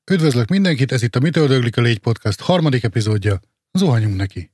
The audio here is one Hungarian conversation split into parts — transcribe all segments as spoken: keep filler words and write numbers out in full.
Üdvözlök mindenkit, ez itt a Mitől döglik a légy podcast harmadik epizódja. Zuhanjunk neki!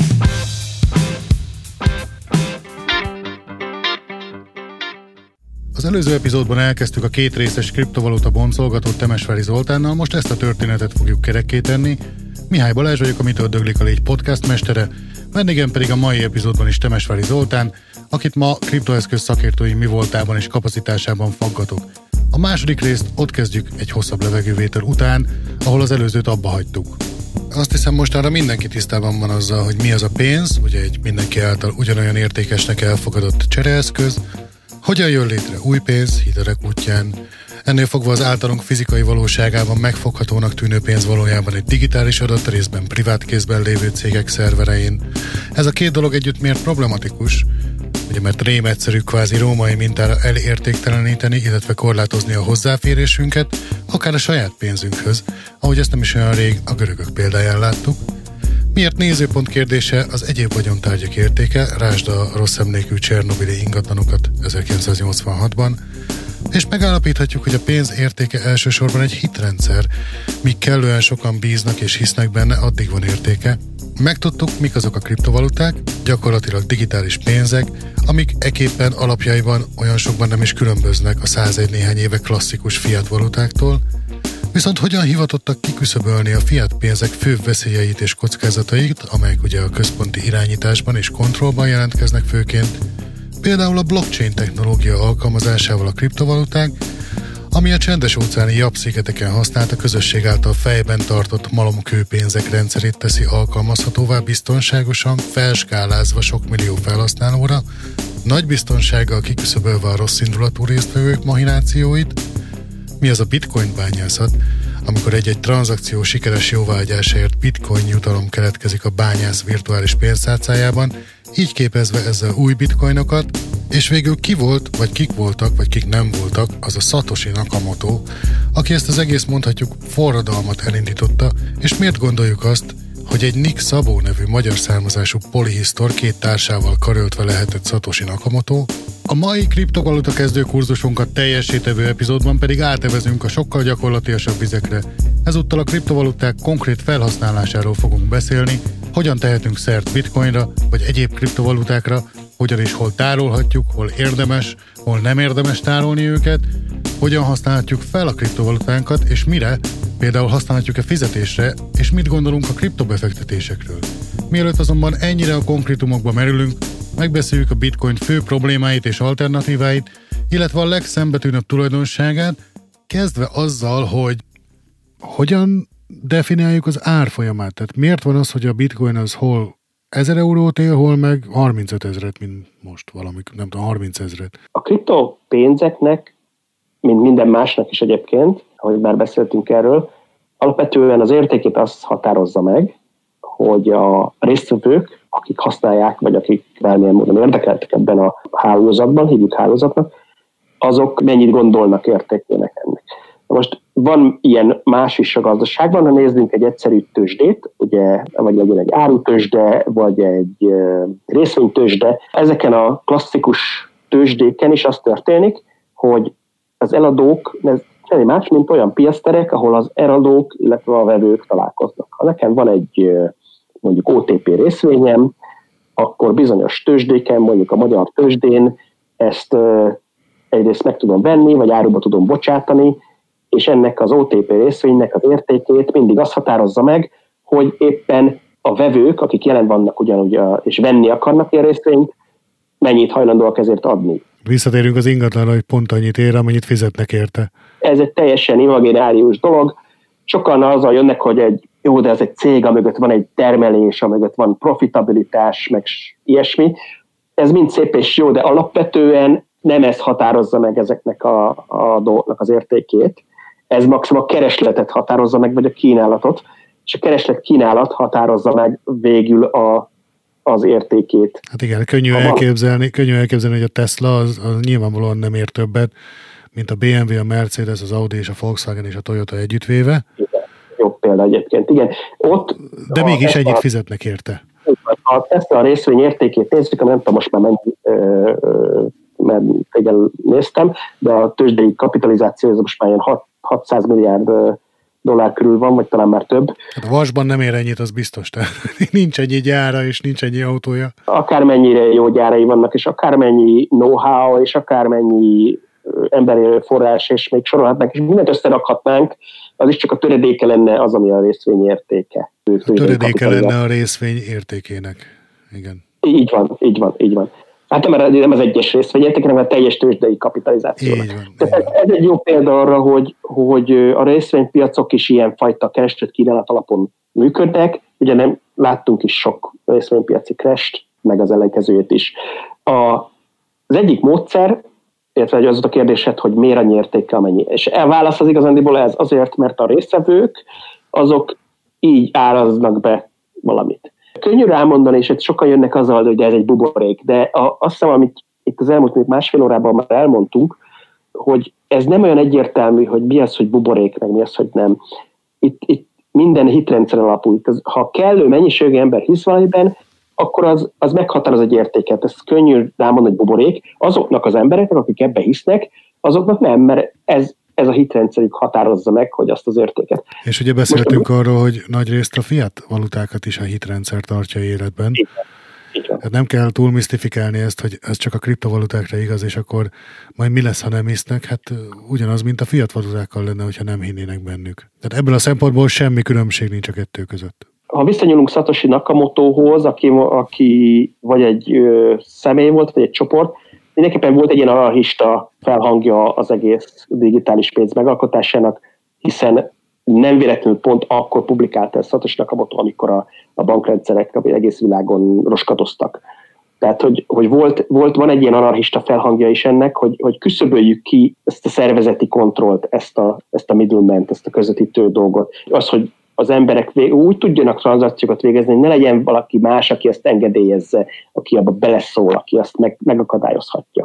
Az előző epizódban elkezdtük a két részes kriptovaluta boncolgatót Temesvári Zoltánnal, most ezt a történetet fogjuk kerekké tenni. Mihály Balázs vagyok, a Mitől döglik a légy podcast mestere, vendégem pedig a mai epizódban is Temesvári Zoltán, akit ma kriptoeszköz szakértői mi voltában és kapacitásában faggatok. A második részt ott kezdjük egy hosszabb levegővétel után, ahol az előzőt abba hagytuk. Azt hiszem mostanra mindenki tisztában van azzal, hogy mi az a pénz, ugye egy mindenki által ugyanolyan értékesnek elfogadott csereeszköz, hogyan jön létre új pénz hitelek útján, ennél fogva az általunk fizikai valóságában megfoghatónak tűnő pénz valójában egy digitális adat, részben privát kézben lévő cégek szerverein. Ez a két dolog együtt miért problematikus? Ugye mert rém egyszerű kvázi római mintára elértékteleníteni, illetve korlátozni a hozzáférésünket, akár a saját pénzünkhöz, ahogy ezt nem is olyan rég a görögök példáján láttuk. Miért nézőpont kérdése az egyéb vagyontárgyak értéke, lásd a rossz emlékű csernobili ingatlanokat ezerkilencszáznyolcvanhatban, és megállapíthatjuk, hogy a pénz értéke elsősorban egy hitrendszer, míg kellően sokan bíznak és hisznek benne, addig van értéke. Megtudtuk, mik azok a kriptovaluták, gyakorlatilag digitális pénzek, amik eképpen alapjaiban olyan sokban nem is különböznek a százegy néhány éve klasszikus fiat valutáktól, viszont hogyan hivatottak kiküszöbölni a fiat pénzek főbb veszélyeit és kockázatait, amelyek ugye a központi irányításban és kontrollban jelentkeznek főként, például a blockchain technológia alkalmazásával a kriptovaluták, ami a csendes-óceáni Yap-szigeteken használt a közösség által fejben tartott malomkőpénzek rendszerét teszi alkalmazhatóvá biztonságosan, felskálázva sok millió felhasználóra, nagy biztonsággal kiküszöbölve a rosszindulatú résztvevők mahinációit. Mi az a bitcoin bányászat, amikor egy-egy tranzakció sikeres jóváhagyásáért bitcoin jutalom keletkezik a bányász virtuális pénztárcájában, így képezve ezzel új bitcoinokat, és végül ki volt, vagy kik voltak, vagy kik nem voltak, az a Satoshi Nakamoto, aki ezt az egész mondhatjuk forradalmat elindította, és miért gondoljuk azt, hogy egy Nick Szabó nevű magyar származású polihisztor két társával karöltve lehetett Satoshi Nakamoto. A mai kriptovaluta kezdő kurzusunkat teljesítevő epizódban pedig átevezünk a sokkal gyakorlatiasabb vizekre. Ezúttal a kriptovaluták konkrét felhasználásáról fogunk beszélni, hogyan tehetünk szert bitcoinra, vagy egyéb kriptovalutákra, hogyan és hol tárolhatjuk, hol érdemes, hol nem érdemes tárolni őket, hogyan használhatjuk fel a kriptovalutánkat, és mire, például használhatjuk-e fizetésre, és mit gondolunk a kriptobefektetésekről. Mielőtt azonban ennyire a konkrétumokba merülünk, megbeszéljük a bitcoin fő problémáit és alternatíváit, illetve a legszembetűnőbb tulajdonságát, kezdve azzal, hogy hogyan definiáljuk az árfolyamát. Tehát miért van az, hogy a bitcoin az hol ezer eurót él, hol meg harmincöt ezret, mint most valamikor, nem tudom, harminc ezret. A kriptopénzeknek, mint minden másnak is egyébként, ahogy már beszéltünk erről, alapvetően az értékét azt határozza meg, hogy a résztvevők, akik használják, vagy akik bármilyen módon érdekeltek ebben a hálózatban, hívjuk hálózatnak, azok mennyit gondolnak értékének ennek. Most van ilyen más is a gazdaságban, ha nézzünk egy egyszerű tőzsdét, ugye, vagy legyen egy árutőzsde, vagy egy részvénytőzsde. Ezeken a klasszikus tőzsdéken is az történik, hogy az eladók, ez semmi más, mint olyan piacterek, ahol az eladók, illetve a vevők találkoznak. Ha nekem van egy mondjuk o té pé részvényem, akkor bizonyos tőzsdéken, mondjuk a magyar tőzsdén ezt egyrészt meg tudom venni, vagy áruba tudom bocsátani, és ennek az o té pé részvénynek az értékét mindig azt határozza meg, hogy éppen a vevők, akik jelen vannak ugyanúgy, és venni akarnak ilyen részvényt, mennyit hajlandóak ezért adni. Visszatérünk az ingatlanra, hogy pont annyit ér, amennyit fizetnek érte. Ez egy teljesen imaginárius dolog. Sokan azzal jönnek, hogy egy jó, de ez egy cég, amögött van egy termelés, amögött van profitabilitás, meg ilyesmi. Ez mind szép és jó, de alapvetően nem ez határozza meg ezeknek a, a dolgoknak az értékét. Ez maximum a keresletet határozza meg, vagy a kínálatot, és a kereslet kínálat határozza meg végül a, az értékét. Hát igen, könnyű elképzelni, könnyű elképzelni, hogy a Tesla az, az nyilvánvalóan nem ér többet, mint a bé em vé, a Mercedes, az Audi és a Volkswagen és a Toyota együttvéve. Igen, jobb példa egyébként. Igen, ott de mégis ennyit fizetnek érte. Ha Tesla a részvény értékét nézzük, nem tudom most már mennyi, mert régen néztem, de a tőzsdei kapitalizáció ez most már ilyen hatszáz milliárd dollár körül van, vagy talán már több. Hát a vasban nem ér ennyit, az biztos. Tehát nincs ennyi gyára, és nincs ennyi autója. Akármennyire jó gyárai vannak, és akármennyi know-how, és akármennyi emberi forrás, és még sorolhatnánk, és mindent összerakhatnánk, az is csak a töredéke lenne az, ami a részvény értéke. A töredéke lenne a részvény értékének. Igen. Így van, így van, így van. Hát nem, nem az egyes részvény értéke, hanem a teljes tőzsdei kapitalizáció. Ez, ez egy jó példa arra, hogy, hogy a részvénypiacok is ilyenfajta kereslet-kínálat alapon működnek. Ugye nem láttunk is sok részvénypiaci crasht, meg az ellenkezőjét is. A, az egyik módszer, illetve az a kérdésed, hogy miért annyi értéke, amennyi. És a válasz az igazándiból ez azért, mert a résztvevők azok így áraznak be valamit. Könnyű rámondani, és sokan jönnek azzal, hogy ez egy buborék, de a, azt hiszem, amit itt az elmúlt másfél órában már elmondtunk, hogy ez nem olyan egyértelmű, hogy mi az, hogy buborék, meg mi az, hogy nem. Itt, itt minden hitrendszer alapul. Ha kellő mennyiségű ember hisz valamiben, akkor az, az meghatároz egy értéket. Ez könnyű rámondani, hogy buborék. Azoknak az embereknek, akik ebbe hisznek, azoknak nem, mert ez, ez a hitrendszerük határozza meg, hogy azt az értéket. És ugye beszéltünk Most, arról, hogy nagy részt a fiat valutákat is a hitrendszer tartja életben. Így van. Így van. Tehát nem kell túl misztifikálni ezt, hogy ez csak a kriptovalutákra igaz, és akkor majd mi lesz, ha nem hisznek? Hát ugyanaz, mint a fiat valutákkal lenne, hogyha nem hinnének bennük. Tehát ebből a szempontból semmi különbség nincs a kettő között. Ha visszanyúlunk Satoshi Nakamotohoz, aki, aki vagy egy ö, személy volt, vagy egy csoport, mindenképpen volt egy ilyen anarchista felhangja az egész digitális pénz megalkotásának, hiszen nem véletlenül pont akkor publikálta ezt Satoshi Nakamoto, amikor a, a bankrendszerek egész világon roskadoztak. Tehát, hogy, hogy volt, volt, van egy ilyen anarchista felhangja is ennek, hogy, hogy küszöböljük ki ezt a szervezeti kontrollt, ezt a, ezt a middleman, ezt a közvetítő dolgot. Az, hogy az emberek úgy tudjanak tranzakciókat végezni, hogy ne legyen valaki más, aki ezt engedélyezze, aki abba beleszól, aki azt meg, megakadályozhatja.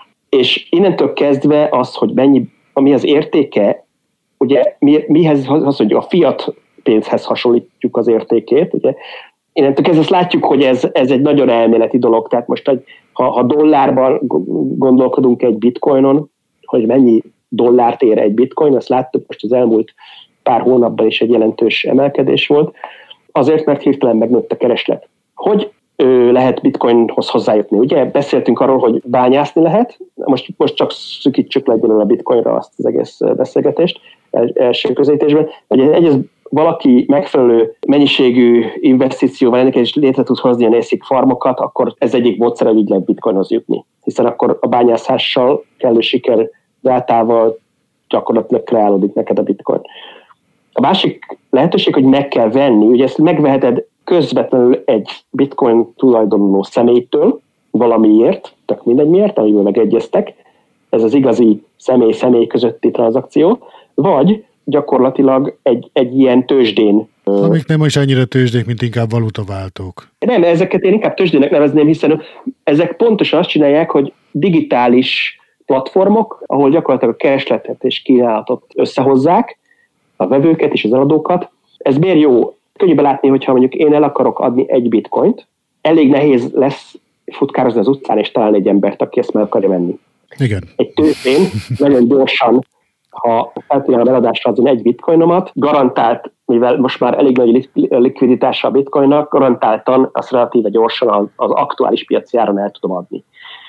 És innentől kezdve az, hogy mennyi, ami az értéke, ugye mi, mihez, az, hogy a fiat pénzhez hasonlítjuk az értékét, ugye, innentől kezdve azt látjuk, hogy ez, ez egy nagyon elméleti dolog, tehát most, ha, ha dollárban gondolkodunk egy bitcoinon, hogy mennyi dollárt ér egy bitcoin, azt láttuk most az elmúlt pár hónapban is egy jelentős emelkedés volt, azért, mert hirtelen megnőtt a kereslet. Hogy ö, lehet bitcoinhoz hozzájutni? Ugye beszéltünk arról, hogy bányászni lehet, most, most csak szükítsük le egyelőre a bitcoinra azt az egész beszélgetést első közelítésben, hogy egy, valaki megfelelő mennyiségű investícióval ennek is létre tud hozni a nészik farmokat, akkor ez egyik módszer, hogy így lehet bitcoinhoz jutni. Hiszen akkor a bányászással, kellő siker rátával gyakorlatilag kreálódik neked a bitcoin. A másik lehetőség, hogy meg kell venni, ugye ezt megveheted közvetlenül egy bitcoin tulajdonoló személytől valamiért, tök mindegy miért, amiből megegyeztek, ez az igazi személy-személy közötti tranzakció, vagy gyakorlatilag egy, egy ilyen tőzsdén. Amik nem is annyira tőzsdék, mint inkább valutaváltók. Nem, ezeket én inkább tőzsdének nevezném, hiszen ezek pontosan azt csinálják, hogy digitális platformok, ahol gyakorlatilag a keresletet és kínálatot összehozzák, a vevőket és az eladókat. Ez miért jó? Könnyű belátni, hogyha mondjuk én el akarok adni egy bitcoint, elég nehéz lesz futkározni az utcán és találni egy embert, aki ezt meg akarja venni. Igen. Egy tőzsdén nagyon gyorsan, ha feltétlenül eladásra azon egy bitcoinomat, garantált, mivel most már elég nagy likviditása a bitcoinnak, garantáltan azt relatíve gyorsan az aktuális piaci áron el tudom adni.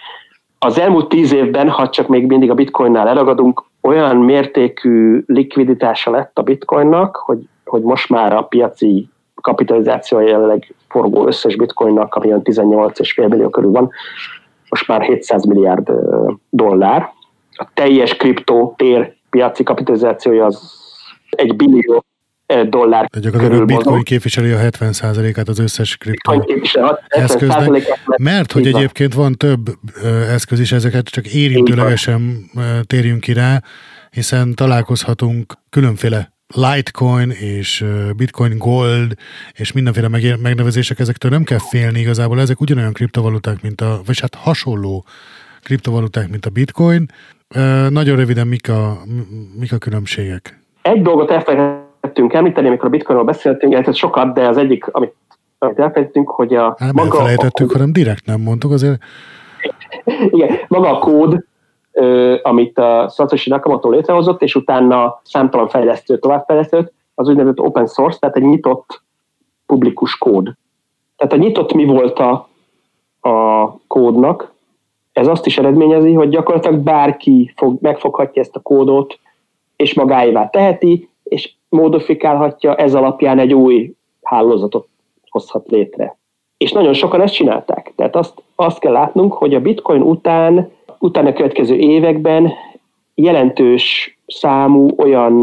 Az elmúlt tíz évben, ha csak még mindig a bitcoinnál elragadunk, olyan mértékű likviditása lett a bitcoinnak, hogy, hogy most már a piaci kapitalizációja jelenleg forgó összes bitcoinnak, ami olyan tizennyolc egész öt millió körül van, most már hétszáz milliárd dollár. A teljes kriptó tér piaci kapitalizációja az egy billió dollár de gyakorlatilag a bitcoin mozog. Képviseli a hetven százalékát az összes kriptó eszköznek, mert hogy egyébként van több eszköz is, ezeket csak érintőlegesen térjünk ki rá, hiszen találkozhatunk különféle Litecoin és Bitcoin Gold és mindenféle megnevezések, ezektől nem kell félni igazából, ezek ugyanolyan kriptovaluták, mint a, vagy hát hasonló kriptovaluták, mint a Bitcoin. Nagyon röviden mik a, mik a különbségek? Egy dolgot elfelejtettünk említeni, amikor a Bitcoinról beszéltünk, ez sokat, de az egyik, amit, amit elfelejtettünk, hogy a... Hát nem elfelejtettük, hanem direkt nem mondtuk azért. Igen, maga a kód amit a Satoshi Nakamoto létrehozott, és utána számtalan fejlesztő továbbfejlesztőt, az úgynevezett open source, tehát egy nyitott publikus kód. Tehát a nyitott mi volt a, a kódnak, ez azt is eredményezi, hogy gyakorlatilag bárki fog, megfoghatja ezt a kódot, és magáévá teheti, és modifikálhatja, ez alapján egy új hálózatot hozhat létre. És nagyon sokan ezt csinálták. Tehát azt, azt kell látnunk, hogy a Bitcoin után, utána a következő években jelentős számú olyan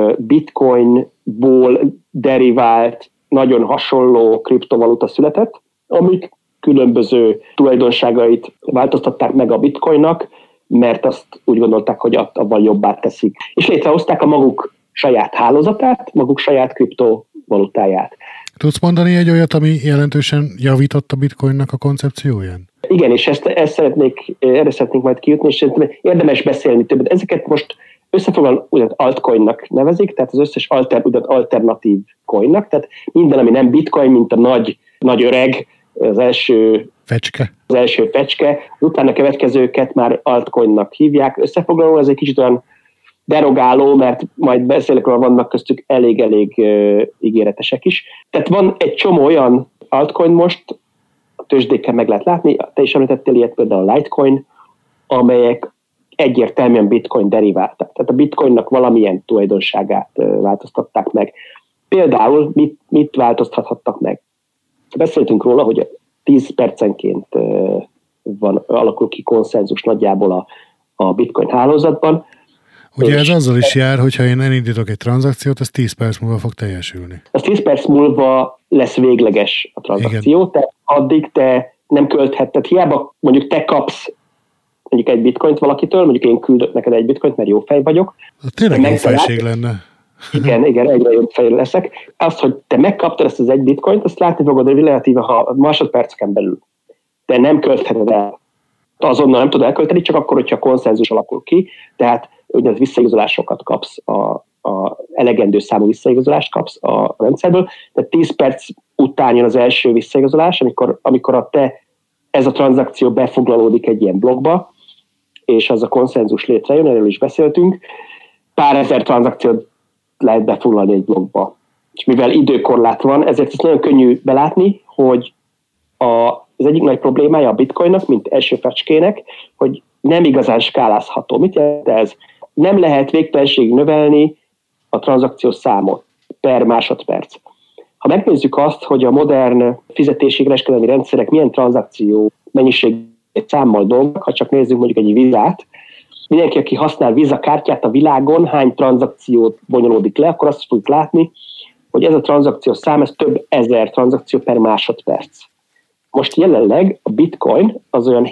Bitcoinból derivált, nagyon hasonló kriptovaluta született, amik különböző tulajdonságait változtatták meg a Bitcoinnak, mert azt úgy gondolták, hogy abban jobbá teszik. És létrehozták a maguk saját hálózatát, maguk saját kriptovalutáját. Tudsz mondani egy olyat, ami jelentősen javított a Bitcoinnak a koncepcióján? Igen, és ezt, ezt szeretnék, erre szeretnék majd kijutni, és érdemes beszélni többet. Ezeket most összefoglalóan úgynevezett altcoinnak nevezik, tehát az összes alter, alternatív coinnak, tehát minden, ami nem Bitcoin, mint a nagy, nagy öreg, az első fecske. Az első fecske, utána következőket már altcoinnak hívják. Összefoglalóan ez egy kicsit olyan derogáló, mert majd beszélek, hogy vannak köztük elég-elég uh, ígéretesek is. Tehát van egy csomó olyan altcoin most, a tőzsdéken meg lehet látni, te is említettél ilyet, például a Litecoin, amelyek egyértelműen Bitcoin deriváltak. Tehát a Bitcoinnak valamilyen tulajdonságát uh, változtatták meg. Például mit, mit változtathattak meg? Beszéltünk róla, hogy tíz percenként uh, van, alakul ki konszenzus nagyjából a, a Bitcoin hálózatban. Ugye ez azzal is jár, hogyha én elindítok egy tranzakciót, ez tíz perc múlva fog teljesülni. Az tíz perc múlva lesz végleges a tranzakció, igen. Tehát addig te nem költheted, hiába mondjuk te kapsz mondjuk egy bitcoint valakitől, mondjuk én küldök neked egy bitcoint, mert jó fej vagyok. Tényleg jó fejség lenne. Igen, igen, egyre jobb fej leszek. Azt, hogy te megkaptad ezt az egy bitcoint, azt látni fogod relatíve, ha másodperceken belül. De nem költheted el. Azonnal nem tudod elkölteni, csak akkor, hogyha konszenzus alakul ki, tehát úgynevezett visszaigazolásokat kapsz, a, a elegendő számú visszaigazolást kapsz a rendszerből, tehát tíz perc után jön az első visszaigazolás, amikor, amikor a te, ez a tranzakció befoglalódik egy ilyen blokkba, és az a konszenzus létrejön, erről is beszéltünk, pár ezer tranzakciót lehet befoglalni egy blokkba. És mivel időkorlát van, ezért ez nagyon könnyű belátni, hogy a, az egyik nagy problémája a Bitcoinnak, mint első fecskének, hogy nem igazán skálázható. Mit jelent ez? Nem lehet végtelenségig növelni a tranzakciós számot per másodperc. Ha megnézzük azt, hogy a modern fizetési kereskedelmi rendszerek milyen tranzakció mennyiség számmal dolgoznak, ha csak nézzük mondjuk egy vizát, mindenki, aki használ Visa kártyát a világon, hány tranzakciót bonyolódik le, akkor azt fogjuk látni, hogy ez a tranzakciós szám, ez több ezer tranzakció per másodperc. Most jelenleg a Bitcoin az olyan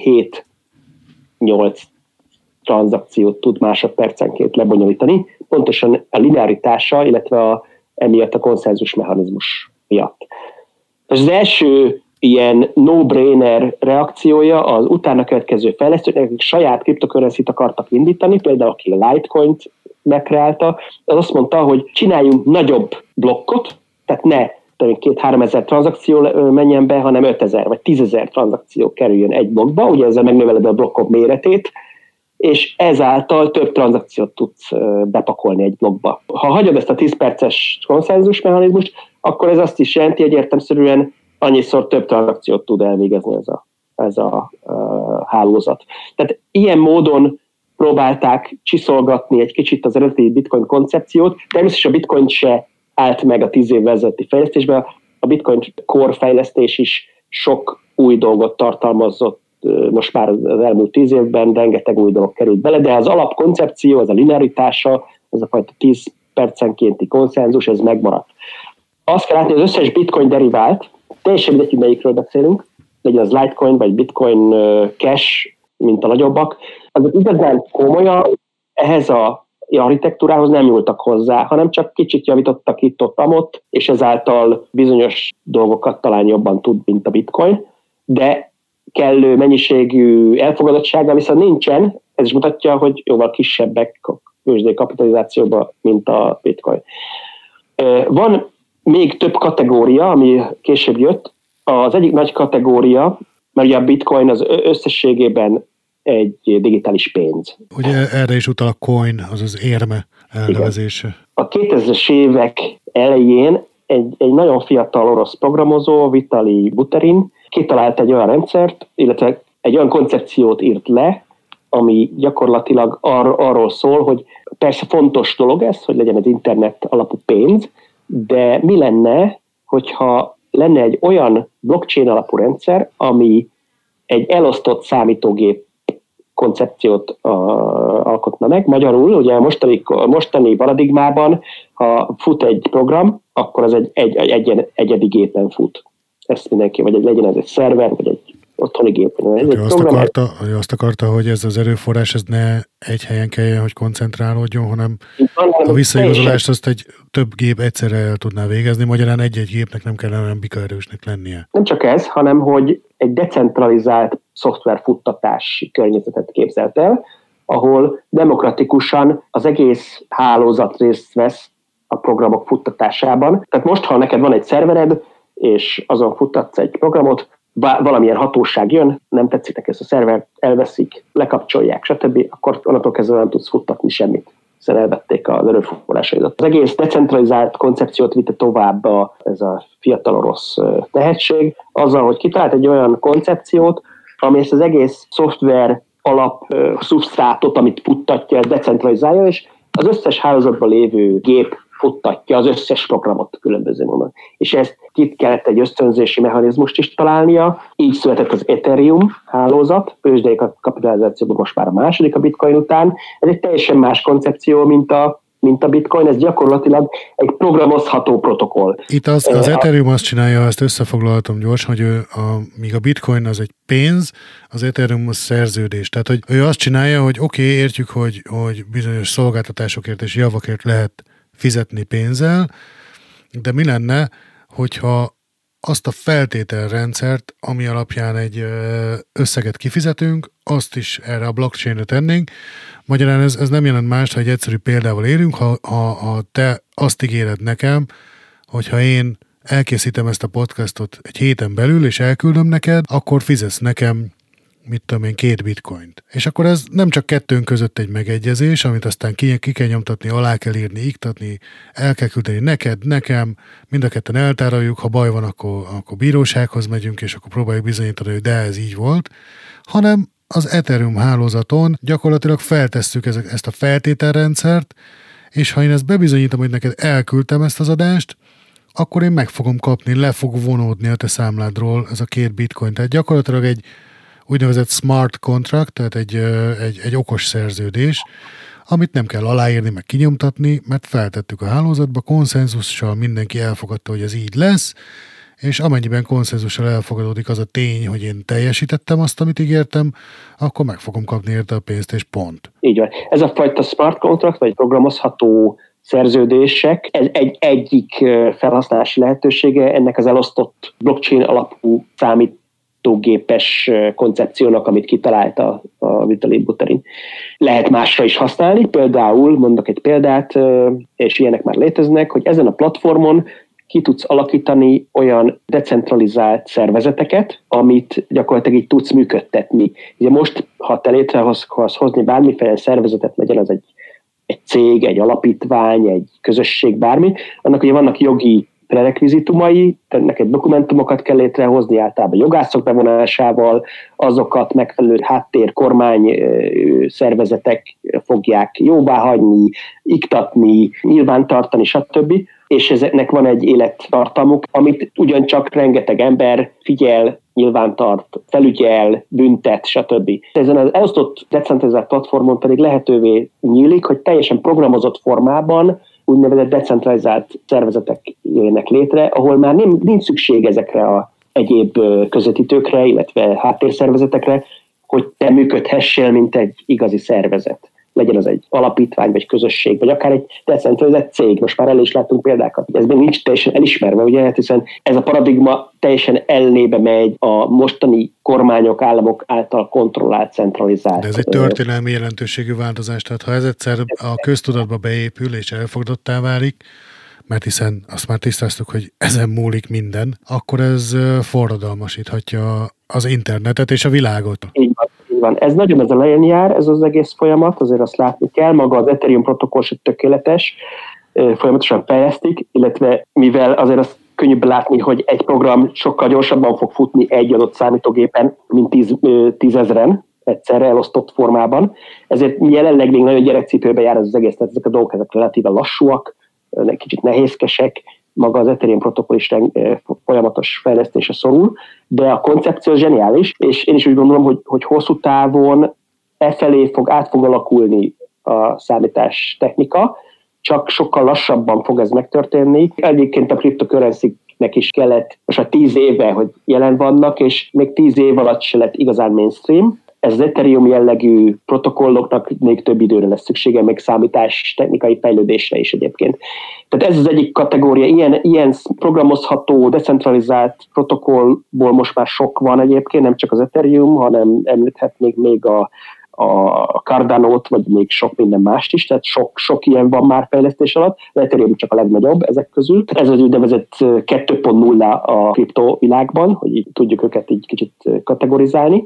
hét-nyolc tranzakciót tud másodpercenként lebonyolítani, pontosan a linearitása, illetve a, emiatt a konszenzus mechanizmus miatt. Az első ilyen no-brainer reakciója az utána következő fejlesztőknek, akik saját kriptokörrenszit akartak indítani, például aki a Litecoint megkreálta, az azt mondta, hogy csináljunk nagyobb blokkot, tehát ne két-három ezer tranzakció menjen be, hanem ötezer vagy tízezer tranzakció kerüljön egy blokkba, ugye ezzel megnöveled a blokkok méretét, és ezáltal több tranzakciót tudsz bepakolni egy blokkba. Ha hagyod ezt a tíz perces konszenzus mechanizmust, akkor ez azt is jelenti, hogy értelemszerűen annyiszor több tranzakciót tud elvégezni ez a, ez a uh, hálózat. Tehát ilyen módon próbálták csiszolgatni egy kicsit az eredeti Bitcoin koncepciót. Természetesen a Bitcoin se állt meg a tíz évvel ezelőtti fejlesztésben. A Bitcoin core fejlesztés is sok új dolgot tartalmazott, most már az elmúlt tíz évben rengeteg új dolog került bele, de az alapkoncepció, az a linearitása, az a fajta tíz percenkénti konszenzus, ez megmaradt. Azt kell látni, hogy az összes Bitcoin derivált, teljesen mindegy, hogy melyikről beszélünk, legyen az Litecoin vagy Bitcoin Cash, mint a nagyobbak, azok igazán komolyan ehhez a architektúrához nem nyúltak hozzá, hanem csak kicsit javítottak itt-ott-amott, és ezáltal bizonyos dolgokat talán jobban tud, mint a Bitcoin, de kellő mennyiségű elfogadottsága viszont nincsen, ez is mutatja, hogy jóval kisebbek a tőzsdei kapitalizációban, mint a Bitcoin. Van még több kategória, ami később jött. Az egyik nagy kategória, mert ugye a Bitcoin az összességében egy digitális pénz. Ugye erre is utal a coin, azaz érme elnevezése. Igen. A kétezres évek elején egy, egy nagyon fiatal orosz programozó, Vitali Buterin kitalált egy olyan rendszert, illetve egy olyan koncepciót írt le, ami gyakorlatilag ar- arról szól, hogy persze fontos dolog ez, hogy legyen az internet alapú pénz, de mi lenne, hogyha lenne egy olyan blockchain alapú rendszer, ami egy elosztott számítógép koncepciót uh, alkotna meg. Magyarul, ugye a mostani, mostani paradigmában, ha fut egy program, akkor az egy, egy, egy, egy egyedi gépen fut. Ezt mindenki, vagy egy, legyen ez egy szerver, vagy egy otthoni gépen. Ez ő, egy azt program, akarta, ő azt akarta, hogy ez az erőforrás ez ne egy helyen kelljen, hogy koncentrálódjon, hanem a visszaigazolást azt egy több gép egyszerre el tudná végezni, magyarán egy-egy gépnek nem kellene olyan bikaerősnek lennie. Nem csak ez, hanem hogy egy decentralizált szoftverfuttatási környezetet képzelt el, ahol demokratikusan az egész hálózat részt vesz a programok futtatásában. Tehát most, ha neked van egy szervered, és azon futtatsz egy programot, valamilyen hatóság jön, nem tetszik neki ezt a szervert, elveszik, lekapcsolják, stb., akkor onnantól kezdve nem tudsz futtatni semmit, hiszen elvették az erőforrásaidat. Az egész decentralizált koncepciót vitte tovább a, ez a fiatal orosz tehetség, azzal, hogy kitalált egy olyan koncepciót, ami ezt az egész szoftver alap szubsztrátot, amit futtatja, decentralizálja, és az összes hálózatban lévő gép futtatja az összes programot különböző módon. És ezt itt kellett egy ösztönzési mechanizmust is találnia, így született az Ethereum hálózat, tőzsdei kapitalizációban most már a második a Bitcoin után. Ez egy teljesen más koncepció, mint a, mint a Bitcoin, ez gyakorlatilag egy programozható protokoll. Itt az, az a, Ethereum azt csinálja, ezt összefoglalhatom gyorsan, hogy ő a, míg a Bitcoin az egy pénz, az Ethereum az szerződés. Tehát, hogy ő azt csinálja, hogy oké, okay, értjük, hogy, hogy bizonyos szolgáltatásokért és javakért lehet fizetni pénzzel, de mi lenne, hogyha azt a feltételrendszert, ami alapján egy összeget kifizetünk, azt is erre a blockchainre tennénk. Magyarán ez, ez nem jelent más, ha egy egyszerű példával élünk, ha, ha, ha te azt ígéred nekem, hogyha én elkészítem ezt a podcastot egy héten belül, és elküldöm neked, akkor fizetsz nekem mit tudom én, két bitcoint. És akkor ez nem csak kettőnk között egy megegyezés, amit aztán ki, ki kell nyomtatni, alá kell írni, iktatni, el kell küldeni neked, nekem, mind a ketten eltároljuk, ha baj van, akkor, akkor bírósághoz megyünk, és akkor próbáljuk bizonyítani, hogy de ez így volt, hanem az Ethereum hálózaton gyakorlatilag feltesszük ezt a feltételrendszert, és ha én ezt bebizonyítom, hogy neked elküldtem ezt az adást, akkor én meg fogom kapni, le fog vonódni a te számládról ez a két bitcoin. Tehát gyakorlatilag egy úgynevezett smart contract, tehát egy, egy, egy okos szerződés, amit nem kell aláírni, meg kinyomtatni, mert feltettük a hálózatba, konszenzussal mindenki elfogadta, hogy ez így lesz, és amennyiben konszenzussal elfogadódik az a tény, hogy én teljesítettem azt, amit ígértem, akkor meg fogom kapni érte a pénzt, és pont. Így van. Ez a fajta smart contract, vagy programozható szerződések, ez egy egyik felhasználási lehetősége ennek az elosztott blockchain alapú számít gépes koncepciónak, amit kitalált a, a Vitali Buterin. Lehet másra is használni, például, mondok egy példát, és ilyenek már léteznek, hogy ezen a platformon ki tudsz alakítani olyan decentralizált szervezeteket, amit gyakorlatilag így tudsz működtetni. Ugye most, ha te létrehozsz hozni bármiféle szervezetet, legyen az egy, egy cég, egy alapítvány, egy közösség, bármi, annak ugye vannak jogi prerekvizitumai, neked dokumentumokat kell létrehozni, általában jogászok bevonásával, azokat megfelelő háttér kormány szervezetek fogják jóváhagyni, iktatni, nyilvántartani, stb. És ezeknek van egy élettartamuk, amit ugyancsak rengeteg ember figyel, nyilvántart, felügyel, büntet, stb. Ezen az elosztott decentralizált platformon pedig lehetővé nyílik, hogy teljesen programozott formában úgynevezett decentralizált szervezetek jönnek létre, ahol már nem, nincs szükség ezekre a egyéb közvetítőkre, illetve háttérszervezetekre, hogy te működhessél, mint egy igazi szervezet. Legyen az egy alapítvány, vagy közösség, vagy akár egy decentralizált cég. Most már el is láttunk példákat. Ez még nincs teljesen elismerve, ugye? Hiszen ez a paradigma teljesen elnébe megy a mostani kormányok, államok által kontrollált, centralizált. De ez egy történelmi jelentőségű változás. Tehát ha ez egyszer a köztudatba beépül és elfogadottá válik, mert hiszen azt már tisztáztuk, hogy ezen múlik minden, akkor ez forradalmasíthatja az internetet és a világot. Így van. van. Ez nagyon az elején jár, ez az egész folyamat, azért azt látni kell, maga az Ethereum protokoll se tökéletes, folyamatosan fejlesztik, illetve mivel azért azt könnyűbb látni, hogy egy program sokkal gyorsabban fog futni egy adott számítógépen, mint tíz, tízezren egyszerre elosztott formában. Ezért jelenleg még nagyon gyerekcipőbe jár ez az egész, tehát ezek a dolgok ezek relatíve lassúak, kicsit nehézkesek, maga az Ethereum protokoll is folyamatos fejlesztése szorul, de a koncepció zseniális, és én is úgy gondolom, hogy, hogy hosszú távon e felé fog, át fog alakulni a számítás technika, csak sokkal lassabban fog ez megtörténni. Egyébként a cryptocurrency-nek is kellett most a tíz éve, hogy jelen vannak, és még tíz év alatt se lett igazán mainstream. Ez az Ethereum jellegű protokolloknak még több időre lesz szüksége, még számítás technikai fejlődésre is egyébként. Tehát ez az egyik kategória, ilyen, ilyen programozható, decentralizált protokollból most már sok van egyébként, nem csak az Ethereum, hanem említhetnék még a a Cardano-t, vagy még sok minden mást is, tehát sok, sok ilyen van már fejlesztés alatt, de Ethereum csak a legnagyobb ezek közül. Ez az úgynevezett kettő pont nulla a kriptovilágban, hogy így tudjuk őket így kicsit kategorizálni.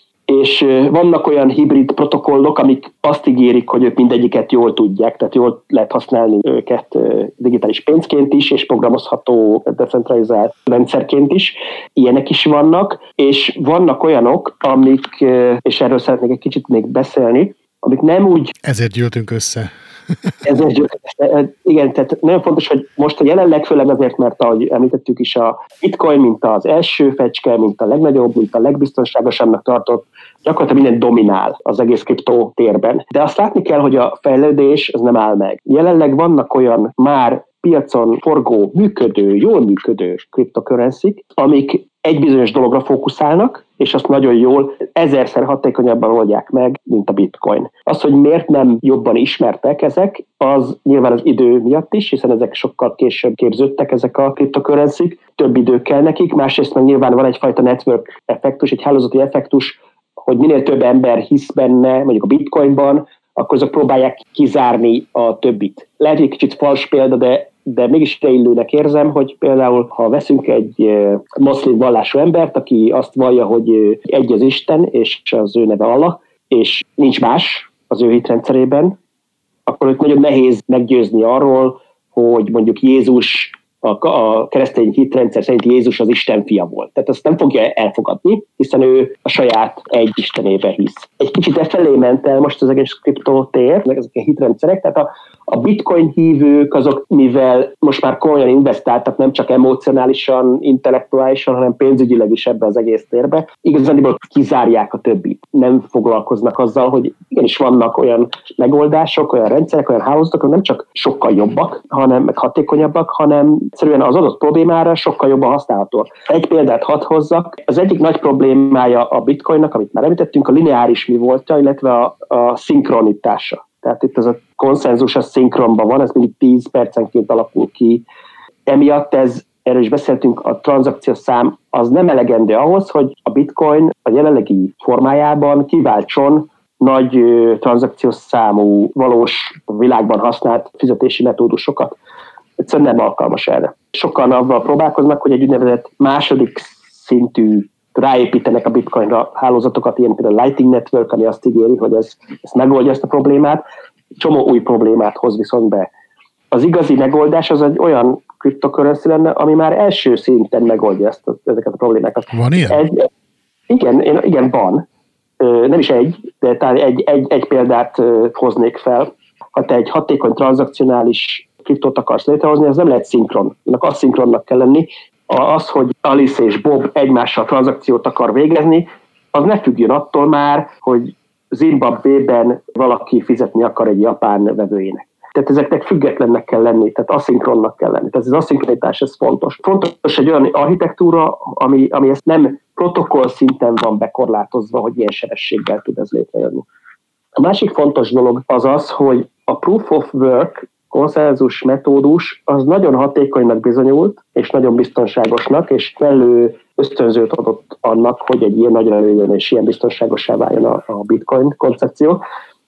És vannak olyan hibrid protokollok, amik azt ígérik, hogy ők mindegyiket jól tudják, tehát jól lehet használni őket digitális pénzként is, és programozható decentralizált rendszerként is. Ilyenek is vannak, és vannak olyanok, amik, és erről szeretnék egy kicsit még beszélni, amik nem úgy... Ezért gyűltünk össze. Ezért gyűltünk össze. Igen, tehát nagyon fontos, hogy most a jelenleg főleg azért, mert ahogy említettük is, a Bitcoin, mint az első fecske, mint a legnagyobb, mint a legbiztonságosabbnak tartott, gyakorlatilag minden dominál az egész kriptó térben. De azt látni kell, hogy a fejlődés az nem áll meg. Jelenleg vannak olyan már piacon forgó, működő, jól működő cryptocurrency-k, amik egy bizonyos dologra fókuszálnak, és azt nagyon jól, ezerszer hatékonyabban oldják meg, mint a Bitcoin. Az, hogy miért nem jobban ismertek ezek, az nyilván az idő miatt is, hiszen ezek sokkal később képződtek, ezek a cryptocurrency-k, több idő kell nekik, másrészt meg nyilván van egyfajta network effektus, egy hálózati effektus, hogy minél több ember hisz benne, mondjuk a Bitcoinban, akkor azok próbálják kizárni a többit. Lehet, hogy egy kicsit fals példa, de de mégis ideillőnek érzem, hogy például, ha veszünk egy moszlim vallású embert, aki azt vallja, hogy egy az Isten, és az ő neve Allah, és nincs más az ő hitrendszerében, akkor őt nagyon nehéz meggyőzni arról, hogy mondjuk Jézus, a, a keresztény hitrendszer szerint Jézus az Isten fia volt. Tehát azt nem fogja elfogadni, hiszen ő a saját egy istenébe hisz. Egy kicsit e felé ment el most az egész kriptotér, meg ezek a hitrendszerek, tehát a, a Bitcoin hívők azok, mivel most már komolyan investáltak, nem csak emocionálisan, intellektuálisan, hanem pénzügyileg is ebbe az egész térbe, igazából kizárják a többit. Nem foglalkoznak azzal, hogy igenis vannak olyan megoldások, olyan rendszerek, olyan hálózatok, hogy nem csak sokkal jobbak, hanem meg hatékonyabbak, hanem egyszerűen az adott problémára sokkal jobban használható. Egy példát hadd hozzak. Az egyik nagy problémája a Bitcoinnak, amit már említettünk, a lineáris mi voltja, illetve a, a szinkronitása. Tehát itt ez a konszenzus a szinkronban van, ez mindig tíz percenként alakul ki. Emiatt ez, erről is beszéltünk, a tranzakciós szám az nem elegendő ahhoz, hogy a Bitcoin a jelenlegi formájában kiváltson nagy ö, tranzakciós számú, valós világban használt fizetési metódusokat. Egyszerűen nem alkalmas erre. Sokan avval próbálkoznak, hogy egy úgynevezett második szintű ráépítenek a Bitcoinra hálózatokat, ilyen például a Lightning Network, ami azt ígéri, hogy ez, ez megoldja ezt a problémát, csomó új problémát hoz viszont be. Az igazi megoldás az egy olyan cryptocurrency lenne, ami már első szinten megoldja ezt, ezeket a problémákat. Van ilyen? Egy, igen, igen, van. Nem is egy, de talán egy, egy, egy példát hoznék fel. Ha te egy hatékony tranzakcionális kriptót akarsz létrehozni, az nem lehet szinkron. Ennek aszinkronnak kell lenni. Az, hogy Alice és Bob egymással tranzakciót akar végezni, az ne függjön attól már, hogy Zimbabwe-ben valaki fizetni akar egy japán vevőjének. Tehát ezeknek függetlennek kell lenni, tehát aszinkronnak kell lenni. Tehát az aszinkronitás, ez fontos. Fontos egy olyan architektúra, ami, ami ezt nem protokoll szinten van bekorlátozva, hogy ilyen sebességgel tud ez létrejönni. A másik fontos dolog az az, hogy a proof of work konszenzus metódus az nagyon hatékonynak bizonyult, és nagyon biztonságosnak, és mellő ösztönzőt adott annak, hogy egy ilyen nagyra lőjön, és ilyen biztonságosá váljon a, a Bitcoin koncepció,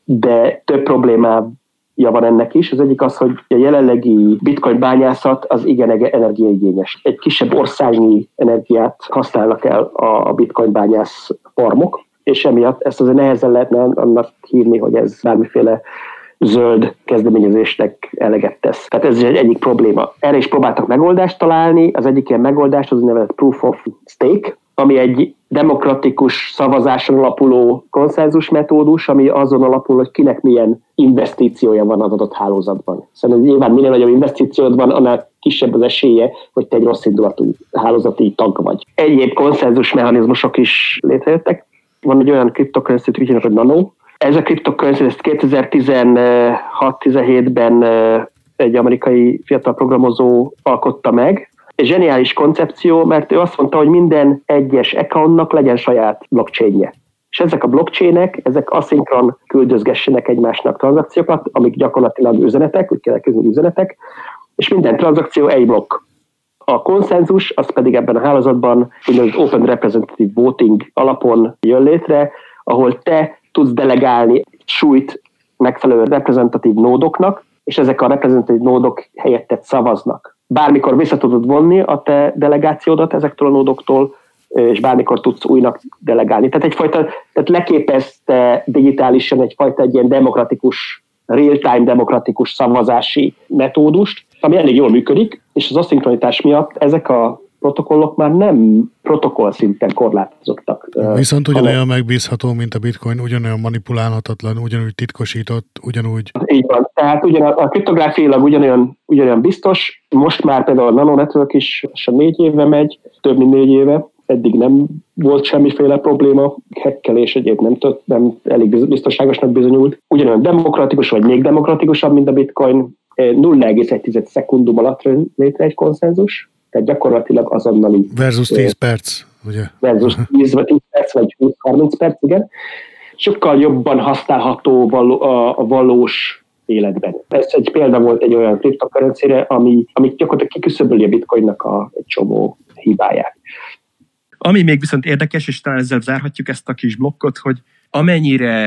de több problémája van ennek is. Az egyik az, hogy a jelenlegi Bitcoin bányászat az igen energiaigényes. Egy kisebb országnyi energiát használnak el a Bitcoin bányász farmok, és emiatt ezt azért nehezen lehetne annak hívni, hogy ez bármiféle zöld kezdeményezésnek eleget tesz. Tehát ez is egy egyik probléma. Erre is próbáltak megoldást találni. Az egyik ilyen megoldás az úgynevezett proof of stake, ami egy demokratikus szavazáson alapuló konszenzus metódus, ami azon alapul, hogy kinek milyen investíciója van az adott hálózatban. Szerintem nyilván minél nagyobb investíciód van, annál kisebb az esélye, hogy te egy rossz indulatú hálózati tag vagy. Egyéb konszenzus mechanizmusok is létrejöttek. Van egy olyan cryptocurrency-t, úgy hívják, hogy Nano. Ez a cryptocurrency, ezt kétezer-tizenhat tizenhétben egy amerikai fiatal programozó alkotta meg. Egy zseniális koncepció, mert ő azt mondta, hogy minden egyes accountnak legyen saját blockchainje. És ezek a blockchainek, ezek aszinkron küldözgessenek egymásnak tranzakciókat, amik gyakorlatilag üzenetek, úgy kell elképzelni üzenetek, és minden tranzakció egy blokk. A konszenzus, az pedig ebben a hálózatban az Open Representative Voting alapon jön létre, ahol te tudsz delegálni súlyt megfelelő reprezentatív nódoknak, és ezek a reprezentatív nódok helyettet szavaznak. Bármikor vissza tudod vonni a te delegációdat ezektől a nódoktól, és bármikor tudsz újnak delegálni. Tehát egyfajta, tehát leképezte digitálisan egyfajta egy ilyen demokratikus, real-time demokratikus szavazási metódust, ami elég jól működik, és az aszinkronitás miatt ezek a protokollok már nem protokoll szinten korlátozottak. Viszont ugyanolyan megbízható, mint a bitcoin, ugyanolyan manipulálhatatlan, ugyanúgy titkosított, ugyanúgy... Így van. Tehát ugyan, a kriptográfiailag ugyanolyan, ugyanolyan biztos. Most már például a Nano Network is négy éve megy, több mint négy éve. Eddig nem volt semmiféle probléma, hekkelés egyéb nem, tört, nem elég biztonságosnak bizonyult. Ugyanolyan demokratikus, vagy még demokratikusabb, mint a bitcoin. nulla egész egy szekundum alatt létre egy konszenzus. Tehát gyakorlatilag azonnali... Versus tíz perc, ugye? Versus tíz vagy tíz perc, vagy húsz-harminc perc, igen. Sokkal jobban használható való, a, a valós életben. Ez egy példa volt egy olyan kriptokörrencére, ami, ami gyakorlatilag kiküszöböli a bitcoinnak a, egy csomó hibáját. Ami még viszont érdekes, és talán ezzel zárhatjuk ezt a kis blokkot, hogy amennyire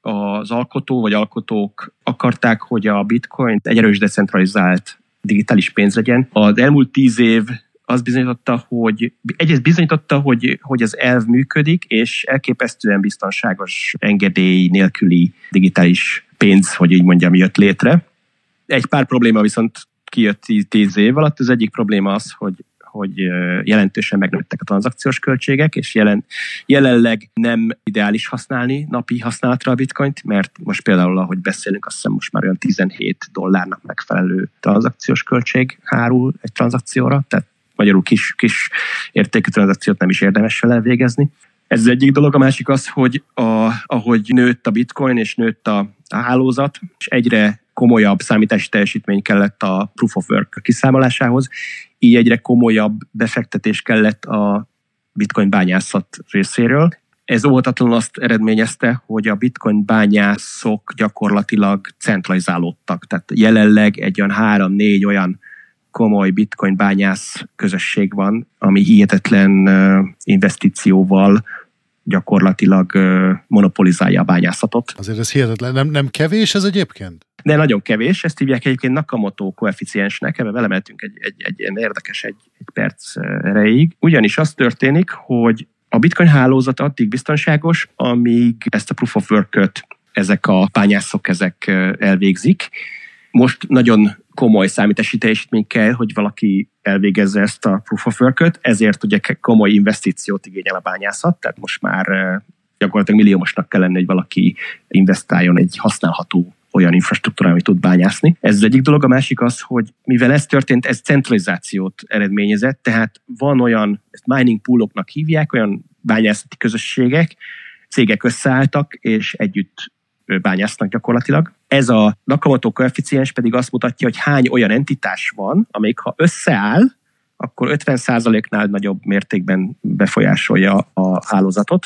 az alkotó vagy alkotók akarták, hogy a bitcoin egy erős decentralizált digitális pénz legyen. Az elmúlt tíz év azt bizonyította, hogy egyrészt bizonyította, hogy, hogy az elv működik, és elképesztően biztonságos engedély nélküli digitális pénz, hogy így mondjam, jött létre. Egy pár probléma viszont kijött tíz év alatt. Az egyik probléma az, hogy hogy jelentősen megnőttek a tranzakciós költségek, és jelen, jelenleg nem ideális használni napi használatra a bitcoint, mert most például, ahogy beszélünk, azt hiszem most már olyan tizenhét dollárnak megfelelő tranzakciós költség hárul egy tranzakcióra, tehát magyarul kis, kis értékű tranzakciót nem is érdemes vele végezni. Ez az egyik dolog, a másik az, hogy a, ahogy nőtt a bitcoin és nőtt a, a hálózat, és egyre komolyabb számítási teljesítmény kellett a proof of work kiszámolásához, így egyre komolyabb befektetés kellett a bitcoin bányászat részéről. Ez óhatatlanul azt eredményezte, hogy a bitcoin bányászok gyakorlatilag centralizálódtak. Tehát jelenleg egy olyan három-négy olyan komoly bitcoin bányász közösség van, ami hihetetlen investícióval gyakorlatilag monopolizálja a bányászatot. Azért ez hihetetlen. Nem, nem kevés ez egyébként? De nagyon kevés, ezt hívják egyébként Nakamoto koeficiensnek, ebben belemeltünk egy, egy, egy ilyen érdekes egy, egy perc erejéig. Ugyanis az történik, hogy a bitcoin hálózat addig biztonságos, amíg ezt a proof of work-öt ezek a bányászok ezek elvégzik. Most nagyon komoly számítási teljesítmény kell, hogy valaki elvégezze ezt a proof of work-öt, ezért ugye komoly investíciót igényel a bányászat, tehát most már gyakorlatilag milliómosnak kell lenni, hogy valaki investáljon egy használható olyan infrastruktúra, amit tud bányászni. Ez az egyik dolog, a másik az, hogy mivel ez történt, ez centralizációt eredményezett, tehát van olyan, ezt mining pooloknak hívják, olyan bányászati közösségek, cégek összeálltak, és együtt bányásznak gyakorlatilag. Ez a Nakamoto koeficiens pedig azt mutatja, hogy hány olyan entitás van, amelyik ha összeáll, akkor ötven százaléknál nagyobb mértékben befolyásolja a hálózatot.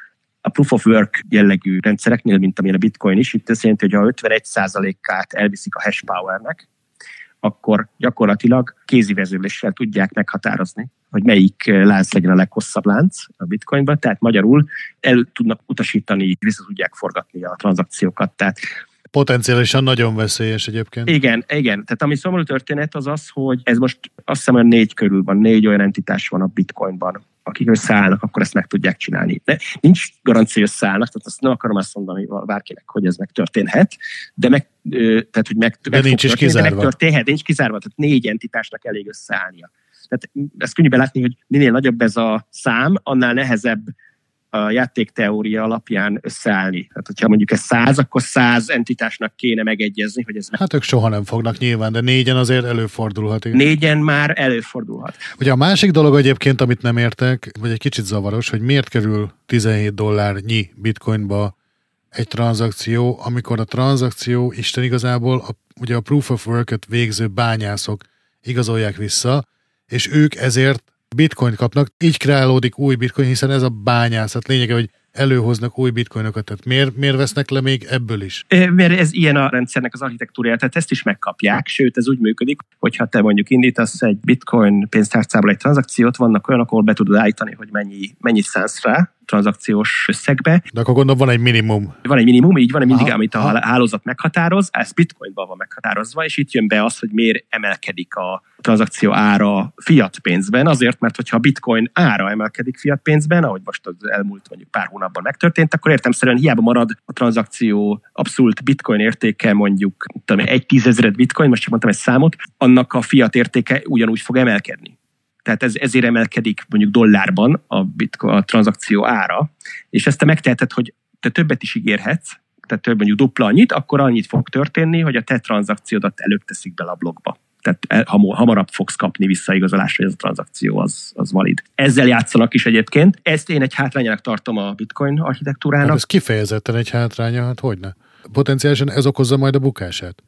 A proof of work jellegű rendszereknél, mint amilyen a bitcoin is, itt ez jelenti, hogy ha ötvenegy százalékát elviszik a hash powernek, akkor gyakorlatilag kézi vezérléssel tudják meghatározni, hogy melyik lánc legyen a leghosszabb lánc a bitcoinban, tehát magyarul el tudnak utasítani, vissza tudják forgatni a tranzakciókat. Tehát potenciálisan nagyon veszélyes egyébként. Igen, igen. Tehát ami szomorú történet az az, hogy ez most azt hiszem, hogy négy körül van, négy olyan entitás van a bitcoinban, akik összeállnak, akkor ezt meg tudják csinálni. De nincs garancia, hogy összeállnak, tehát azt nem akarom azt mondani bárkinek, hogy ez megtörténhet, de meg, tehát, hogy meg, de meg nincs is kizárva. Megtörténhet, nincs kizárva, tehát négy entitásnak elég összeállnia. Tehát ezt könnyű belátni, hogy minél nagyobb ez a szám, annál nehezebb a játékteória alapján összeállni. Tehát, hogyha mondjuk ez száz, akkor száz entitásnak kéne megegyezni, hogy ez meg... Hát ők soha nem fognak nyilván, de négyen azért előfordulhat. Igen. Négyen már előfordulhat. Ugye a másik dolog egyébként, amit nem értek, vagy egy kicsit zavaros, hogy miért kerül tizenhét dollárnyi bitcoinba egy tranzakció, amikor a tranzakció Isten igazából a, ugye a proof of work-öt végző bányászok igazolják vissza, és ők ezért bitcoint kapnak, így kreálódik új bitcoin, hiszen ez a bányászat lényege, hogy előhoznak új bitcoinokat. Tehát miért, miért vesznek le még ebből is? Mert ez ilyen a rendszernek az architektúrája, tehát ezt is megkapják, sőt ez úgy működik, hogyha te mondjuk indítasz egy bitcoin pénztárcából egy tranzakciót, vannak olyanok, ahol be tudod állítani, hogy mennyi, mennyit szánsz rá tranzakciós összegbe. De akkor gondolom van egy minimum. Van egy minimum, így van, mindig, aha, amit a aha. hálózat meghatároz, ez bitcoinban van meghatározva, és itt jön be az, hogy miért emelkedik a tranzakció ára fiat pénzben, azért, mert hogyha a bitcoin ára emelkedik fiat pénzben, ahogy most az elmúlt mondjuk pár hónapban megtörtént, akkor értelemszerűen hiába marad a tranzakció abszolút bitcoin értéke mondjuk tudom, egy tízezred bitcoin, most csak mondtam egy számot, annak a fiat értéke ugyanúgy fog emelkedni. Tehát ez, ezért emelkedik mondjuk dollárban a, bitcoin, a tranzakció ára, és ezt te megteheted, hogy te többet is ígérhetsz, tehát több mondjuk dupla annyit, akkor annyit fog történni, hogy a te tranzakciódat előbb teszik bele a blokkba. Tehát hamarabb fogsz kapni visszaigazolásra, hogy ez a tranzakció az, az valid. Ezzel játszanak is egyébként. Ezt én egy hátrányának tartom a bitcoin architektúrának. Hát ez kifejezetten egy hátránya, hát hogyne? Potenciálisan ez okozza majd a bukását.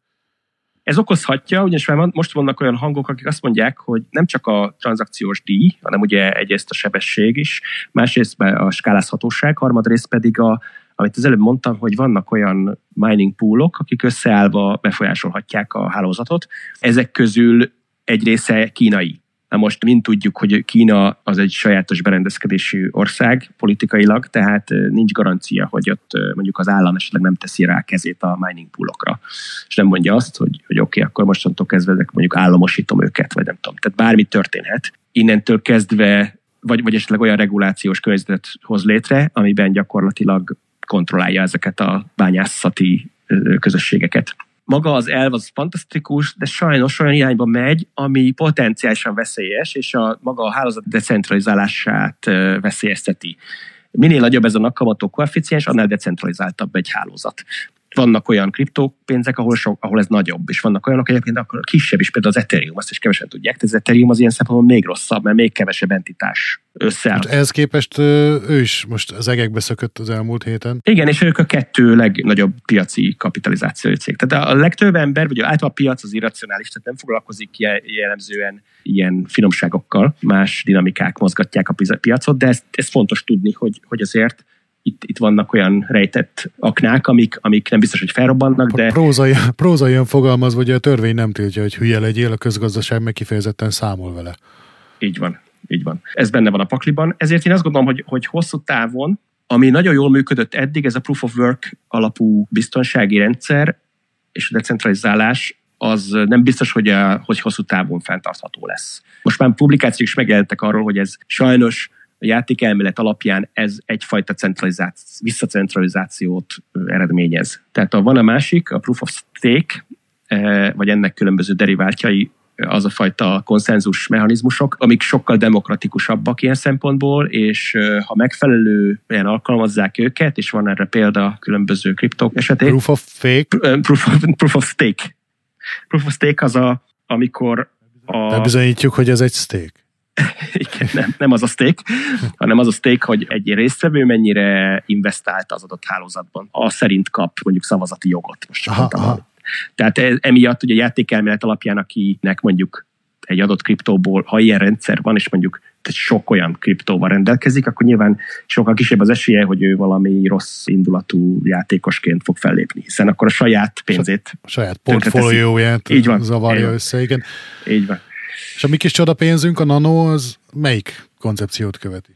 Ez okozhatja, ugyanis már most vannak olyan hangok, akik azt mondják, hogy nem csak a tranzakciós díj, hanem ugye egyrészt a sebesség is, másrészt a skálázhatóság, harmadrészt pedig a, amit az előbb mondtam, hogy vannak olyan mining poolok, akik összeállva befolyásolhatják a hálózatot. Ezek közül egy része kínai. Na most mind tudjuk, hogy Kína az egy sajátos berendezkedésű ország politikailag, tehát nincs garancia, hogy ott mondjuk az állam esetleg nem teszi rá kezét a mining poolokra. És nem mondja azt, hogy, hogy oké, okay, akkor mostantól kezdve mondjuk államosítom őket, vagy nem tudom. Tehát bármi történhet. Innentől kezdve, vagy, vagy esetleg olyan regulációs környezetet hoz létre, amiben gyakorlatilag kontrollálja ezeket a bányászati közösségeket. Maga az elv az fantasztikus, de sajnos olyan irányba megy, ami potenciálisan veszélyes, és a maga a hálózat decentralizálását veszélyezteti. Minél nagyobb ez a Nakamoto koeficiens, annál decentralizáltabb egy hálózat. Vannak olyan kriptópénzek, ahol, so, ahol ez nagyobb, és vannak olyanok egyébként, akkor kisebb is, például az Ethereum, azt is kevesen tudják, de az Ethereum az ilyen szempontból még rosszabb, mert még kevesebb entitás összeáll. Most ehhez képest ő is most az egekbe szökött az elmúlt héten. Igen, és ők a kettő legnagyobb piaci kapitalizációi cég. Tehát a legtöbb ember, vagy általában a piac az irracionális, tehát nem foglalkozik jellemzően ilyen finomságokkal, más dinamikák mozgatják a piacot, de ez, ez fontos tudni, hogy, hogy azért Itt, itt vannak olyan rejtett aknák, amik, amik nem biztos, hogy felrobbannak, de... Prózai, prózaian fogalmaz, hogy a törvény nem tiltja, hogy hülye legyél, a közgazdaság meg kifejezetten számol vele. Így van, így van. Ez benne van a pakliban. Ezért én azt gondolom, hogy, hogy hosszú távon, ami nagyon jól működött eddig, ez a proof of work alapú biztonsági rendszer és a decentralizálás, az nem biztos, hogy, a, hogy hosszú távon fenntartható lesz. Most már publikációk is megjelentek arról, hogy ez sajnos a játékelmélet alapján ez egyfajta centralizáció, visszacentralizációt eredményez. Tehát van a másik, a proof of stake, vagy ennek különböző deriváltjai, az a fajta konszenzus mechanizmusok, amik sokkal demokratikusabbak ilyen szempontból, és ha megfelelő olyan alkalmazzák őket, és van erre példa különböző kriptók esetén. Proof of fake? Proof of, proof of stake. Proof of stake az a, amikor a... Bebizonyítjuk, hogy ez egy stake. Igen, nem, nem az a stake, hanem az a stake, hogy egy résztvevő mennyire investált az adott hálózatban. Az szerint kap mondjuk szavazati jogot. Most csak aha, aha. Tehát emiatt ugye a játékelmélet alapján, akinek mondjuk egy adott kriptóból, ha ilyen rendszer van, és mondjuk sok olyan kriptóval rendelkezik, akkor nyilván sokkal kisebb az esélye, hogy ő valami rossz indulatú játékosként fog fellépni, hiszen akkor a saját pénzét... A saját portfólióját zavarja így össze, igen. Így van. És a mi kis csoda pénzünk, a Nano, az melyik koncepciót követi?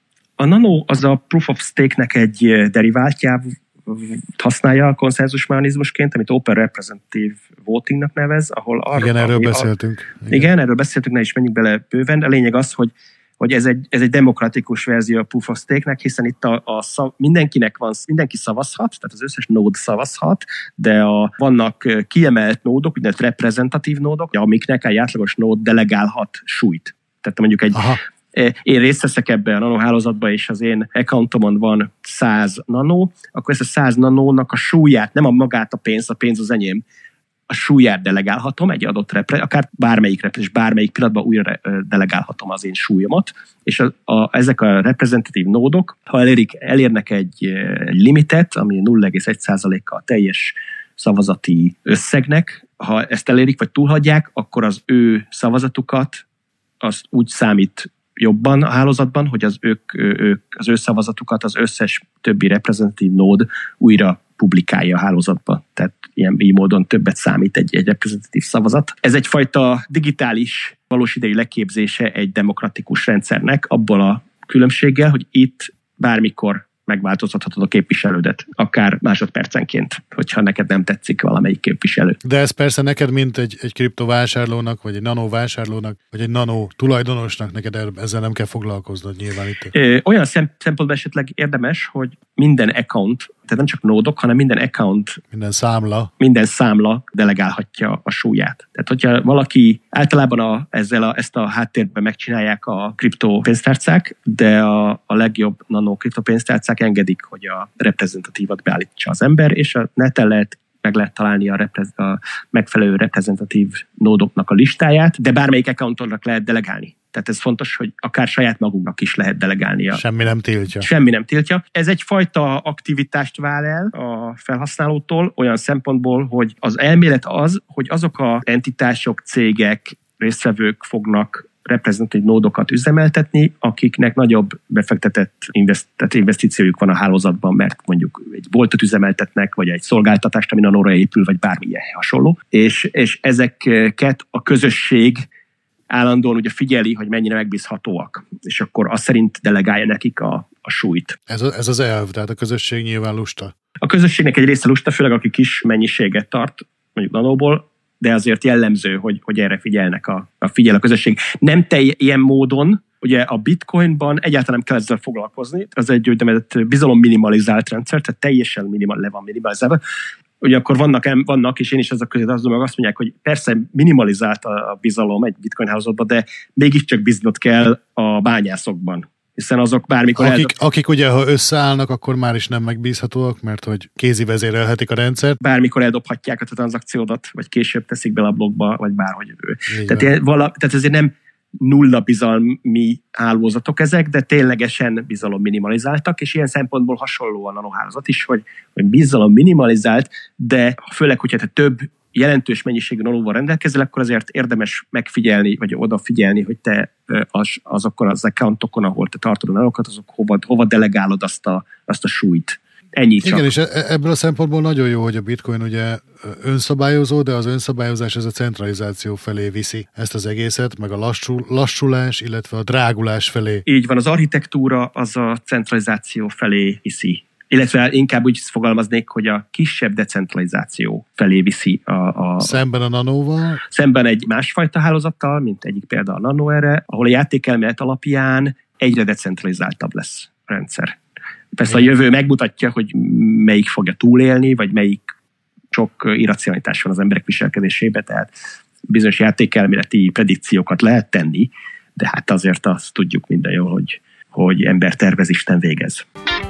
A Nano az a Proof of Stake-nek egy deriváltját használja a konszenzus mechanizmusként, amit Open Representative Votingnak nevez, ahol arra... Igen, erről beszéltünk. A, igen. igen, erről beszéltünk, ne is menjünk bele bőven. A lényeg az, hogy hogy ez egy, ez egy demokratikus verzió a Proof of Stake-nek, hiszen itt a, a szav, mindenkinek van, mindenki szavazhat, tehát az összes nód szavazhat, de a, vannak kiemelt nódok, úgynevezett reprezentatív nódok, amiknek egy átlagos nód delegálhat súlyt. Tehát mondjuk egy Aha. Én részt veszek ebbe a nanohálózatba, és az én accountomon van száz nanó, akkor ezt a száz nanónak a súlyát, nem a magát a pénz, a pénz az enyém, a súlyát delegálhatom egy adott repre, akár bármelyik repre, és bármelyik pillanatban újra delegálhatom az én súlyomat, és a, a, ezek a reprezentatív nódok, ha elérik, elérnek egy, egy limitet, ami nulla egész egy százaléka a teljes szavazati összegnek, ha ezt elérik, vagy túlhagyják, akkor az ő szavazatukat az úgy számít jobban a hálózatban, hogy az, ők, ők, az ő szavazatukat az összes többi reprezentatív nód újra publikálja a hálózatba. Tehát ilyen így módon többet számít egy, egy reprezentatív szavazat. Ez egyfajta digitális valós idejű leképzése egy demokratikus rendszernek, abból a különbséggel, hogy itt bármikor megváltoztathatod a képviselődet, akár másodpercenként, hogyha neked nem tetszik valamelyik képviselő. De ez persze neked, mint egy, egy kriptovásárlónak, vagy egy nanovásárlónak, vagy egy nano tulajdonosnak, neked ezzel nem kell foglalkoznod nyilván itt. Ö, olyan szempontból esetleg érdemes, hogy minden account, tehát nem csak nódok, hanem minden account, minden számla, minden számla delegálhatja a súlyát. Tehát, hogyha valaki általában a, ezzel a, ezt a háttérben megcsinálják a kriptopénztárcák, de a, a legjobb nano kriptopénztárcák engedik, hogy a reprezentatívat beállítsa az ember, és a neten lehet meg lehet találni a, reprez- a megfelelő reprezentatív nódoknak a listáját, de bármelyik accountonnak lehet delegálni. Tehát ez fontos, hogy akár saját magunknak is lehet delegálni. Semmi nem tiltja. Semmi nem tiltja. Ez egyfajta aktivitást vár el a felhasználótól olyan szempontból, hogy az elmélet az, hogy azok az entitások, cégek, résztvevők fognak reprezentatív nódokat üzemeltetni, akiknek nagyobb befektetett invest, investíciójuk van a hálózatban, mert mondjuk egy boltot üzemeltetnek, vagy egy szolgáltatást, ami nanóra épül, vagy bármilyen hasonló. És, és ezeket a közösség állandóan ugye figyeli, hogy mennyire megbízhatóak, és akkor azt szerint delegálja nekik a, a súlyt. Ez, a, ez az elv, tehát a közösség nyilván lusta. A közösségnek egy része lusta, főleg aki kis mennyiséget tart, mondjuk nanóból, de azért jellemző, hogy, hogy erre figyelnek a, a figyel a közösség. Nem te ilyen módon, ugye a bitcoinban egyáltalán nem kell ezzel foglalkozni, az egy úgynevezett bizalom minimalizált rendszer, tehát teljesen minimal, le van minimalizálva. Ugye akkor vannak, vannak, és én is ezek közé azt mondják, hogy persze minimalizált a bizalom egy bitcoin hálózatban, de mégiscsak bíznod kell a bányászokban. Hiszen azok bármikor... Akik, eldob... akik ugye, ha összeállnak, akkor már is nem megbízhatóak, mert hogy kézi vezérelhetik a rendszert. Bármikor eldobhatják a tranzakciódat, vagy később teszik bele a blogba, vagy bárhogy. Tehát, vala, tehát ezért nem nulla bizalmi hálózatok ezek, de ténylegesen bizalom minimalizáltak, és ilyen szempontból hasonló a nanohálózat is, hogy, hogy bizalom minimalizált, de főleg, hogyha te több jelentős mennyiségű nanóval rendelkezel, akkor azért érdemes megfigyelni, vagy odafigyelni, hogy te az, azokon az accountokon, ahol te tartod a nanókat, azok hova, hova delegálod azt a, azt a súlyt. Ennyi csak. Igen, és ebből a szempontból nagyon jó, hogy a bitcoin ugye önszabályozó, de az önszabályozás ez a centralizáció felé viszi ezt az egészet, meg a lassul, lassulás, illetve a drágulás felé. Így van, az architektúra az a centralizáció felé viszi. Illetve inkább úgy fogalmaznék, hogy a kisebb decentralizáció felé viszi a... a szemben a nanóval? Szemben egy másfajta hálózattal, mint egyik példa a nano erre, ahol a játékelmélet alapján egyre decentralizáltabb lesz a rendszer. Persze a jövő megmutatja, hogy melyik fogja túlélni, vagy melyik sok irracionalitás van az emberek viselkedésében, tehát bizonyos játékelméleti predikciókat lehet tenni, de hát azért azt tudjuk minden jól, hogy, hogy ember tervez, Isten végez.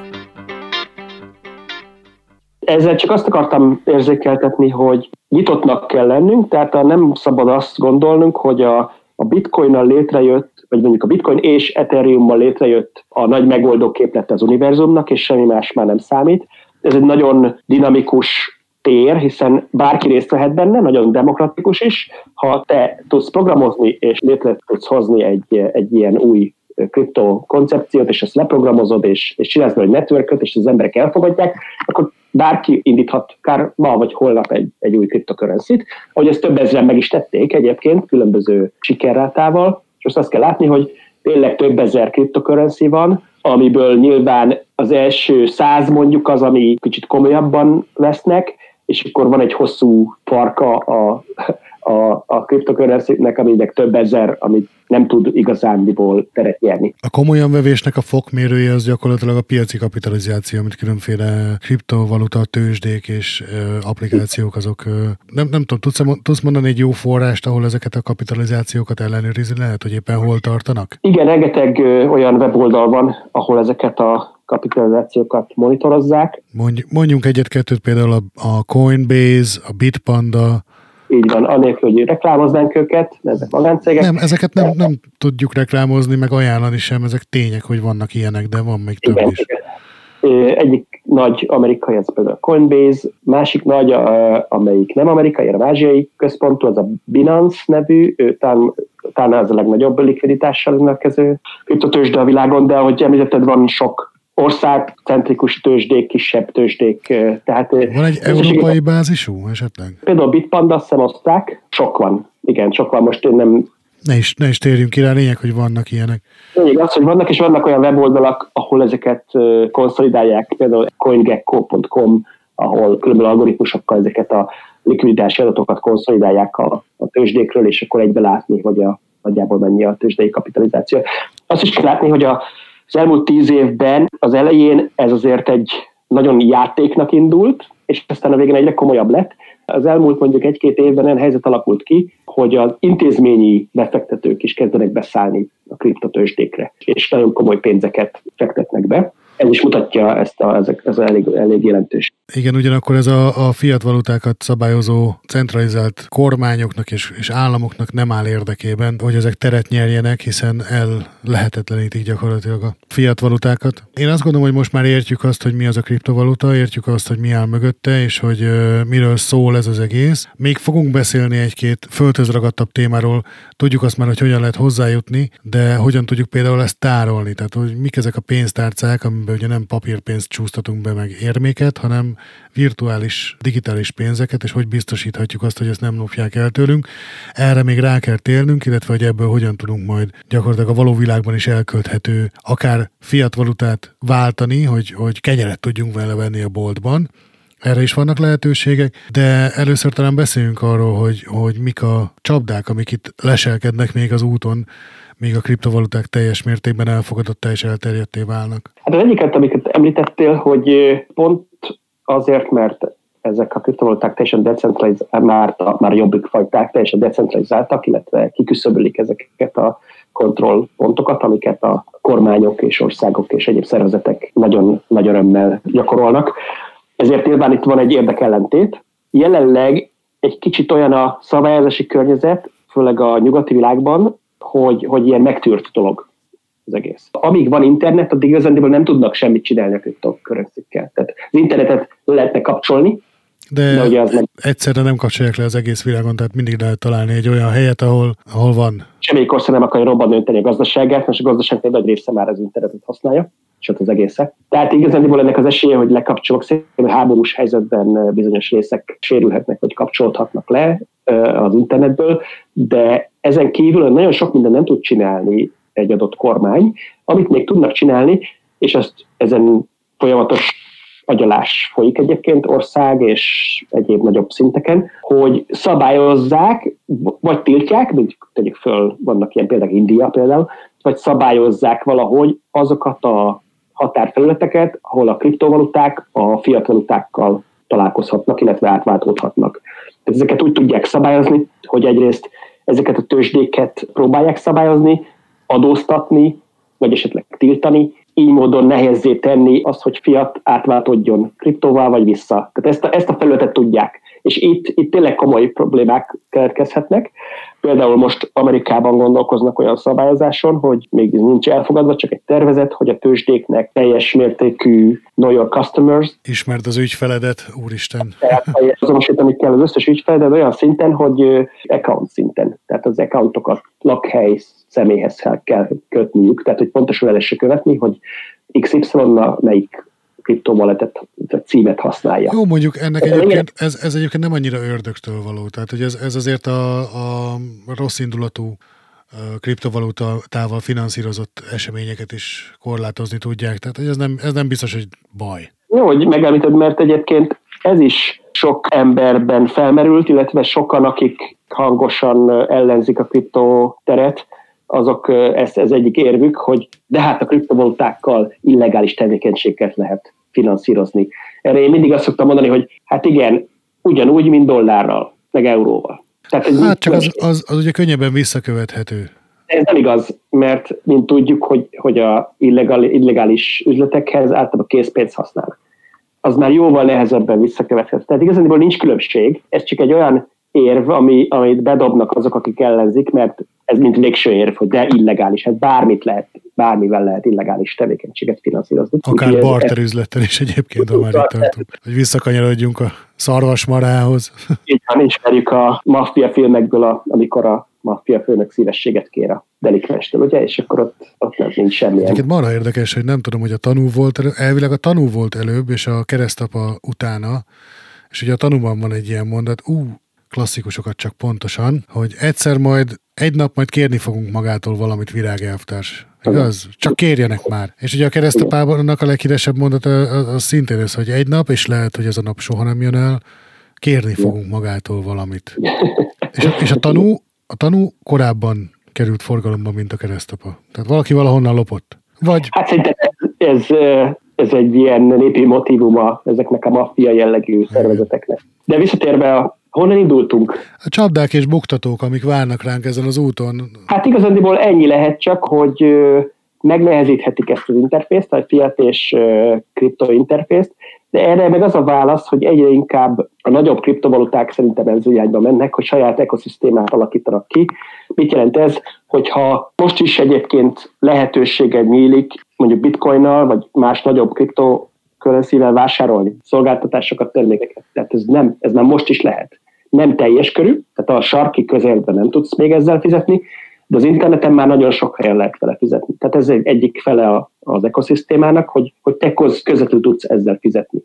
Ezzel csak azt akartam érzékeltetni, hogy nyitottnak kell lennünk, tehát nem szabad azt gondolnunk, hogy a, a bitcoinnal létrejött, vagy mondjuk a bitcoin és ethereummal létrejött a nagy megoldó képlet az univerzumnak, és semmi más már nem számít. Ez egy nagyon dinamikus tér, hiszen bárki részt vehet benne, nagyon demokratikus is. Ha te tudsz programozni, és létre tudsz hozni egy, egy ilyen új kripto koncepciót, és ezt leprogramozod, és, és csinálsz egy networköt, és az emberek elfogadják, akkor bárki indíthat akár ma vagy holnap egy, egy új cryptocurrency-t, ahogy ezt több ezren meg is tették egyébként, különböző sikerrátával, és most azt kell látni, hogy tényleg több ezer cryptocurrency van, amiből nyilván az első száz mondjuk az, ami kicsit komolyabban vesznek, és akkor van egy hosszú farka a, a, a cryptocurrency-nek, aminek több ezer, amit nem tud igazándiból teret nyerni. A komolyan vevésnek a fokmérője az gyakorlatilag a piaci kapitalizáció, amit különféle kriptovaluta, tőzsdék és ö, applikációk azok. Ö, nem, nem tudom, tudsz, tudsz mondani egy jó forrást, ahol ezeket a kapitalizációkat ellenőrizni lehet, hogy éppen hol tartanak? Igen, rengeteg ö, olyan weboldal van, ahol ezeket a kapitalizációkat monitorozzák. Mondj, mondjunk egyet-kettőt, például a, a Coinbase, a Bitpanda. Így van, anélkül, hogy reklámoznánk őket, ezek magáncégek. Nem, ezeket nem, nem tudjuk reklámozni, meg ajánlani sem, ezek tények, hogy vannak ilyenek, de van még több igen, is. Igen. Egyik nagy amerikai, ez például a Coinbase, másik nagy, amelyik nem amerikai, hanem ázsiai központú, az a Binance nevű, talán, talán az a legnagyobb likviditással rendelkező kriptotőzsde a világon, de ahogy említetted, van sok országcentrikus tőzsdék, kisebb tőzsdék. Tehát van egy európai bázisú esetleg? Például a Bitpanda, azt hiszem oszták, sok van. Igen, sok van, most én nem... Ne is, ne is térjünk ki rá, lényeg, hogy vannak ilyenek. Lényeg az, hogy vannak, és vannak olyan weboldalak, ahol ezeket konszolidálják, például coingecko pont com, ahol különböző algoritmusokkal ezeket a likviditási adatokat konszolidálják a, a tőzsdékről, és akkor egybe látni, hogy a, nagyjából mennyi a tőzsdei kapitalizáció. Azt is kell látni, hogy a az elmúlt tíz évben az elején ez azért egy nagyon játéknak indult, és aztán a végén egyre komolyabb lett. Az elmúlt mondjuk egy-két évben olyan helyzet alakult ki, hogy az intézményi befektetők is kezdenek beszállni a kriptotőzsdékre, és nagyon komoly pénzeket fektetnek be. Ez is mutatja ezt a, ezek, ez elég, elég jelentős. Igen, ugyanakkor ez a, a fiat valutákat szabályozó centralizált kormányoknak és, és államoknak nem áll érdekében, hogy ezek teret nyerjenek, hiszen el lehetetlenítik gyakorlatilag a fiat valutákat. Én azt gondolom, hogy most már értjük azt, hogy mi az a kriptovaluta, értjük azt, hogy mi áll mögötte, és hogy uh, miről szól ez az egész. Még fogunk beszélni egy-két földhöz ragadtabb témáról, tudjuk azt már, hogy hogyan lehet hozzájutni, de hogyan tudjuk például ezt tárolni, tehát hogy mik ezek a pénztárcák, amiben ugye nem papírpénzt csúsztatunk be meg érméket, hanem virtuális, digitális pénzeket, és hogy biztosíthatjuk azt, hogy ezt nem lopják el tőlünk. Erre még rá kell térnünk, illetve hogy ebből hogyan tudunk majd gyakorlatilag a való világban is elkölthető, akár fiat valutát váltani, hogy, hogy kenyeret tudjunk vele venni a boltban. Erre is vannak lehetőségek, de először talán beszéljünk arról, hogy, hogy mik a csapdák, amik itt leselkednek még az úton, míg a kriptovaluták teljes mértékben elfogadottá és elterjedté válnak. Hát az egyiket, amiket említettél, hogy pont azért, mert ezek a kriptovaluták teljesen decentralizáltak, már, már jobbik fajták teljesen decentralizáltak, illetve kiküszöbölik ezeket a kontrollpontokat, amiket a kormányok és országok és egyéb szervezetek nagyon nagy örömmel gyakorolnak. Ezért nyilván itt van egy érdekellentét. Jelenleg egy kicsit olyan a szabályozási környezet, főleg a nyugati világban, hogy, hogy ilyen megtűrt dolog az egész. Amíg van internet, addig igazándiból nem tudnak semmit csinálni a kriptokörönszik-kel. Tehát az internetet lehetne kapcsolni, de, de ugye az nem... egyszerre nem kapcsolják le az egész világon, tehát mindig lehet találni egy olyan helyet, ahol, ahol van. Semmelyik ország nem akarja robban önteni a gazdaságát, most a gazdaság egy nagy része már az internetet használja, és ott az egészet. Tehát igazándiból ennek az esélye, hogy lekapcsolok, szerintem háborús helyzetben bizonyos részek sérülhetnek, vagy kapcsolódhatnak le az internetből, de ezen kívül nagyon sok minden nem tud csinálni egy adott kormány, amit még tudnak csinálni, és ezt ezen folyamatos agyalás folyik egyébként ország és egyéb nagyobb szinteken, hogy szabályozzák, vagy tiltják, mint tegyük föl, vannak ilyen példák, India például, vagy szabályozzák valahogy azokat a határfelületeket, ahol a kriptovaluták a fiat valutákkal találkozhatnak, illetve átváltódhatnak. Ezeket úgy tudják szabályozni, hogy egyrészt ezeket a tőzsdéket próbálják szabályozni, adóztatni, vagy esetleg tiltani, így módon nehézzé tenni azt, hogy fiat átváltódjon kriptóval, vagy vissza. Tehát ezt a, ezt a felületet tudják. És itt, itt tényleg komoly problémák keletkezhetnek. Például most Amerikában gondolkoznak olyan szabályozáson, hogy még nincs elfogadva, csak egy tervezet, hogy a tőzsdéknek teljes mértékű know your customers. Ismerd az ügyfeledet, úristen. Tehát azonosítani kell az összes ügyfeledet olyan szinten, hogy account szinten. Tehát az accountokat lakhely személyhez kell kötniük, tehát hogy pontosan el lehessen követni, hogy iksz ipszilon melyik kriptovalutet, címet használja. Jó, mondjuk ennek egyébként, ez, ez egyébként nem annyira ördögtől való, tehát hogy ez, ez azért a, a rossz indulatú kriptovalutával finanszírozott eseményeket is korlátozni tudják, tehát hogy ez nem, ez nem biztos, hogy baj. Jó, hogy megemlíted, mert egyébként ez is sok emberben felmerült, illetve sokan, akik hangosan ellenzik a kriptoteret, azok ez, ez egyik érvük, hogy de hát a kriptovalutákkal illegális tevékenységet lehet finanszírozni. Erre én mindig azt szoktam mondani, hogy hát igen, ugyanúgy, mint dollárral, meg euróval. Tehát ez hát csak az, az, az ugye könnyebben visszakövethető. Ez nem igaz, mert mint tudjuk, hogy, hogy a illegális, illegális üzletekhez általában készpénzt használnak. Az már jóval nehezebben visszakövethető. Tehát igazából nincs különbség, ez csak egy olyan érv, ami, amit bedobnak azok, akik ellenzik, mert ez mint végső érv, hogy de illegális, hát bármit lehet, bármivel lehet illegális tevékenységet finanszírozni. Akár barterüzlettel is egyébként, ha már itt tartunk, hogy visszakanyarodjunk a szarvasmarához. Így van, ismerjük a maffia filmekből, a, amikor a maffia főnök szívességet kér a delikvenstől, ugye, és akkor ott, ott nem nincs semmilyen. Egyébként marha érdekes, hogy nem tudom, hogy a tanú volt elő, elvileg a tanú volt előbb, és a keresztapa utána, és ugye a tanúban van egy ilyen mondat, ú, klasszikusokat csak pontosan, hogy egyszer majd, egy nap majd kérni fogunk magától valamit, virágelvtárs. Igaz? Csak kérjenek már. És ugye a keresztapának a leghíresebb mondata az, az szintén ez, hogy egy nap, és lehet, hogy ez a nap soha nem jön el, kérni fogunk magától valamit. És, és a tanú, a tanú korábban került forgalomba, mint a keresztapa. Tehát valaki valahonnan lopott. Vagy... Hát szerintem ez, ez egy ilyen népi motívuma ezeknek a maffia jellegű szervezeteknek. De visszatérve a honnan indultunk? A csapdák és buktatók, amik várnak ránk ezen az úton. Hát igazándiból ennyi lehet csak, hogy megnehezíthetik ezt az interfészt, a fiat és kripto interfészt, de erre meg az a válasz, hogy egyre inkább a nagyobb kriptovaluták szerintem ez irányba mennek, hogy saját ekoszisztémát alakítanak ki. Mit jelent ez? Hogyha most is egyébként lehetőséged nyílik, mondjuk bitcoinnal, vagy más nagyobb kriptokörönszivel vásárolni szolgáltatásokat, termékeket. Tehát ez, nem, ez már most is lehet. Nem teljes körű, tehát a sarki közelben nem tudsz még ezzel fizetni, de az interneten már nagyon sok helyen lehet vele fizetni. Tehát ez egy egyik fele az ekoszisztémának, hogy, hogy te közvetlenül tudsz ezzel fizetni.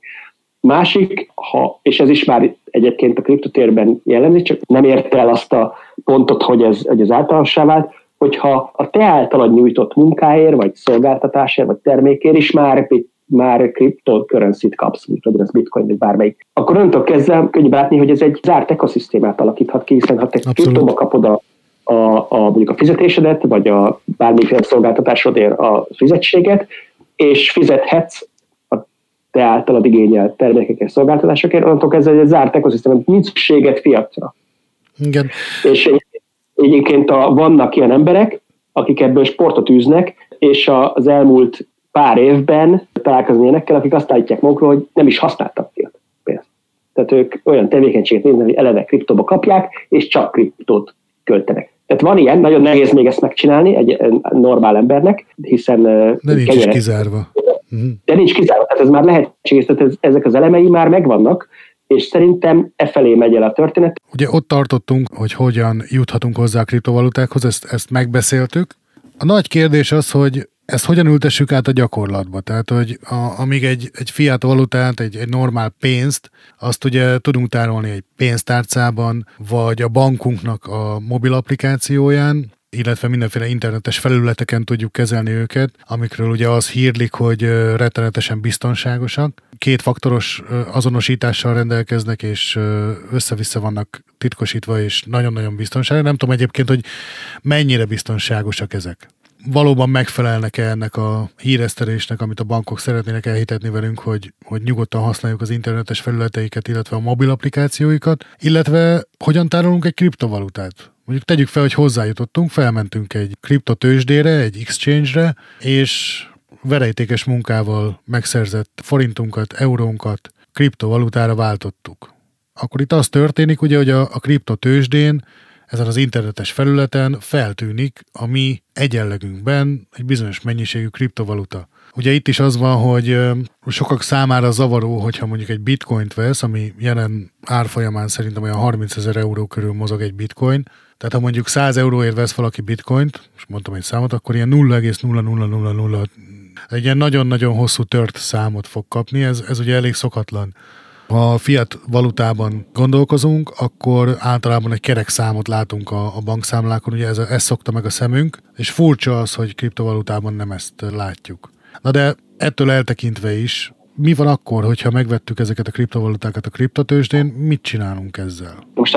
Másik, ha, és ez is már egyébként a kriptotérben jellemzik, csak nem érte el azt a pontot, hogy ez, hogy ez általánossá vált, hogyha a te általad nyújtott munkáért, vagy szolgáltatásért, vagy termékért is már már cryptocurrency-t kapsz, mint az bitcoin, vagy bármelyik. Akkor onnantól kezdve könnyű látni, hogy ez egy zárt ekoszisztémát alakíthat ki, hiszen ha te kriptóba kapod a, a, a, mondjuk a fizetésedet, vagy a bármiféle szolgáltatásodért a fizetséget, és fizethetsz a te általad igényelt termékek és szolgáltatásokért, onnantól kezdve egy zárt ekoszisztémát, nincs szükséged fiatra. Igen. És egyébként a, vannak ilyen emberek, akik ebből sportot űznek, és az elmúlt pár évben találkozni ilyenekkel, akik azt állítják magukról, hogy nem is használtak fiat pénzt. Tehát ők olyan tevékenységet néznek, hogy eleve kriptóba kapják, és csak kriptót költenek. Tehát van ilyen, nagyon nehéz még ezt megcsinálni egy normál embernek, hiszen... De nincs is kizárva. De nincs kizárva, tehát ez már lehetséges, tehát ez, ezek az elemei már megvannak, és szerintem e felé megy el a történet. Ugye ott tartottunk, hogy hogyan juthatunk hozzá a kriptovalutákhoz, ezt, ezt megbeszéltük. A nagy kérdés az, hogy ezt hogyan ültessük át a gyakorlatba? Tehát, hogy a, amíg egy, egy fiat valutát, egy, egy normál pénzt, azt ugye tudunk tárolni egy pénztárcában, vagy a bankunknak a mobil applikációján, illetve mindenféle internetes felületeken tudjuk kezelni őket, amikről ugye az hírlik, hogy rettenetesen biztonságosak. Kétfaktoros azonosítással rendelkeznek, és össze-vissza vannak titkosítva, és nagyon-nagyon biztonságosak. Nem tudom egyébként, hogy mennyire biztonságosak ezek. Valóban megfelelnek-e ennek a híresztelésnek, amit a bankok szeretnének elhitetni velünk, hogy, hogy nyugodtan használjuk az internetes felületeiket, illetve a mobil applikációikat, illetve hogyan tárolunk egy kriptovalutát. Mondjuk tegyük fel, hogy hozzájutottunk, felmentünk egy kriptotőzsdére, egy exchange-re, és verejtékes munkával megszerzett forintunkat, eurónkat kriptovalutára váltottuk. Akkor itt az történik, ugye, hogy a, a kriptotőzsdén, ezen az internetes felületen feltűnik a mi egyenlegünkben egy bizonyos mennyiségű kriptovaluta. Ugye itt is az van, hogy sokak számára zavaró, hogyha mondjuk egy bitcoint vesz, ami jelen árfolyamán szerintem olyan harmincezer euró körül mozog egy bitcoin. Tehát ha mondjuk száz euróért vesz valaki bitcoint, és mondtam egy számot, akkor ilyen nulla egész nulla nulla nulla nulla egy ilyen nagyon-nagyon hosszú tört számot fog kapni, ez, ez ugye elég szokatlan. Ha fiat valutában gondolkozunk, akkor általában egy kerek számot látunk a, a bankszámlákon, ugye ez, ez szokta meg a szemünk, és furcsa az, hogy kriptovalutában nem ezt látjuk. Na de ettől eltekintve is, mi van akkor, hogyha megvettük ezeket a kriptovalutákat a kriptotőzsdén, mit csinálunk ezzel? Most a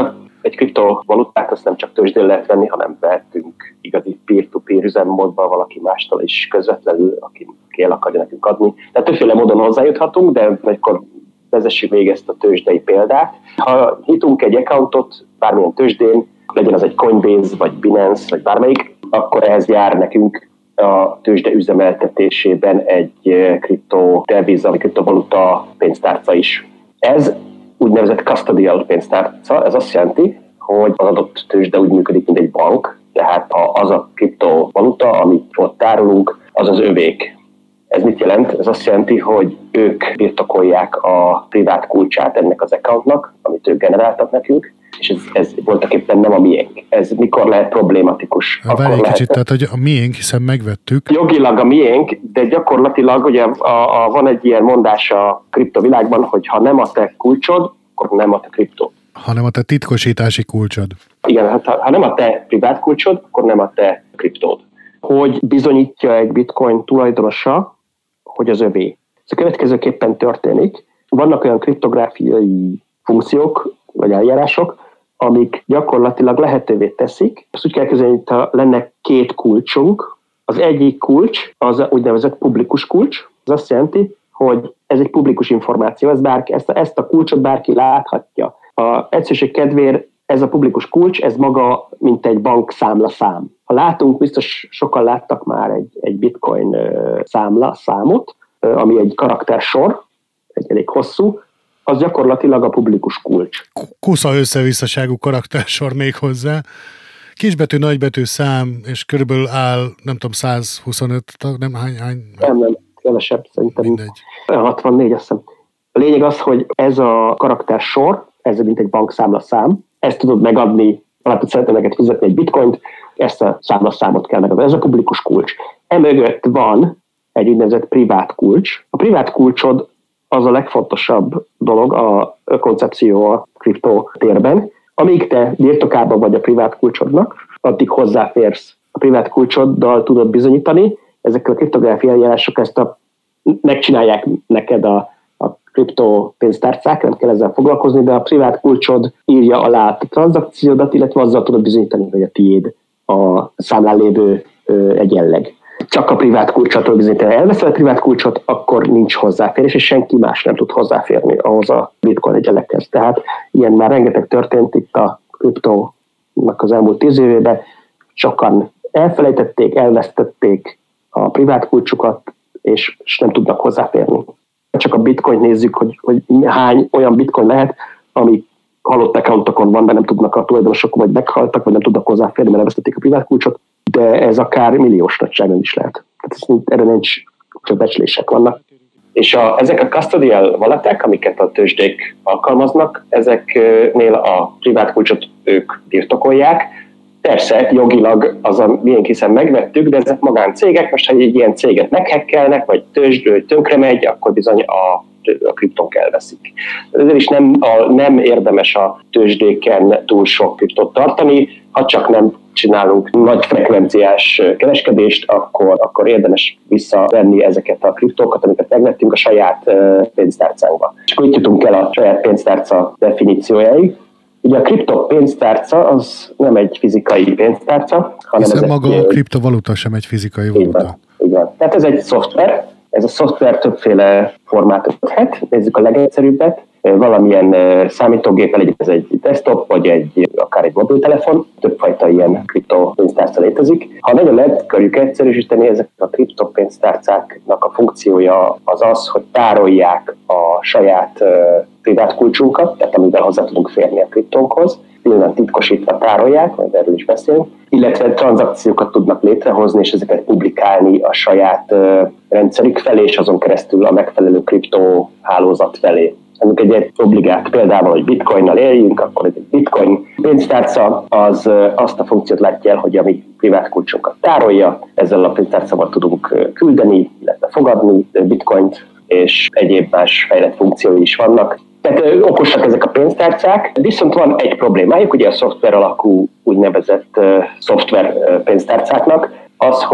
egy kriptovalutát azt nem csak tőzsdén lehet venni, hanem vehetünk igazi peer-to-peer üzemmódban valaki mástól is közvetlenül, aki, aki el akarja nekünk adni. Tehát többféle módon hozzájuthatunk, de akkor vezessük még ezt a tőzsdei példát. Ha nyitunk egy accountot bármilyen tőzsdén, legyen az egy Coinbase, vagy Binance, vagy bármelyik, akkor ehhez jár nekünk a tőzsde üzemeltetésében egy kriptodeviza, vagy kriptovaluta pénztárca is. Ez úgynevezett custodial pénztárca, ez azt jelenti, hogy az adott tőzsde úgy működik, mint egy bank, tehát az a kriptovaluta, amit ott tárolunk, az az övék. Ez mit jelent? Ez azt jelenti, hogy ők birtokolják a privát kulcsát ennek az accountnak, amit ők generáltak nekünk, és ez, ez voltak éppen nem a miénk. Ez mikor lehet problematikus? Várj egy kicsit, tehát hogy a miénk, hiszen megvettük. Jogilag a miénk, de gyakorlatilag ugye a, a, van egy ilyen mondás a kriptovilágban, hogy ha nem a te kulcsod, akkor nem a te kriptó. Hanem a te titkosítási kulcsod. Igen, hát ha, ha nem a te privát kulcsod, akkor nem a te kriptód. Hogy bizonyítja egy bitcoin tulajdonosa, hogy az övé. Ez a következőképpen történik. Vannak olyan kriptográfiai funkciók, vagy eljárások, amik gyakorlatilag lehetővé teszik. Ezt úgy kell kezdeni, hogy lenne két kulcsunk. Az egyik kulcs, az úgynevezett publikus kulcs. Ez azt jelenti, hogy ez egy publikus információ, ez bárki, ezt, a, ezt a kulcsot bárki láthatja. A egyszerűség kedvéért ez a publikus kulcs, ez maga, mint egy bankszámla szám. Ha látunk, biztos sokan láttak már egy, egy bitcoin számla számot, ami egy karaktersor, egy elég hosszú, az gyakorlatilag a publikus kulcs. Kusza összevisszaságú karaktersor még hozzá. Kisbetű, nagybetű szám, és körülbelül áll, nem tudom, száz huszonöt tag, nem hány? hány? Nem, nem, kevesebb, szerintem. Mindegy. hatvannégy, azt hiszem. A lényeg az, hogy ez a karaktersor, ez mint egy bankszámla szám, ezt tudod megadni, alapvetően szeretnél neked fizetni egy bitcoint, ezt a számlaszámot kell megadni. Ez a publikus kulcs. Emögött van egy úgynevezett privát kulcs. A privát kulcsod az a legfontosabb dolog a koncepció a kriptotérben. Amíg te birtokában vagy a privát kulcsodnak, addig hozzáférsz. A privát kulcsoddal tudod bizonyítani, ezekkel a kriptográfiai eljárások ezt a, megcsinálják neked a, a kriptopénztárcák, nem kell ezzel foglalkozni, de a privát kulcsod írja alá a tranzakciódat, illetve azzal tudod bizonyítani, hogy a tiéd a számlán lévő ö, egyenleg. Csak a privát kulcsot bizonyítani. Elveszel a privát kulcsot, akkor nincs hozzáférés, és senki más nem tud hozzáférni ahhoz a bitcoin egyenleghez. Tehát ilyen már rengeteg történt itt a kriptónak az elmúlt tíz évében. Sokan elfelejtették, elvesztették a privát kulcsukat, és, és nem tudnak hozzáférni. Csak a bitcoint nézzük, hogy, hogy hány olyan bitcoin lehet, ami halott accountokon van, de nem tudnak a tulajdonosok, vagy meghaltak, vagy nem tudnak hozzáférni, mert elvesztették a privát kulcsot, de ez akár milliós nagyságon is lehet. Tehát erre nincs, csak becslések vannak. És a, ezek a custodial valuták, amiket a tőzsdék alkalmaznak, ezeknél a privát kulcsot ők birtokolják. Persze, jogilag az a miénk, hiszen megvettük, de ezek magáncégek, most ha egy ilyen céget meghekkelnek, vagy tőzsdő tönkre megy, akkor bizony a a kriptók elveszik. Ezért is nem, a, nem érdemes a tőzsdéken túl sok kriptót tartani, ha csak nem csinálunk nagy frekvenciás kereskedést, akkor, akkor érdemes visszavenni ezeket a kriptókat, amiket megvettünk a saját pénztárcánkba. És akkor itt jutunk el a saját pénztárca definíciójáig. Ugye a kriptopénztárca az nem egy fizikai pénztárca, hanem hiszen ez maga egy, a kriptovaluta sem egy fizikai valuta. Igen, igen. Tehát ez egy szoftver. Ez a szoftver többféle formát ölthet. Nézzük a legegyszerűbbet. Valamilyen számítógép, legyen ez egy desktop, vagy egy, akár egy mobiltelefon, többfajta ilyen kriptopénztárca létezik. Ha nagyon le akarjuk egyszerűsíteni, ezek a kriptopénztárcáknak a funkciója az az, hogy tárolják a saját uh, privát kulcsunkat, tehát amivel hozzá tudunk férni a kriptónkhoz, nyilván titkosítva tárolják, majd erről is beszélünk, illetve tranzakciókat tudnak létrehozni, és ezeket publikálni a saját uh, rendszerük felé, és azon keresztül a megfelelő kriptohálózat felé. Amikor egy obligát példával, hogy bitcoinnal éljünk, akkor egy bitcoin pénztárca az azt a funkciót látja el, hogy a mi privát kulcsunkat tárolja, ezzel a pénztárcával tudunk küldeni, illetve fogadni bitcoint, és egyéb más fejlett funkciói is vannak. Tehát okosak ezek a pénztárcák, viszont van egy problémájuk, ugye a szoftver alakú úgynevezett uh, szoftver uh, pénztárcáknak, az, hogy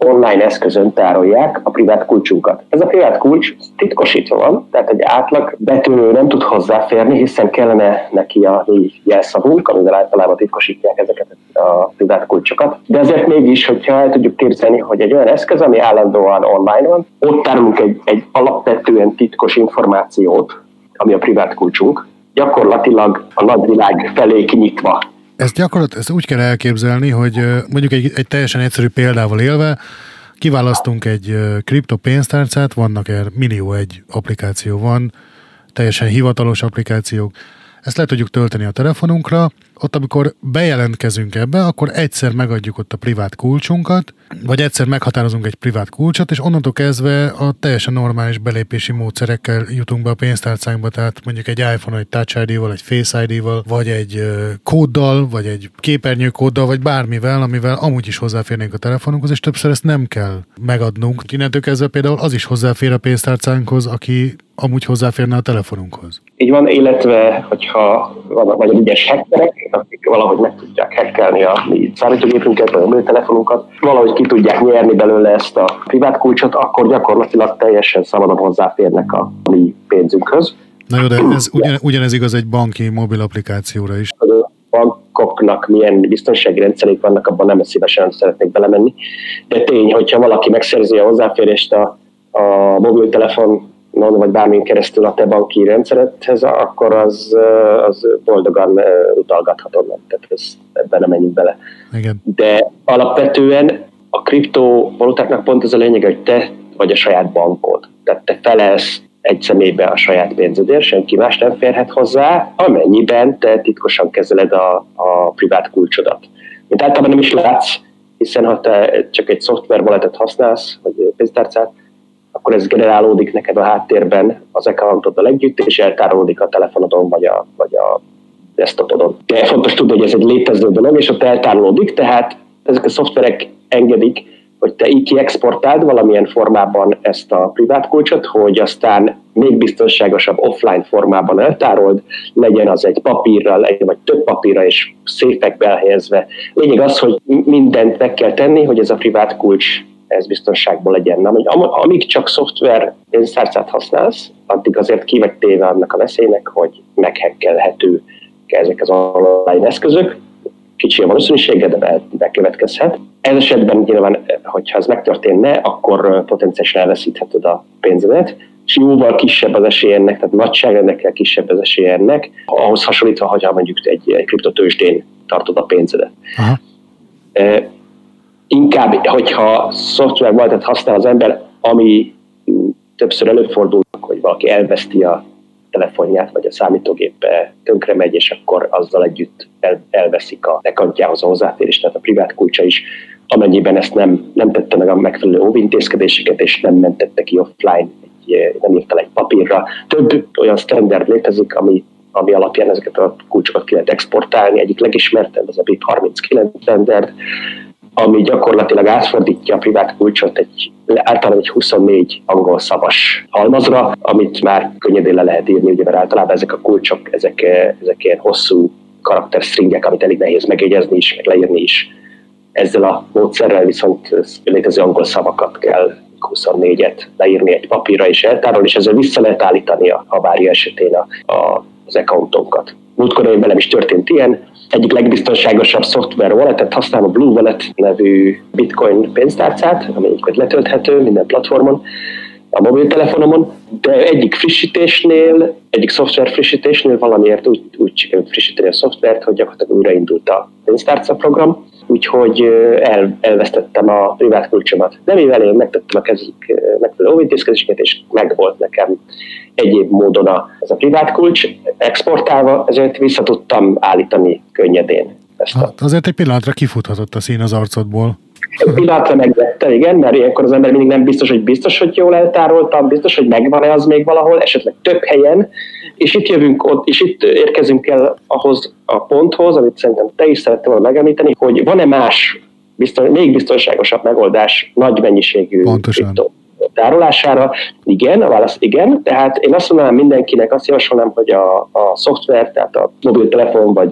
online eszközön tárolják a privát kulcsunkat. Ez a privát kulcs titkosítva van, tehát egy átlag betűnő nem tud hozzáférni, hiszen kellene neki a mi jelszavunk, amivel általában titkosítják ezeket a privát kulcsokat. De azért mégis, hogyha el tudjuk képzelni, hogy egy olyan eszköz, ami állandóan online van, ott tárolunk egy, egy alapvetően titkos információt, ami a privát kulcsunk, gyakorlatilag a nagyvilág felé kinyitva. Ezt gyakorlatilag ezt úgy kell elképzelni, hogy mondjuk egy, egy teljesen egyszerű példával élve, kiválasztunk egy kriptopénztárcát, vannak erre millió egy applikáció van, teljesen hivatalos applikációk. Ezt le tudjuk tölteni a telefonunkra, ott amikor bejelentkezünk ebbe, akkor egyszer megadjuk ott a privát kulcsunkat, vagy egyszer meghatározunk egy privát kulcsot, és onnantól kezdve a teljesen normális belépési módszerekkel jutunk be a pénztárcánkba, tehát mondjuk egy iPhone, egy Touch I D-val, egy Face I D-val, vagy egy kóddal, vagy egy képernyőkóddal, vagy bármivel, amivel amúgy is hozzáférnénk a telefonunkhoz, és többször ezt nem kell megadnunk. Innentől kezdve például az is hozzáfér a pénztárcánkhoz, aki amúgy hozzáférne a telefonunkhoz. Így van, illetve, hogyha vannak vagy ügyes hackerek, akik valahogy meg tudják hackelni a mi számítógépünket, vagy a mobiltelefonunkat, valahogy ki tudják nyerni belőle ezt a privát kulcsot, akkor gyakorlatilag teljesen szabadon hozzáférnek a mi pénzünkhöz. Na jó, de ez ugyan, ugyanez igaz egy banki mobil applikációra is. A bankoknak milyen biztonsági rendszerek vannak, abban nem szívesen szeretnék belemenni. De tény, hogyha valaki megszerzi a hozzáférést a, a mobiltelefon vagy bármilyen keresztül a te banki rendszeredhez, akkor az, az boldogan utalgathat onnan. Tehát ez, ebben nem menjünk bele. Igen. De alapvetően a kriptovalutáknak pont ez a lényeg, hogy te vagy a saját bankod. Tehát te felelsz egy személybe a saját pénzedért, senki más nem férhet hozzá, amennyiben te titkosan kezeled a, a privát kulcsodat. Mint általában nem is látsz, hiszen ha te csak egy szoftver walletet használsz, vagy pénztárcát, akkor ez generálódik neked a háttérben az accountoddal együtt, és eltárolódik a telefonodon, vagy a, vagy a desktopodon. De fontos tudni, hogy ez egy létező dolog, és ott eltárolódik, tehát ezek a szoftverek engedik, hogy te így kiexportáld valamilyen formában ezt a privát kulcsot, hogy aztán még biztonságosabb offline formában eltárold, legyen az egy papírral, vagy több papírra és széfekbe elhelyezve. Lényeg az, hogy mindent meg kell tenni, hogy ez a privát kulcs ez biztonságból legyen. Na, amíg csak szoftver pénztárcát használsz, addig azért ki vagy téve annak a veszélynek, hogy meghekkelhető ezek az online eszközök. Kicsi a valószínűsége, de bekövetkezhet. Ez esetben nyilván, hogyha ez megtörténne, akkor potenciálisan elveszítheted a pénzedet, és jóval kisebb az esély ennek, tehát nagyságrendekkel kisebb az esély ennek, ahhoz hasonlítva, hogyha mondjuk egy, egy kriptotőzsdén tartod a pénzedet. Aha. E, Inkább, hogyha szoftver walletet használ az ember, ami többször előfordul, hogy valaki elveszti a telefonját, vagy a számítógépe tönkre megy, és akkor azzal együtt el, elveszik a accountjához a hozzáférést, tehát a privát kulcsa is, amennyiben ezt nem, nem tette meg a megfelelő óvintézkedéseket, és nem mentette ki offline, egy, nem írta le egy papírra. Több olyan standard létezik, ami, ami alapján ezeket a kulcsokat ki lehet exportálni. Egyik legismertebb az a B I P harminckilenc standard, ami gyakorlatilag átfordítja a privát kulcsot egy, általában egy huszonnégy angol szavas halmazra, amit már könnyedén le lehet írni, ugye, mert általában ezek a kulcsok, ezek, ezek ilyen hosszú karakterstringek, amit elég nehéz megjegyezni is, meg leírni is. Ezzel a módszerrel viszont létező angol szavakat kell huszonnégyet leírni egy papírra és eltárolni, és ezzel vissza lehet állítani a havária esetén a, a, az accountunkat. Múltkor én velem is történt ilyen. Egyik legbiztonságosabb szoftver walletet használom, a Blue Wallet nevű bitcoin pénztárcát, amelyik letölthető minden platformon, a mobiltelefonomon, de egyik frissítésnél, egyik szoftver frissítésnél valamiért úgy, úgy sikerült frissíteni a szoftvert, hogy gyakorlatilag újraindult a pénztárca program, úgyhogy el, elvesztettem a privát kulcsomat. De mivel én megtettem a kezük megfelelő óvintézkedéseket, és megvolt nekem egyéb módon a, ez a privát kulcs exportálva, ezért vissza tudtam állítani könnyedén. Ezt a... Hát azért egy pillanatra kifuthatott a szín az arcodból. Egy pillanatra megvette, igen, mert ilyenkor az ember mindig nem biztos, hogy biztos, hogy jól eltároltam, biztos, hogy megvan-e az még valahol, esetleg több helyen, és itt jövünk ott, és itt érkezünk el ahhoz a ponthoz, amit szerintem te is szerettem volna megemlíteni, hogy van-e más, biztos, még biztonságosabb megoldás nagy mennyiségű kriptó tárolására. Igen, a válasz igen, tehát én azt mondanám mindenkinek, azt javasolnám, hogy a, a szoftver, tehát a mobiltelefon vagy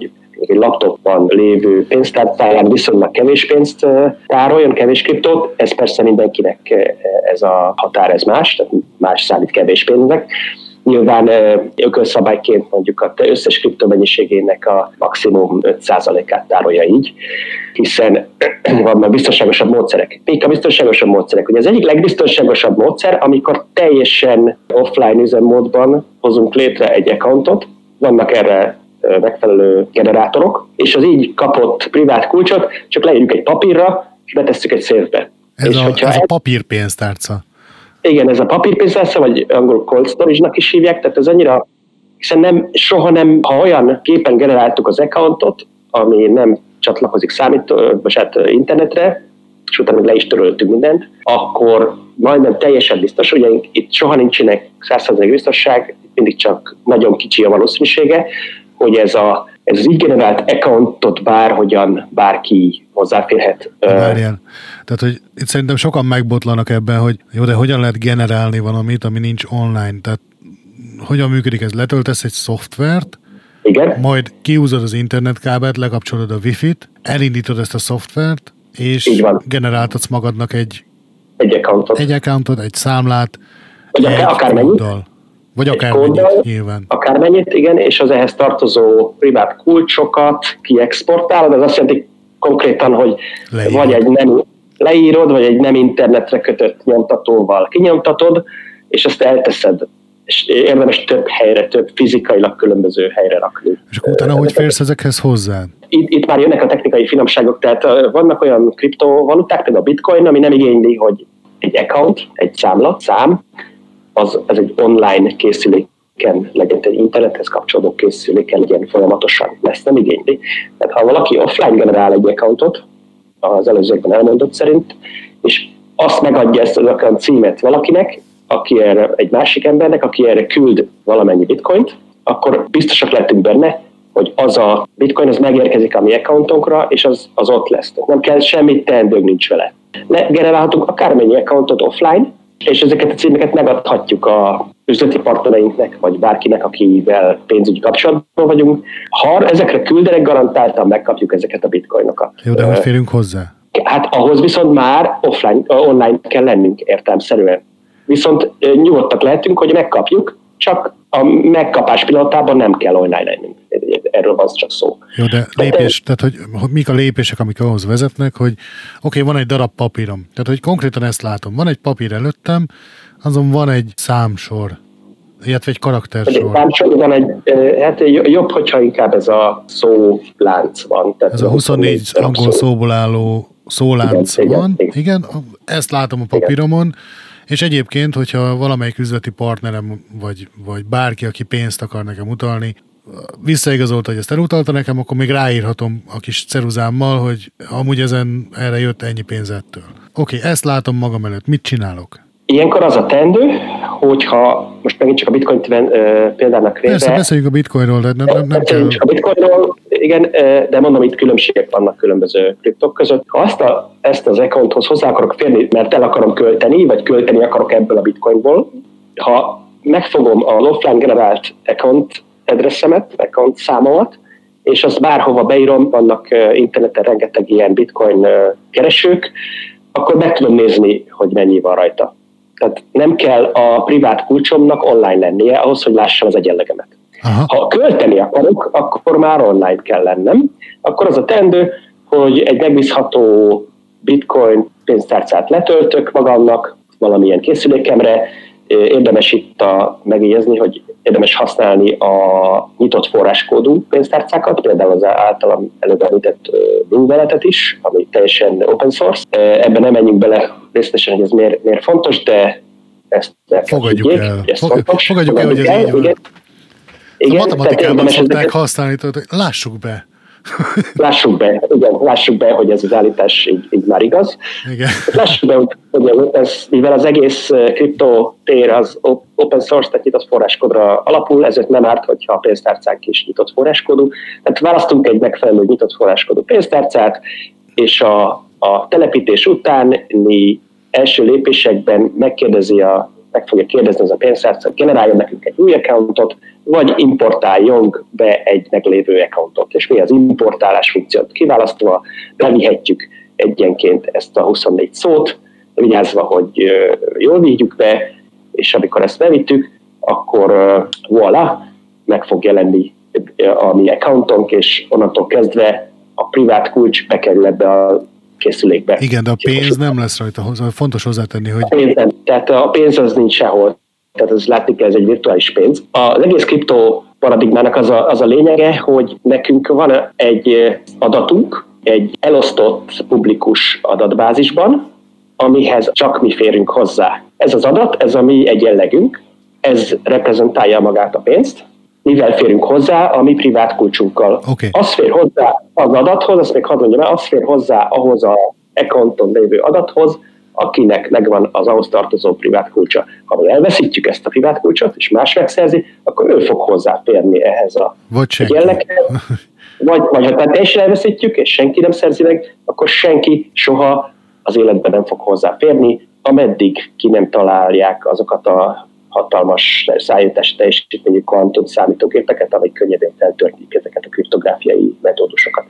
egy laptopban lévő pénztárcáján viszonylag kevés pénzt tároljon, kevés kriptót, ez persze mindenkinek ez a határ, ez más, tehát más számít kevés pénznek. Nyilván ökölszabályként mondjuk az összes kriptomennyiségének a maximum öt százalékát tárolja így, hiszen vannak biztonságosabb módszerek. Mik a biztonságosabb módszerek? Ugye az egyik legbiztonságosabb módszer, amikor teljesen offline üzemmódban hozunk létre egy accountot, vannak erre megfelelő generátorok, és az így kapott privát kulcsot csak leírjuk egy papírra, és betesszük egy széfbe. Ez, és a, ez ez... a papírpénztárca. Igen, ez a papírpénztárca, vagy angol cold storage-nak is hívják, tehát ez annyira, hiszen nem, soha nem, ha olyan képen generáltuk az accountot, ami nem csatlakozik számító, vagy hát internetre, és utána le is töröltünk mindent, akkor majdnem teljesen biztos, ugye itt soha nincsenek száz százalék biztonság, mindig csak nagyon kicsi a valószínűsége, hogy ez, a, ez az így generált accountot bárhogyan bárki hozzáférhet. Várjál. Tehát, hogy itt szerintem sokan megbotlanak ebben, hogy jó, de hogyan lehet generálni valamit, ami nincs online? Tehát hogyan működik ez? Letöltesz egy szoftvert, igen, majd kiúzod az internetkábelt, lekapcsolod a wifi-t, elindítod ezt a szoftvert, és generáltatsz magadnak egy egy accountot, egy, accountot, egy számlát, vagy akár, akármennyit, vagy akármennyit, nyilván. Akármennyit, igen, és az ehhez tartozó privát kulcsokat kiexportálod, ez azt jelenti konkrétan, hogy leírod. vagy egy nem leírod, vagy egy nem internetre kötött nyomtatóval kinyomtatod, és ezt elteszed. És érdemes több helyre, több fizikailag különböző helyre rakni. És akkor utána hogy férsz ezekhez hozzá? Itt, itt már jönnek a technikai finomságok, tehát vannak olyan kriptovaluták, például a bitcoin, ami nem igényli, hogy egy account, egy számla, szám, az, az egy online készüléken legyen, egy internethez kapcsolódó készüléken legyen folyamatosan, ezt nem igényli. Tehát ha valaki offline generál egy accountot, az előzőkben elmondott szerint, és azt megadja ezt az account címet valakinek, aki erre, egy másik embernek, aki erre küld valamennyi bitcoint, akkor biztosak lehetünk benne, hogy az a bitcoin az megérkezik a mi accountunkra, és az, az ott lesz. Tehát nem kell semmit teendőnk nincs vele. Generálhatunk akármennyi accountot offline, és ezeket a címeket megadhatjuk a üzleti partnereinknek, vagy bárkinek, akivel pénzügyi kapcsolatban vagyunk. Ha ezekre küldenek, garantáltan megkapjuk ezeket a bitcoinokat. Jó, de hogy férünk hozzá? Hát ahhoz viszont már offline, online kell lennünk értelemszerűen. Viszont nyugodtak lehetünk, hogy megkapjuk, csak a megkapás pillanatában nem kell online lennünk. Erről van csak szó. Jó, de lépés, tehát hogy, hogy mik a lépések, amik ahhoz vezetnek, hogy oké, okay, van egy darab papírom. Tehát, hogy konkrétan ezt látom. Van egy papír előttem, azon van egy számsor, illetve egy karaktersor. Egy számsor, van egy, hát jobb, hogyha inkább ez a szólánc van. Tehát ez a huszonnégy angol szó. szóból álló szólánc igen, van. Igen, igen, ezt látom a papíromon. Igen. És egyébként, hogyha valamelyik üzleti partnerem, vagy, vagy bárki, aki pénzt akar nekem utalni, visszaigazolta, hogy ezt elutalta nekem, akkor még ráírhatom a kis ceruzámmal, hogy amúgy ezen erre jött ennyi pénz ettől. Oké, okay, ezt látom magam előtt. Mit csinálok? Ilyenkor az a teendő, hogyha most megint csak a bitcoin példának véve... Persze, beszéljünk a bitcoinról, de nem, nem, nem kell... a bitcoinról, igen, de mondom, itt különbségek vannak különböző kriptok között. Ha azt a, ezt az accounthoz hozzá akarok férni, mert el akarom költeni, vagy költeni akarok ebből a bitcoinból, ha megfogom a offline generált account adressemet, account számomat, és azt bárhova beírom, vannak interneten rengeteg ilyen bitcoin keresők, akkor meg tudom nézni, hogy mennyi van rajta. Tehát nem kell a privát kulcsomnak online lennie ahhoz, hogy lássam az egyenlegemet. Aha. Ha költeni akarok, akkor már online kell lennem. Akkor az a teendő, hogy egy megbízható bitcoin pénztárcát letöltök magamnak valamilyen készülékemre. Érdemes itt a, megjegyezni, hogy érdemes használni a nyitott forráskódú pénztárcákat, például az általam előbb említett Blue is, ami teljesen open source. Ebben nem menjünk bele részletesen, hogy ez miért, miért fontos, de ezt fogadjuk el. Ezt Fog, fontos, fogadjuk el, hogy ez el, így van. Igen. Igen, a matematikában szokták használni, hogy lássuk be. Lássuk be, igen, lássuk be, hogy ez az állítás így, így már igaz. Igen. Lássuk be, hogy ez, mivel az egész kriptotér az open source, tehát nyitott forráskodra alapul, ezért nem árt, hogyha a pénztárcánk is nyitott forráskodú. Tehát választunk egy megfelelő nyitott forráskodú pénztárcát, és a, a telepítés utáni első lépésekben megkérdezi a meg fogja kérdezni az a pénztárca, generáljon nekünk egy új accountot, vagy importáljunk be egy meglévő accountot. És mi az importálás funkciót kiválasztva bevihetjük egyenként ezt a huszonnégy szót, vigyázva, hogy jól vigyük be, és amikor ezt bevittük, akkor voilà, meg fog jelenni a mi accountunk, és onnantól kezdve a privát kulcs bekerül ebbe a készülékbe. Igen, de a pénz nem lesz rajta, fontos hozzátenni, hogy... A pénz nem. Tehát a pénz az nincs sehol. Tehát ez látni kell, ez egy virtuális pénz. Az egész kriptó paradigmának az a, az a lényege, hogy nekünk van egy adatunk, egy elosztott publikus adatbázisban, amihez csak mi férünk hozzá. Ez az adat, ez a mi egyenlegünk, ez reprezentálja magát a pénzt, mivel férünk hozzá a mi privát kulcsunkkal. Okay. Az fér hozzá az adathoz, azt még hadd mondjam el, az fér hozzá ahhoz az accounton lévő adathoz, akinek megvan az ahhoz tartozó privát kulcsa. Ha mi elveszítjük ezt a privát kulcsot, és más megszerzi, akkor ő fog hozzáférni ehhez a egyenleghez. Vagy, vagy ha teljesen elveszítjük, és senki nem szerzi meg, akkor senki soha az életben nem fog hozzáférni, ameddig ki nem találják azokat a hatalmas szállítási teljesítményű kvantum számítógépeket, amik könnyedén feltörték ezeket a kriptográfiai metódusokat.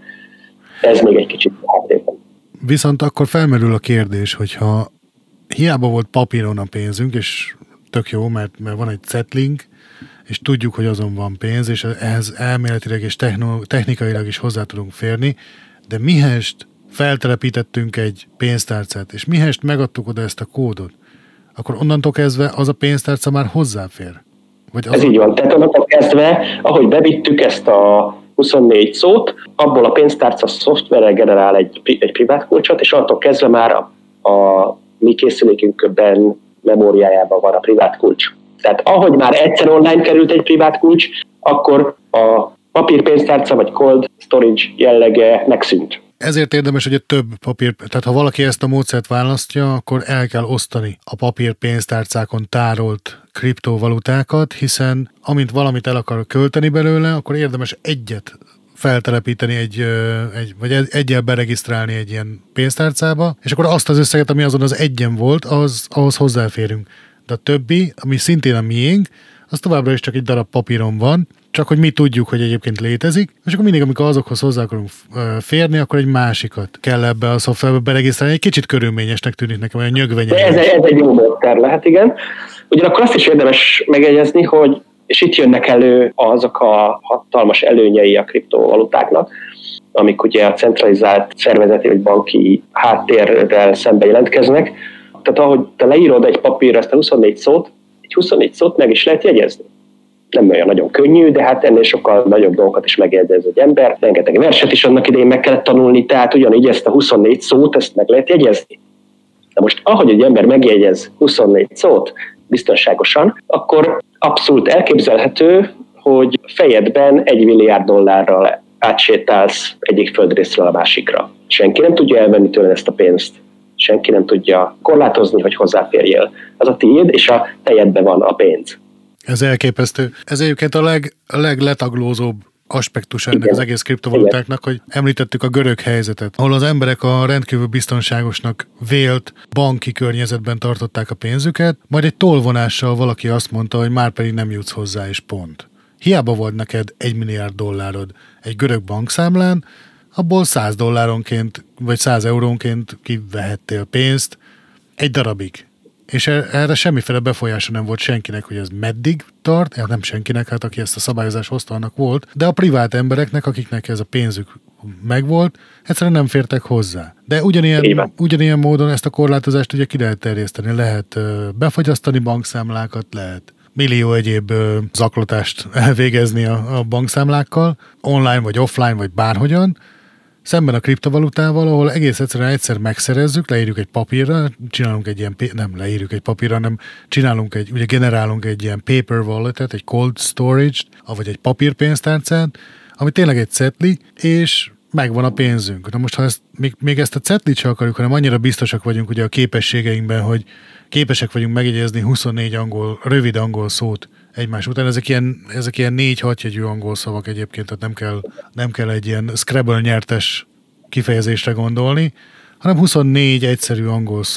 Ez még egy kicsit hátrében. Viszont akkor felmerül a kérdés, hogyha hiába volt papíron a pénzünk, és tök jó, mert, mert van egy cetlink, és tudjuk, hogy azon van pénz, és ehhez elméletileg és techno, technikailag is hozzá tudunk férni, de mihest feltelepítettünk egy pénztárcát, és mihest megadtuk oda ezt a kódot, akkor onnantól kezdve az a pénztárca már hozzáfér. Vagy az Ez így van. Tehát onnantól kezdve, ahogy bevittük ezt a huszonnégy szót, abból a pénztárca szoftverrel generál egy, egy privát kulcsot, és attól kezdve már a, a mi készülékünkben memóriájában van a privát kulcs. Tehát ahogy már egyszer online került egy privát kulcs, akkor a papírpénztárca vagy cold storage jellege megszűnt. Ezért érdemes, hogy a több papír, tehát ha valaki ezt a módszert választja, akkor el kell osztani a papírpénztárcákon tárolt kriptovalutákat, hiszen amint valamit el akar költeni belőle, akkor érdemes egyet feltelepíteni, egy, egy, vagy egyel beregisztrálni egy ilyen pénztárcába, és akkor azt az összeget, ami azon az egyen volt, az, ahhoz hozzáférünk. De a többi, ami szintén a miénk, az továbbra is csak egy darab papíron van, csak hogy mi tudjuk, hogy egyébként létezik, és akkor mindig, amikor azokhoz hozzá akarunk férni, akkor egy másikat kell ebbe a szoftverbe beregisztrálni. Egy kicsit körülményesnek tűnik nekem, olyan nyögvenyes. De ez, ez egy jó módszer lehet, igen. Ugyanakkor azt is érdemes megjegyezni, hogy és itt jönnek elő azok a hatalmas előnyei a kriptovalutáknak, amik ugye a centralizált szervezeti vagy banki háttérrel szembe jelentkeznek. Tehát ahogy te leírod egy papírra ezt a huszonnégy szót, egy huszonnégy szót meg is lehet jegyezni. Nem olyan nagyon könnyű, de hát ennél sokkal nagyobb dolgokat is megjegyez egy ember. Rengeteg verset is annak idején meg kellett tanulni, tehát ugyanígy ezt a huszonnégy szót, ezt meg lehet jegyezni. De most ahogy egy ember megjegyez huszonnégy szót biztonságosan, akkor abszolút elképzelhető, hogy fejedben egy milliárd dollárral átsétálsz egyik földrészről a másikra. Senki nem tudja elvenni tőled ezt a pénzt. Senki nem tudja korlátozni, hogy hozzáférjél. Az a tiéd, és a fejedben van a pénz. Ez elképesztő. Ez egyébként a leg, legletaglózóbb aspektus ennek Igen. az egész kriptovalutáknak, hogy említettük a görög helyzetet, ahol az emberek a rendkívül biztonságosnak vélt banki környezetben tartották a pénzüket, majd egy tolvonással valaki azt mondta, hogy már pedig nem jutsz hozzá, és pont. Hiába volt neked egy milliárd dollárod egy görög bankszámlán, abból száz dolláronként, vagy száz eurónként kivehettél pénzt egy darabig. És erre semmiféle befolyása nem volt senkinek, hogy ez meddig tart, hát nem senkinek, hát aki ezt a szabályozást hozta, annak volt, de a privát embereknek, akiknek ez a pénzük megvolt, egyszerűen nem fértek hozzá. De ugyanilyen, ugyanilyen módon ezt a korlátozást ugye ki lehet terjeszteni, lehet befagyasztani bankszámlákat, lehet millió egyéb zaklatást elvégezni a, a bankszámlákkal, online vagy offline, vagy bárhogyan, szemben a kriptovalutával, ahol egész egyszerűen egyszer megszerezzük, leírjuk egy papírra, csinálunk egy ilyen, nem leírjuk egy papírra, hanem csinálunk egy, ugye generálunk egy ilyen paper walletet, egy cold storage-t, vagy egy papírpénztárcát, ami tényleg egy cetli, és megvan a pénzünk. Na most, ha ezt, még, még ezt a cetlit sem akarjuk, hanem annyira biztosak vagyunk ugye a képességeinkben, hogy képesek vagyunk megjegyezni huszonnégy angol, rövid angol szót egymás után. Ezek ilyen, ezek ilyen négy-hat jegyű angol szavak egyébként, tehát nem kell, nem kell egy ilyen Scrabble nyertes kifejezésre gondolni, hanem huszonnégy egyszerű angol szót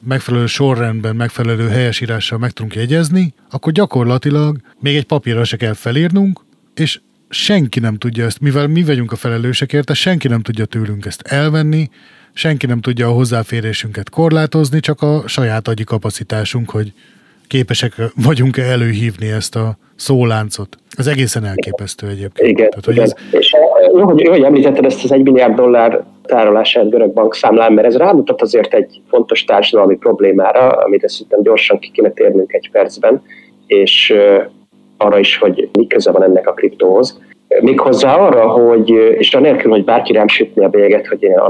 megfelelő sorrendben, megfelelő helyesírással meg tudunk jegyezni, akkor gyakorlatilag még egy papírra se kell felírnunk, és senki nem tudja ezt, mivel mi vagyunk a felelősek érte, senki nem tudja tőlünk ezt elvenni, senki nem tudja a hozzáférésünket korlátozni, csak a saját agyi kapacitásunk, hogy képesek vagyunk-e előhívni ezt a szóláncot. Ez egészen elképesztő egyébként. Igen, Tehát, hogy igen. ez... És jó hogy, jó, hogy említetted ezt az egy milliárd dollár tárolását görög bankszámlán, mert ez rámutat azért egy fontos társadalmi problémára, amit szerintem gyorsan ki kéne térnünk egy percben, és uh, arra is, hogy mi köze van ennek a kriptóhoz. Méghozzá arra, hogy, és anélkül, hogy bárki rám sütni a bélyeget, hogy én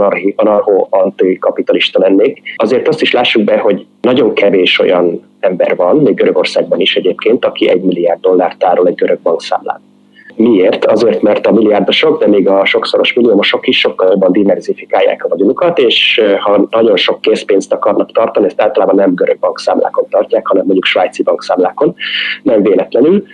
anarcho-antikapitalista lennék, azért azt is lássuk be, hogy nagyon kevés olyan ember van, még Görögországban is egyébként, aki egy milliárd dollárt tárol egy görög bankszámlán. Miért? Azért, mert a milliárdosok, de még a sokszoros milliómosok is sokkal jobban diversifikálják a vagyonukat, és ha nagyon sok készpénzt akarnak tartani, ezt általában nem görög bankszámlákon tartják, hanem mondjuk svájci bankszámlákon, nem véletlenül.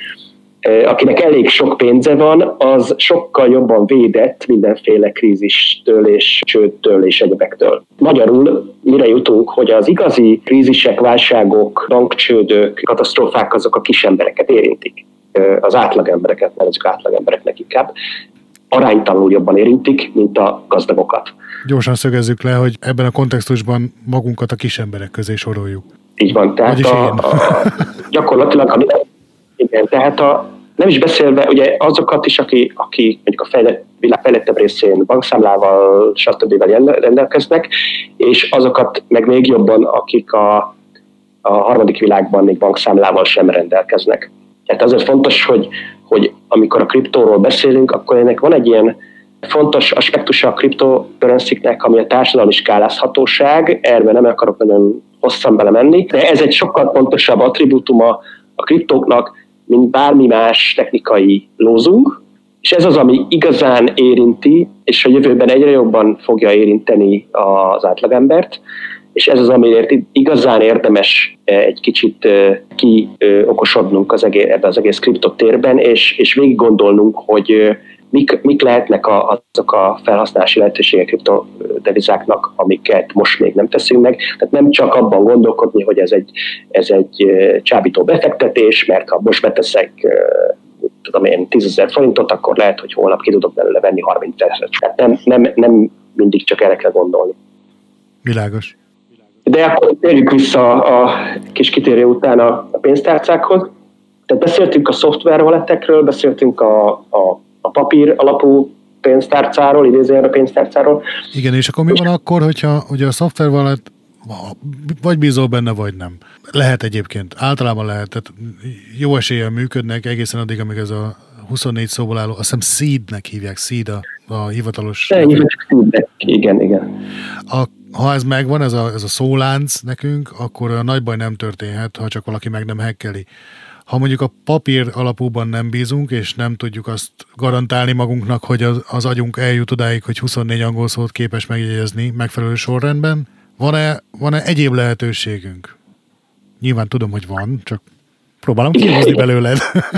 Akinek elég sok pénze van, az sokkal jobban védett mindenféle krízistől és csődtől és egyebektől. Magyarul mire jutunk, hogy az igazi krízisek, válságok, bankcsődök, katasztrófák azok a kis embereket érintik. Az átlagembereket, nevezzük átlagembereknek inkább, aránytalanul jobban érintik, mint a gazdagokat. Gyorsan szögezzük le, hogy ebben a kontextusban magunkat a kis emberek közé soroljuk. Így van, tehát a, a, gyakorlatilag a Igen, tehát a, nem is beszélve, ugye azokat is, aki, aki mondjuk a fejlett, világ fejlettebb részén bankszámlával, stb. Rendelkeznek, és azokat meg még jobban, akik a, a harmadik világban még bankszámlával sem rendelkeznek. Tehát azért fontos, hogy, hogy amikor a kriptóról beszélünk, akkor ennek van egy ilyen fontos aspektusa a kriptocurrency-nek, ami a társadalmi skálázhatóság, erre nem akarok nagyon hosszan belemenni, de ez egy sokkal fontosabb attribútuma a kriptóknak, mint bármi más technikai lózunk, és ez az, ami igazán érinti, és a jövőben egyre jobban fogja érinteni az átlagembert, és ez az, amiért igazán érdemes egy kicsit kiokosodnunk az egész, ebbe az egész kriptotérben, és, és végig gondolnunk, hogy mik, mik lehetnek a, azok a felhasználási lehetőségek kriptodevizáknak, amiket most még nem teszünk meg. Tehát nem csak abban gondolkodni, hogy ez egy, ez egy csábító befektetés, mert ha most beteszek tudom én tízezer forintot, akkor lehet, hogy holnap ki tudok belőle venni harmincezer. Tehát nem, nem, nem mindig csak erre kell gondolni. Világos. De akkor térjük vissza a kis kitérő után a pénztárcákhoz. Tehát beszéltünk a szoftver walletekről, beszéltünk a, a, a papír alapú pénztárcáról, idézőjelbe pénztárcáról. Igen, és akkor mi van akkor, hogyha ugye a szoftver wallet vagy bízol benne, vagy nem. Lehet egyébként, általában lehet, tehát jó eséllyel működnek egészen addig, amíg ez a huszonnégy szóból álló, azt hiszem Seed-nek hívják, Seed a, a hivatalos... Igen, igen. A, ha ez megvan, ez a, ez a szólánc nekünk, akkor a nagy baj nem történhet, ha csak valaki meg nem hackeli. Ha mondjuk a papír alapúban nem bízunk, és nem tudjuk azt garantálni magunknak, hogy az, az agyunk eljut odáig, hogy huszonnégy angol szót képes megjegyezni megfelelő sorrendben, van-e, van-e egyéb lehetőségünk? Nyilván tudom, hogy van, csak próbálom kihozni belőled.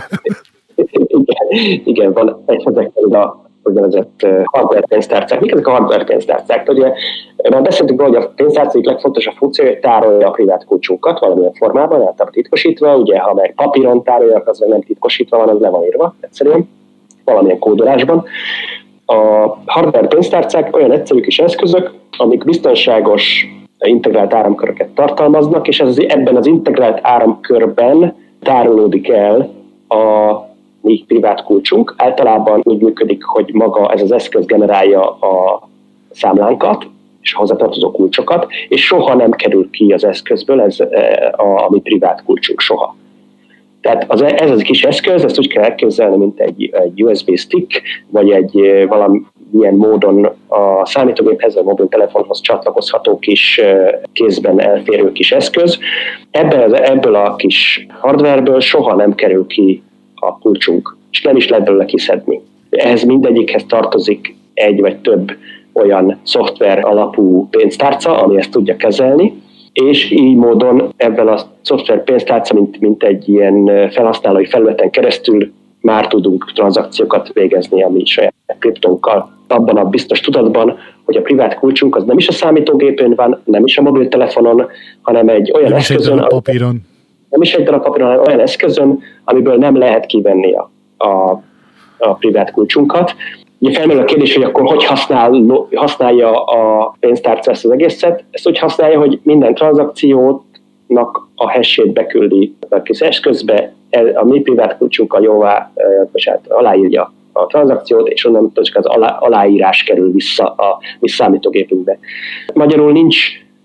Igen, igen, van egy ezekben a úgynevezett hardware pénztárcák. Mik ezek a hardware pénztárcák? Ugye már beszéltünk róla, hogy a pénztárcák legfontosabb funkció, hogy tárolja a privát kulcsunkat valamilyen formában, általában titkosítva. Ugye, ha meg papíron tárolja, az meg nem titkosítva van, az le van írva egyszerűen, valamilyen kódolásban. A hardware pénztárcák olyan egyszerű kis eszközök, amik biztonságos integrált áramköröket tartalmaznak, és ez, ebben az integrált áramkörben tárolódik el a mi privát kulcsunk. Általában úgy működik, hogy maga ez az eszköz generálja a számlánkat, és a hozzátartozó kulcsokat, és soha nem kerül ki az eszközből ez a, a mi privát kulcsunk, soha. Tehát az, ez az a kis eszköz, ezt úgy kell elképzelni, mint egy, egy u es bé stick, vagy egy valamilyen módon a számítógéphez, a mobiltelefonhoz csatlakozható kis kézben elférő kis eszköz. Ebből, ebből a kis hardwareből soha nem kerül ki a kulcsunk, és nem is lehet belőle kiszedni. Ehhez mindegyikhez tartozik egy vagy több olyan szoftver alapú pénztárca, ami ezt tudja kezelni, és így módon ebben a szoftver pénztárca, mint, mint egy ilyen felhasználói felületen keresztül már tudunk tranzakciókat végezni a mi saját kriptónkkal. Abban a biztos tudatban, hogy a privát kulcsunk az nem is a számítógépön van, nem is a mobiltelefonon, hanem egy olyan nem eszközön, is egy papíron. nem is egy darab papíron, hanem olyan eszközön, amiből nem lehet kivenni a, a, a privát kulcsunkat. Ugye felmerül a kérdés, hogy akkor hogy használ, használja a pénztárca ezt az egészet. Ezt úgy használja, hogy minden tranzakciónak a hash-ét beküldi a kis eszközbe, a mi privát kulcsunkkal jóvá, bocsánat, aláírja a tranzakciót, és onnan csak az alá, aláírás kerül vissza a mi számítógépünkbe. Magyarul nincs,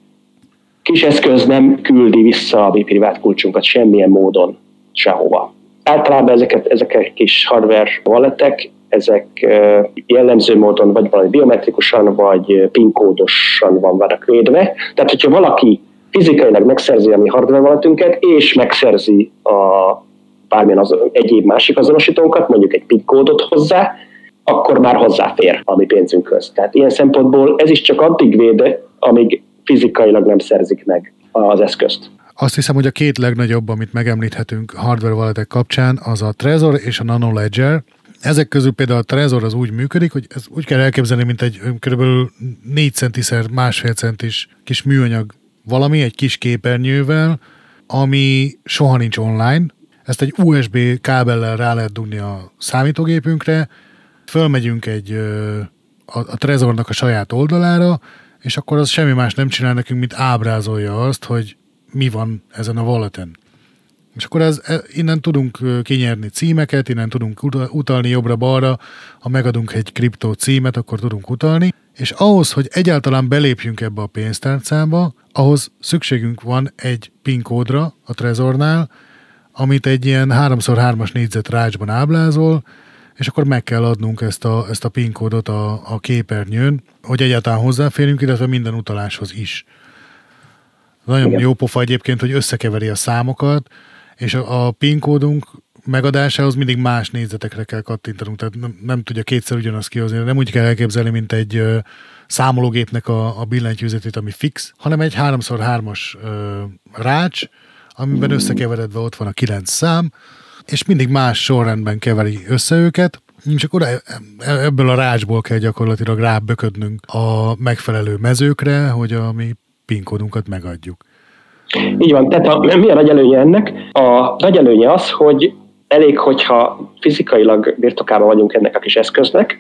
kis eszköz nem küldi vissza a mi privát kulcsunkat semmilyen módon sehova. Általában ezeket, ezek a kis hardware walletek, ezek jellemző módon vagy valami biometrikusan, vagy PIN kódosan van vannak védve. Tehát, hogyha valaki fizikailag megszerzi a mi hardware walletünket, és megszerzi a bármilyen az, egyéb másik azonosítónkat, mondjuk egy PIN kódot hozzá, akkor már hozzáfér a mi pénzünkhöz. Tehát ilyen szempontból ez is csak addig véd, amíg fizikailag nem szerzik meg az eszközt. Azt hiszem, hogy a két legnagyobb, amit megemlíthetünk hardware walletek kapcsán, az a Trezor és a Nano Ledger. Ezek közül például a Trezor az úgy működik, hogy ez úgy kell elképzelni, mint egy kb. négy centiszer másfél centis kis műanyag valami, egy kis képernyővel, ami soha nincs online. Ezt egy u es bé kábellel rá lehet dugni a számítógépünkre, fölmegyünk egy a, a Trezornak a saját oldalára, és akkor az semmi más nem csinál nekünk, mint ábrázolja azt, hogy mi van ezen a walleten. És akkor ez, innen tudunk kinyerni címeket, innen tudunk utalni jobbra-balra, ha megadunk egy kriptó címet, akkor tudunk utalni, és ahhoz, hogy egyáltalán belépjünk ebbe a pénztárcába, ahhoz szükségünk van egy PIN kódra a Trezornál, amit egy ilyen három szor hármas négyzet rácsban ábrázol, és akkor meg kell adnunk ezt a, ezt a PIN kódot a, a képernyőn, hogy egyáltalán hozzáférjünk, illetve minden utaláshoz is. Nagyon Igen. jó pofa egyébként, hogy összekeveri a számokat, és a, a PIN kódunk megadásához mindig más négyzetekre kell kattintanunk, tehát nem, nem tudja kétszer ugyanazt kihozni, nem úgy kell elképzelni, mint egy ö, számológépnek a, a billentyűzetét, ami fix, hanem egy három szor hármas ö, rács, amiben összekeveredve ott van a kilenc szám, és mindig más sorrendben keveri össze őket, és akkor ebből a rácsból kell gyakorlatilag ráböködnünk a megfelelő mezőkre, hogy a mi PIN kódunkat megadjuk. Így van, tehát a, mi a nagy előnye ennek? A nagy előnye az, hogy elég, hogyha fizikailag birtokában vagyunk ennek a kis eszköznek,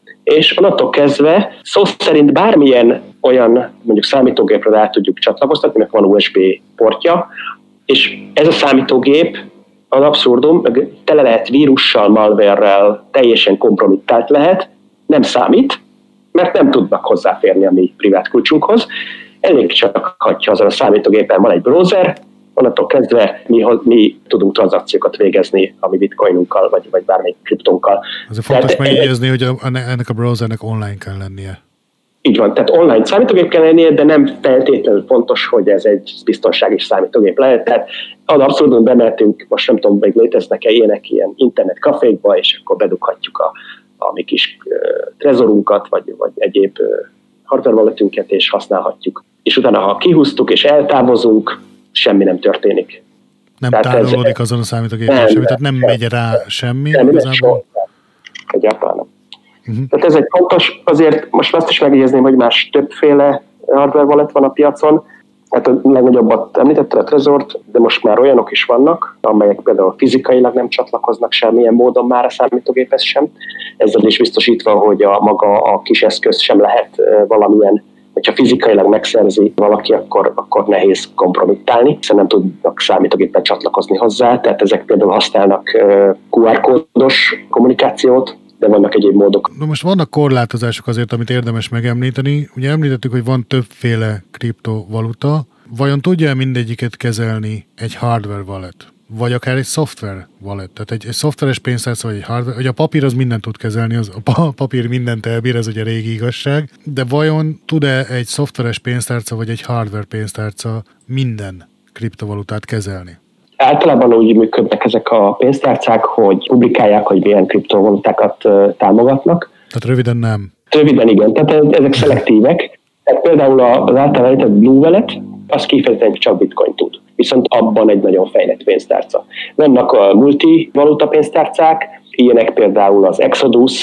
és onnantól kezdve szó szerint bármilyen olyan mondjuk számítógépre rá tudjuk csatlakoztatni, mert van u es bé portja, és ez a számítógép az abszurdum, tele lehet vírussal, malware-rel, teljesen kompromittált lehet, nem számít, mert nem tudnak hozzáférni a mi privát kulcsunkhoz. Elég csak, hogyha azon a számítógépen van egy browser, onnantól kezdve mi, mi tudunk tranzakciókat végezni a mi bitcoinunkkal, vagy, vagy bármelyik kriptónkkal. Ez fontos megjegyezni, hogy a, ennek a browsernek online kell lennie. Így van, tehát online számítógép kell lennie, de nem feltétlenül fontos, hogy ez egy biztonságos számítógép lehet. Tehát az abszolút bemehetünk, most nem tudom, még léteznek-e ilyenek ilyen internet kafékba, és akkor bedughatjuk a, a mi kis uh, trezorunkat, vagy, vagy egyéb uh, hardware walletünket, és használhatjuk. És utána, ha kihúztuk és eltávozunk, semmi nem történik. Nem tárolódik azon a számítógépen semmi, tehát nem megy rá semmi. Nem, nem egyáltalán nem. Uh-huh. Tehát ez egy fontos, azért most azt is megjegyezném, hogy más többféle hardware wallet van a piacon. Hát a legnagyobbat említette a Trezort, de most már olyanok is vannak, amelyek például fizikailag nem csatlakoznak semmilyen módon már a számítógéphez sem. Ezzel is biztosítva, hogy a maga a kis eszköz sem lehet valamilyen, hogyha fizikailag megszerzi valaki, akkor, akkor nehéz kompromittálni, hiszen nem tudnak számítógéppel csatlakozni hozzá, tehát ezek például használnak kú ár kódos kommunikációt, de vannak egyéb módok. Na most vannak korlátozások azért, amit érdemes megemlíteni. Ugye említettük, hogy van többféle kriptovaluta. Vajon tudja mindegyiket kezelni egy hardware wallet? Vagy akár egy software wallet? Tehát egy, egy szoftveres pénztárca, vagy egy hardware, hogy a papír az mindent tud kezelni, az, a papír mindent elbír, ez ugye régi igazság. De vajon tud-e egy szoftveres pénztárca, vagy egy hardware pénztárca minden kriptovalutát kezelni? Általában úgy működnek ezek a pénztárcák, hogy publikálják, hogy milyen kriptovalutákat támogatnak. Tehát röviden nem. Röviden igen, tehát ezek szelektívek. Tehát például az általában említett Blue Wallet, az kifejezetten csak bitcoin tud. Viszont abban egy nagyon fejlett pénztárca. Vannak a multivaluta pénztárcák, ilyenek például az Exodus,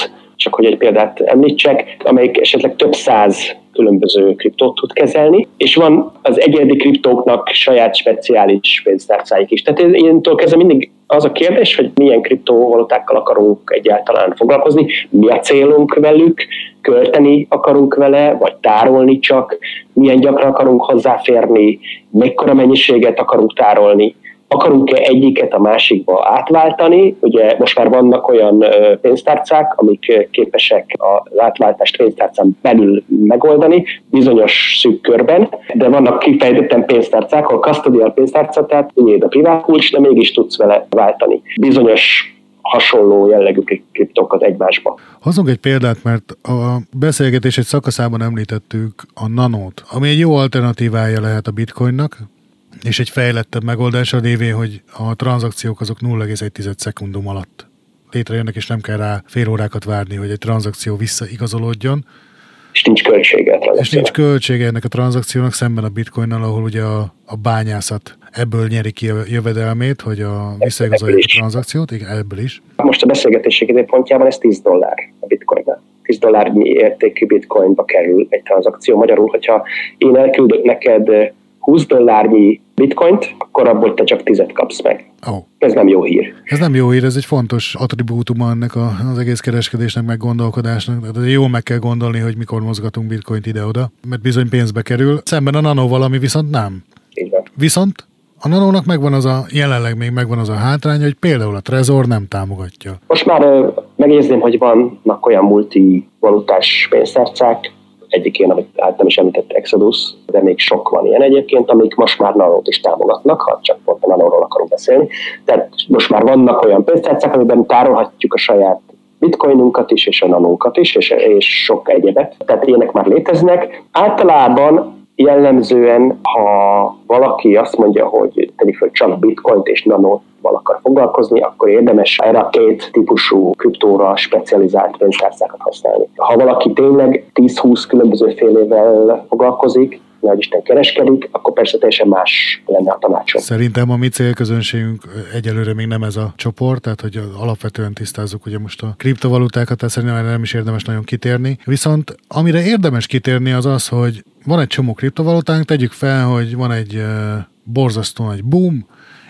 csak hogy egy példát említsek, amelyik esetleg több száz különböző kriptót tud kezelni, és van az egyedi kriptóknak saját speciális pénztárcáik is. Tehát ilyentől kezdve mindig az a kérdés, hogy milyen kriptovalutákkal akarunk egyáltalán foglalkozni, mi a célunk velük, költeni akarunk vele, vagy tárolni csak, milyen gyakran akarunk hozzáférni, mekkora mennyiséget akarunk tárolni, akarunk-e egyiket a másikba átváltani. Ugye most már vannak olyan pénztárcák, amik képesek az átváltást pénztárcán belül megoldani, bizonyos szűk körben, de vannak kifejezetten pénztárcák, ahol custodial pénztárca, tehát tiéd a privát kulcs, de mégis tudsz vele váltani bizonyos hasonló jellegű kriptókat egymásba. Hozunk egy példát, mert a beszélgetés egy szakaszában említettük a nanót, ami egy jó alternatívája lehet a bitcoinnak, és egy fejlettebb megoldás a lévén, hogy a tranzakciók azok nulla egész egy szekundum alatt létrejönnek, és nem kell rá fél órákat várni, hogy egy tranzakció visszaigazolódjon. És nincs költsége. És nincs költsége ennek a tranzakciónak szemben a bitcoinnal, ahol ugye a, a bányászat ebből nyeri ki a jövedelmét, hogy a visszaigazolja a tranzakciót, igen, ebből is. Most a beszélgetések időpontjában ez tíz dollár a bitcoinnál. tíz dollárnyi értékű bitcoinba kerül egy tranzakció. Magyarul, hogyha én elküldök neked húsz dollárnyi bitcoint, akkor abból te csak tízet kapsz meg. Oh. Ez nem jó hír. Ez nem jó hír, ez egy fontos attribútuma ennek a, az egész kereskedésnek, meg gondolkodásnak. De jól meg kell gondolni, hogy mikor mozgatunk bitcoint ide-oda, mert bizony pénzbe kerül. Szemben a nanóval, ami viszont nem. Így van. Viszont a nanónak megvan az a, jelenleg még megvan az a hátránya, hogy például a Trezor nem támogatja. Most már uh, megnézném, hogy vannak olyan multivalutás pénztárcák, egyikén, amit általán is említett Exodus, de még sok van ilyen egyébként, amik most már nanót is támogatnak, ha csak pont a nanóról akarunk beszélni. Tehát most már vannak olyan pénztárcák, amiben tárolhatjuk a saját bitcoinunkat is, és a nanókat is, és, és sok egyebet. Tehát ilyenek már léteznek. Általában jellemzően, ha valaki azt mondja, hogy tegyük föl csak bitcoint és nanóval akar foglalkozni, akkor érdemes erre a két típusú kriptóra specializált pénztárcákat használni. Ha valaki tényleg tíz-húsz különböző félével foglalkozik, nehogy Isten kereskedik, akkor persze teljesen más lenne a tanácsom. Szerintem a mi célközönségünk egyelőre még nem ez a csoport, tehát hogy alapvetően tisztázzuk ugye most a kriptovalutákat, tehát szerintem nem is érdemes nagyon kitérni. Viszont amire érdemes kitérni az az, hogy van egy csomó kriptovalutánk, tegyük fel, hogy van egy uh, borzasztó nagy boom,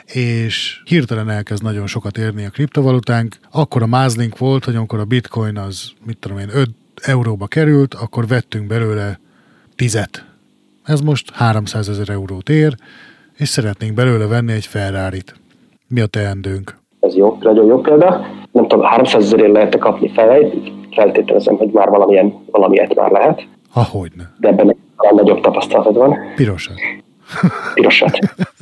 és hirtelen elkezd nagyon sokat érni a kriptovalutánk. Akkor a mázlink volt, hogy amikor a bitcoin az, mit tudom én, öt euróba került, akkor vettünk belőle tízet. Ez most háromszázezer eurót ér, és szeretnénk belőle venni egy Ferrarit. Mi a teendőnk? Ez jó, nagyon jó példa. Nem tudom, háromszázezerért lehet kapni felejt, feltételezem, hogy már valamilyen, valamilyet már lehet. Ahogyne. De ebben a nagyobb tapasztalatod van. Pirosat. Pirosat.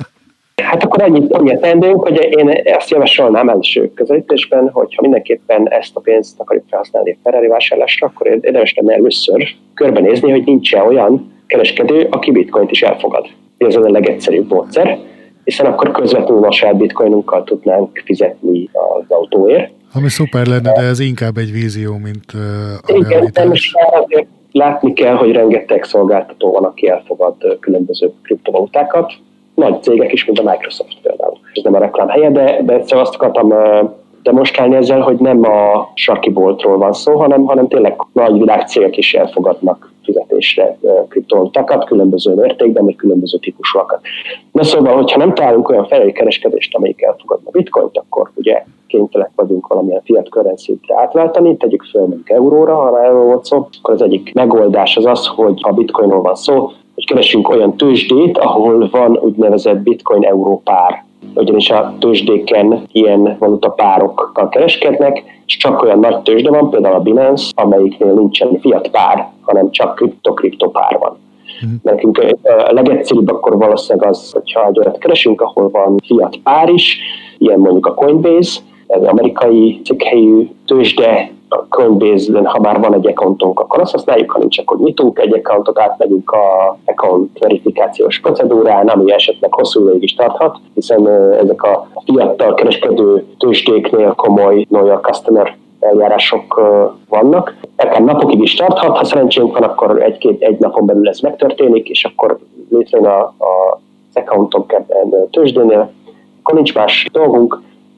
Hát akkor annyi, annyi a teendőnk, hogy én ezt javasolnám első közelítésben, hogyha mindenképpen ezt a pénzt akarjuk felhasználni a Ferrari vásárlásra, akkor érdemes lenne először körbenézni, hogy nincs-e olyan kereskedő, aki bitcoint is elfogad. Ez a legegyszerűbb módszer, hiszen akkor közvetlenül a saját bitcoinunkkal tudnánk fizetni az autóért. Ami szuper lenne, de ez inkább egy vízió, mint uh, a igen, realitás. Most azért látni kell, hogy rengeteg szolgáltató van, aki elfogad különböző kriptovalutákat. Nagy cégek is, mint a Microsoft például. Ez nem a reklám helye, de, de egyszer azt akartam demonstrálni ezzel, hogy nem a sarki boltról van szó, hanem, hanem tényleg nagy világcégek is elfogadnak fizetésre kriptovalutákat, különböző mértékben, vagy különböző típusúakat. Na szóval, hogyha nem találunk olyan felelős kereskedést, amelyik elfogadna bitcoint, akkor ugye kénytelenek vagyunk valamilyen fiat currency-re átváltani, tegyük föl mondjuk euróra, ha erről volt szó, akkor az egyik megoldás az az, hogy ha bitcoinról van szó, hogy keresünk olyan tőzsdét, ahol van úgynevezett bitcoin-euró pár. Ugyanis a tőzsdéken ilyen valutapárokkal kereskednek, és csak olyan nagy tőzsde van, például a Binance, amelyiknél nincsen fiat pár, hanem csak kripto-kripto pár van. Mm. Nekünk a legegyszerűbb akkor valószínűleg az, hogyha egy olyat keresünk, ahol van fiat pár is, ilyen mondjuk a Coinbase, ez amerikai cikkhelyű tőzsde, a Coinbase-ben, ha már van egy accountunk, akkor azt használjuk, ha nincs, akkor nyitunk egy accountot, átmegyünk a account verifikációs procedúrán, ami esetleg hosszú ideig is tarthat, hiszen ezek a fiattal kereskedő tőzsdéknél komoly know your customer eljárások vannak. Akár napokig is tarthat, ha szerencsénk van, akkor egy-két, egy napon belül ez megtörténik, és akkor létrejön a, a, az accountunk ebben tőzsdénél. Akkor nincs más dolgunk,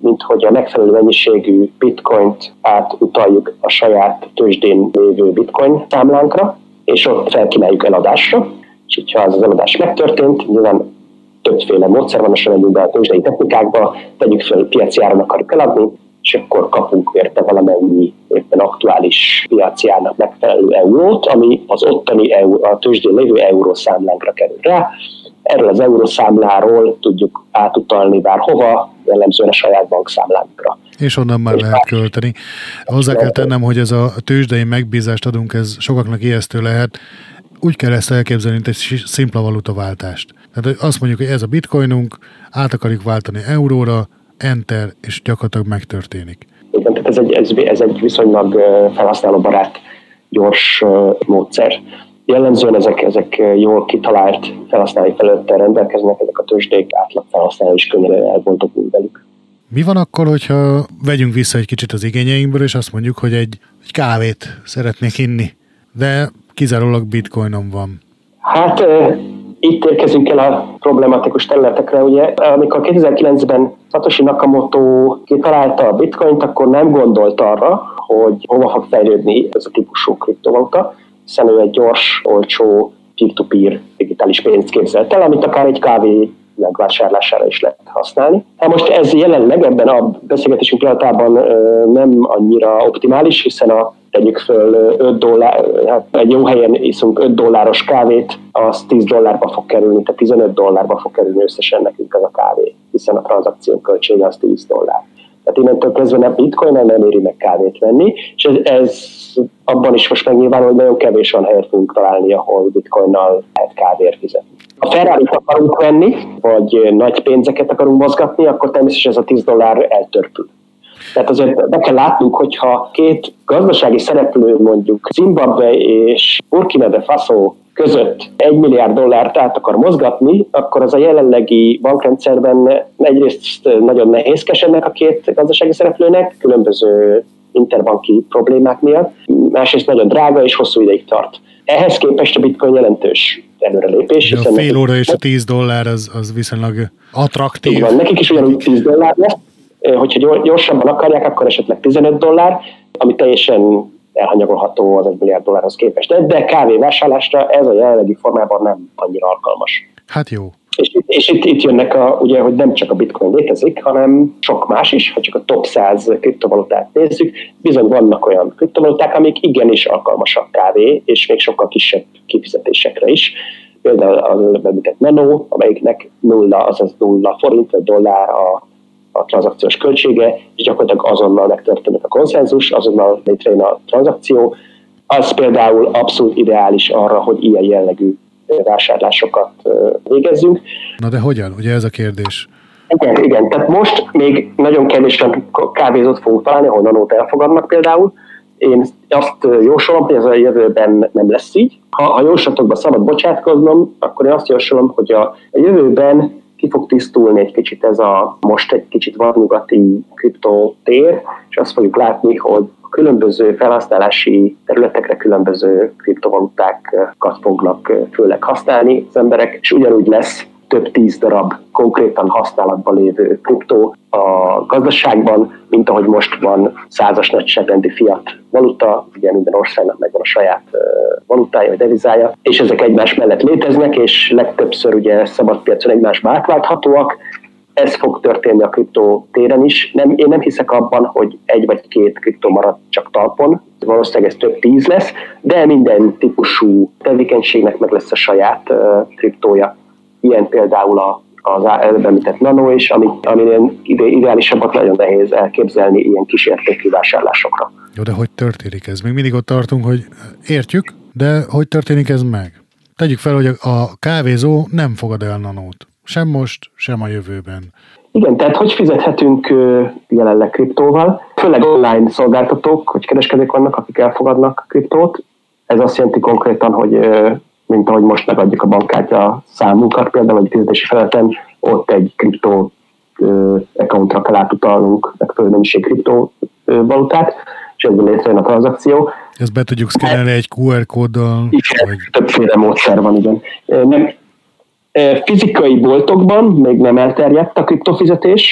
mint hogy a megfelelő mennyiségű bitcoint átutaljuk a saját tőzsdén lévő bitcoin számlánkra, és ott felkínáljuk eladásra, és hogyha az az eladás megtörtént, nyilván többféle módszer van, most megyünk be a tőzsdei technikákba, tegyük fel, piaci áron akarjuk eladni, és akkor kapunk érte valamennyi éppen aktuális piaci árnak megfelelő eurót, ami az ottani euró, a tőzsdén lévő eurószámlánkra kerül rá. Erről az eurószámláról tudjuk átutalni bárhova, jellemzően a saját bankszámlánkra. És onnan már és lehet költeni. Hozzá kell tennem, hogy ez a tőzsdei megbízást adunk, ez sokaknak ijesztő lehet. Úgy kell ezt elképzelni, mint egy szimpla valutaváltást. Tehát azt mondjuk, hogy ez a bitcoinunk, át akarjuk váltani euróra, enter, és gyakorlatilag megtörténik. Igen, tehát ez egy, ez, ez egy viszonylag felhasználóbarát, gyors módszer. Jellemzően ezek, ezek jól kitalált felhasználói felülettel rendelkeznek, ezek a tőzsdék átlag felhasználó is könnyen elboldogul velük. Mi van akkor, hogyha vegyünk vissza egy kicsit az igényeinkből, és azt mondjuk, hogy egy, egy kávét szeretnék inni, de kizárólag bitcoinom van? Hát e, itt érkezünk el a problematikus területekre, ugye. Amikor kétezer-kilencben Satoshi Nakamoto kitalálta a bitcoint, akkor nem gondolt arra, hogy hova fog fejlődni ez a típusú kriptovaluta, hiszen ő egy gyors, olcsó, peer-to-peer digitális pénzt képzelt el, amit akár egy kávé megvásárlására is lehet használni. Hát most ez jelenleg ebben a beszélgetésünk pillanatában nem annyira optimális, hiszen a tegyük föl öt dollár, hát egy jó helyen iszunk öt dolláros kávét, az tíz dollárba fog kerülni, tehát tizenöt dollárba fog kerülni összesen nekünk ez a kávé, hiszen a tranzakció költsége az tíz dollár. Tehát innentől kezdve nem bitcoinnal nem éri meg kávét venni, és ez, ez abban is most megnyilvánul, hogy nagyon kevés van helyet fogunk találni, ahol bitcoinnal lehet kávéért fizetni. Ha Ferrarit akarunk venni, vagy nagy pénzeket akarunk mozgatni, akkor természetesen ez a tíz dollár eltörpül. Tehát azért be kell látnunk, hogyha két gazdasági szereplő, mondjuk Zimbabwe és Burkina Faso között egy milliárd dollárt át akar mozgatni, akkor az a jelenlegi bankrendszerben egyrészt nagyon nehézkes ennek a két gazdasági szereplőnek, különböző interbanki problémák miatt, másrészt nagyon drága és hosszú ideig tart. Ehhez képest a bitcoin jelentős előrelépés. A fél óra és a tíz dollár az, az viszonylag attraktív. Igen, nekik is ugyanúgy tíz dollár lesz. Hogyha gyorsabban akarják, akkor esetleg tizenöt dollár, ami teljesen elhanyagolható az egy milliárd dollárhoz képest. De, de kávévásárlásra ez a jelenlegi formában nem annyira alkalmas. Hát jó. És, és itt, itt jönnek, a, ugye, hogy nem csak a bitcoin létezik, hanem sok más is, ha csak a top száz kriptovalutát nézzük, bizony vannak olyan kriptovaluták, amik igenis alkalmasak kávé, és még sokkal kisebb kifizetésekre is. Például az említett Nano, amelyiknek nulla, azaz nulla forint vagy dollár a a tranzakciós költsége, és gyakorlatilag azonnal megtörténik a konszenzus, azonnal létrejön a tranzakció. Az például abszolút ideális arra, hogy ilyen jellegű vásárlásokat végezzünk. Na de hogyan? Ugye ez a kérdés. Igen, igen. Tehát most még nagyon kevésen kávézót fogunk találni, ahol nanót elfogadnak például. Én azt jósolom, hogy ez a jövőben nem lesz így. Ha a jóslatokba szabad bocsátkoznom, akkor én azt jósolom, hogy a, a jövőben ki fog tisztulni egy kicsit ez a most egy kicsit vadnyugati kriptotér, és azt fogjuk látni, hogy a különböző felhasználási területekre különböző kriptovalutákat fognak főleg használni az emberek, és ugyanúgy lesz több tíz darab konkrétan használatban lévő kriptó a gazdaságban, mint ahogy most van százas nagyságrendi fiat valuta, ugye minden országnak megvan a saját valutája vagy devizája, és ezek egymás mellett léteznek, és legtöbbször ugye szabadpiacon egymásba átválthatóak. Ez fog történni a kriptó téren is. Nem, én nem hiszek abban, hogy egy vagy két kriptó marad csak talpon, valószínűleg ez több tíz lesz, de minden típusú tevékenységnek meg lesz a saját uh, kriptója. Ilyen például a, az előbb említett Nano is, ami, aminél ide, ideálisabbat nagyon nehéz elképzelni ilyen kísértékű vásárlásokra. Jó, de hogy történik ez? Még mindig ott tartunk, hogy értjük, de hogy történik ez meg? Tegyük fel, hogy a kávézó nem fogad el Nanót. Sem most, sem a jövőben. Igen, tehát hogy fizethetünk jelenleg kriptóval? Főleg online szolgáltatók, hogy kereskedők vannak, akik elfogadnak kriptót. Ez azt jelenti konkrétan, hogy mint ahogy most megadjuk a bankkártya számunkat, például egy fizetési felületen, ott egy kriptó accountra kell átutalnunk megfelelő mennyiség kriptovalutát, és ezzel létrejön a tranzakció. Ezt be tudjuk szkennelni egy kú er kóddal? Igen, vagy... többféle módszer van, igen. Nem, fizikai boltokban még nem elterjedt a kriptofizetés,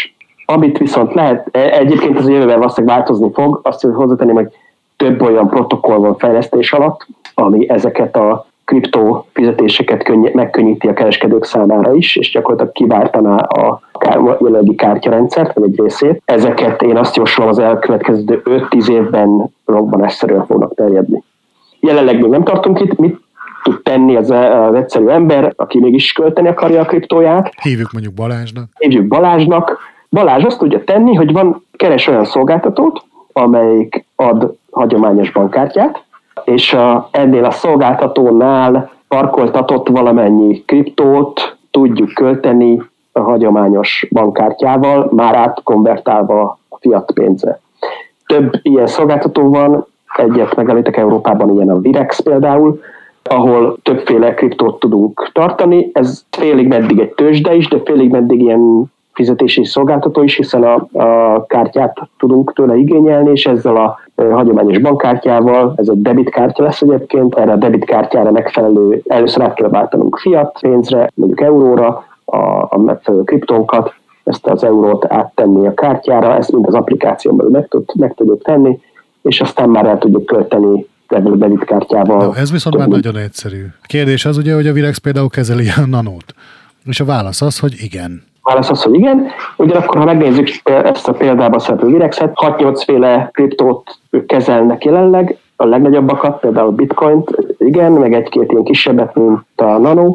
Amit viszont lehet, egyébként az jövőben valószínűleg változni fog, azt hozzátenném, hogy több olyan protokoll van fejlesztés alatt, ami ezeket a kriptó fizetéseket könny- megkönnyíti a kereskedők számára is, és gyakorlatilag kiváltaná a kár- jelenlegi kártyarendszert, vagy egy részét. Ezeket én azt jósolom az elkövetkező öt-tíz évben robbanásszerűen fognak terjedni. Jelenleg még nem tartunk itt, mit tud tenni az, az egyszerű ember, aki mégis költeni akarja a kriptóját. Hívjuk mondjuk Balázsnak. Hívjuk Balázsnak. Balázs azt tudja tenni, hogy van, keres olyan szolgáltatót, amelyik ad hagyományos bankkártyát, és a, ennél a szolgáltatónál parkoltatott valamennyi kriptót tudjuk költeni a hagyományos bankkártyával, már átkonvertálva a fiat pénzre. Több ilyen szolgáltató van, egyet megemlítek Európában, ilyen a Virex például, ahol többféle kriptót tudunk tartani. Ez félig meddig egy tőzsde is, de félig meddig ilyen fizetési szolgáltató is, hiszen a, a kártyát tudunk tőle igényelni, és ezzel a hagyományos bankkártyával, ez egy debitkártya lesz egyébként, erre a debitkártyára megfelelő, először át kell váltanunk fiat pénzre, mondjuk euróra, a, a megfelelő kriptónkat, ezt az eurót áttenni a kártyára, ezt mind az applikáción belül meg, tud, meg tudjuk tenni, és aztán már el tudjuk költeni ebből a debitkártyával. No, ez viszont már nagyon egyszerű. A kérdés az ugye, hogy a Virex például kezeli a nanót. És a válasz az, hogy igen. A válasz az, hogy igen. Ugyanakkor, ha megnézzük ezt a példában szereplő Virexet, hat-nyolc féle kriptót ők kezelnek jelenleg, a legnagyobbakat, például a Bitcoint, igen, meg egy-két ilyen kisebbet, mint a Nano.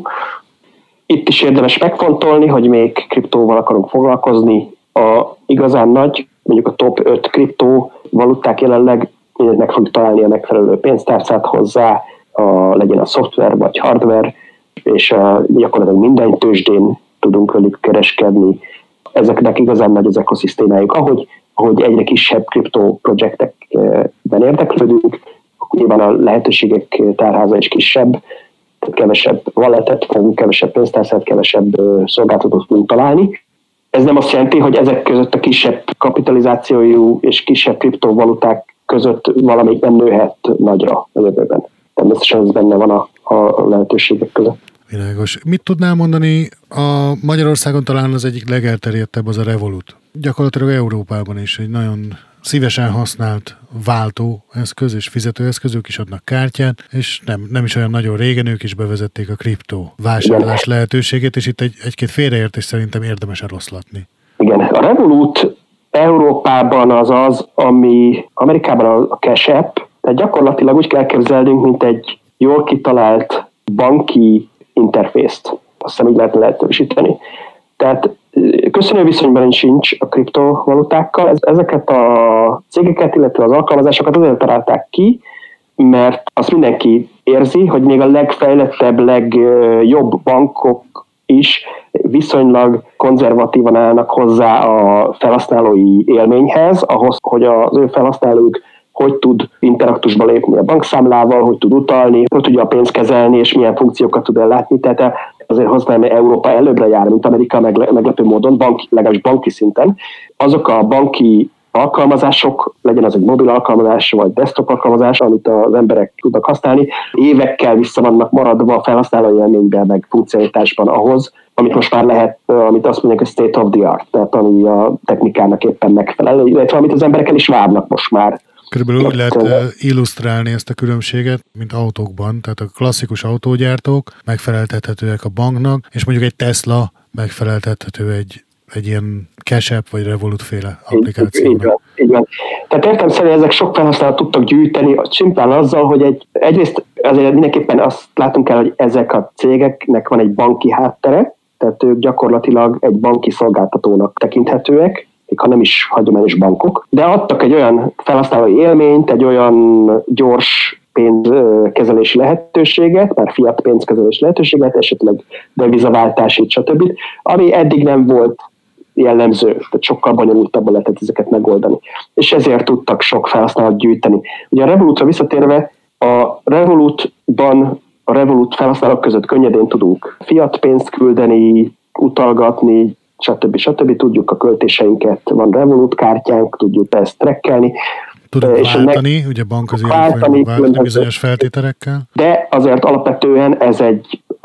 Itt is érdemes megfontolni, hogy még kriptóval akarunk foglalkozni. A igazán nagy, mondjuk a top öt kriptó valuták jelenleg, meg fogjuk találni a megfelelő pénztárcát hozzá, a, legyen a szoftver vagy hardware, és a, gyakorlatilag minden tőzsdén tudunk velük kereskedni. Ezeknek igazán nagy az ökoszisztémájuk. Ahogy, ahogy egyre kisebb kriptó projektekben érdeklődünk, nyilván a lehetőségek tárháza is kisebb, tehát kevesebb walletet fogunk, kevesebb pénztárcát, kevesebb szolgáltatót tudunk találni. Ez nem azt jelenti, hogy ezek között a kisebb kapitalizációjú és kisebb kriptovaluták között valamelyik nem nőhet nagyra a jövőben. Természetesen ez benne van a, a lehetőségek között. Világos. Mit tudnál mondani, a Magyarországon talán az egyik legelterjedtebb az a Revolut. Gyakorlatilag Európában is egy nagyon szívesen használt váltóeszköz és fizetőeszközök is adnak kártyát, és nem, nem is olyan nagyon régen ők is bevezették a kriptó vásárlás Igen. lehetőségét, és itt egy, egy-két félreértés szerintem érdemes eloszlatni. Igen, a Revolut Európában az az, ami Amerikában a Cash App, tehát gyakorlatilag úgy kell képzelnünk, mint egy jól kitalált banki interfészt. Azt hiszem, így lehetne lehetősíteni. Tehát köszönő viszonyban sincs a kriptovalutákkal. Ezeket a cégeket, illetve az alkalmazásokat azért találták ki, mert azt mindenki érzi, hogy még a legfejlettebb, legjobb bankok is viszonylag konzervatívan állnak hozzá a felhasználói élményhez, ahhoz, hogy az ő felhasználók hogy tud interaktusba lépni a bankszámlával, hogy tud utalni, hogy tudja a pénzt kezelni, és milyen funkciókat tud ellátni. Tehát azért hozzám, hogy Európa előbbre jár, mint Amerika meglepő módon, banki, legalábbis banki szinten. Azok a banki alkalmazások, legyen az egy mobil alkalmazás, vagy desktop alkalmazás, amit az emberek tudnak használni, évekkel vissza vannak maradva a felhasználói élményben, meg funkcionalitásban ahhoz, amit most már lehet, amit azt mondják, hogy state of the art, tehát ami a technikának éppen megfelel, illetve amit az emberek el is várnak most már. Körülbelül úgy lehet illusztrálni ezt a különbséget, mint autókban, tehát a klasszikus autógyártók megfeleltethetőek a banknak, és mondjuk egy Tesla megfeleltethető egy, egy ilyen Cash App vagy Revolut-féle applikációnak. Így van, így van. Tehát értem szerint ezek sok felhasználót tudtak gyűjteni, simplán azzal, hogy egy, egyrészt azért mindenképpen azt látunk el, hogy ezek a cégeknek van egy banki háttere, tehát ők gyakorlatilag egy banki szolgáltatónak tekinthetőek, ha nem is hagyományos bankok, de adtak egy olyan felhasználói élményt, egy olyan gyors pénzkezelési lehetőséget, már fiat pénzkezelési lehetőséget, esetleg devizaváltási, stb., ami eddig nem volt jellemző, tehát sokkal bonyolultabban lehetett ezeket megoldani. És ezért tudtak sok felhasználót gyűjteni. Ugye a Revolutra visszatérve, a Revolutban a Revolut felhasználók között könnyedén tudunk fiat pénzt küldeni, utalgatni, stb. stb. Tudjuk a költéseinket, van Revolut kártyánk, tudjuk ezt trekkelni. Tudunk és váltani, ugye bankközi váltani bizonyos feltételekkel. De azért alapvetően ez egy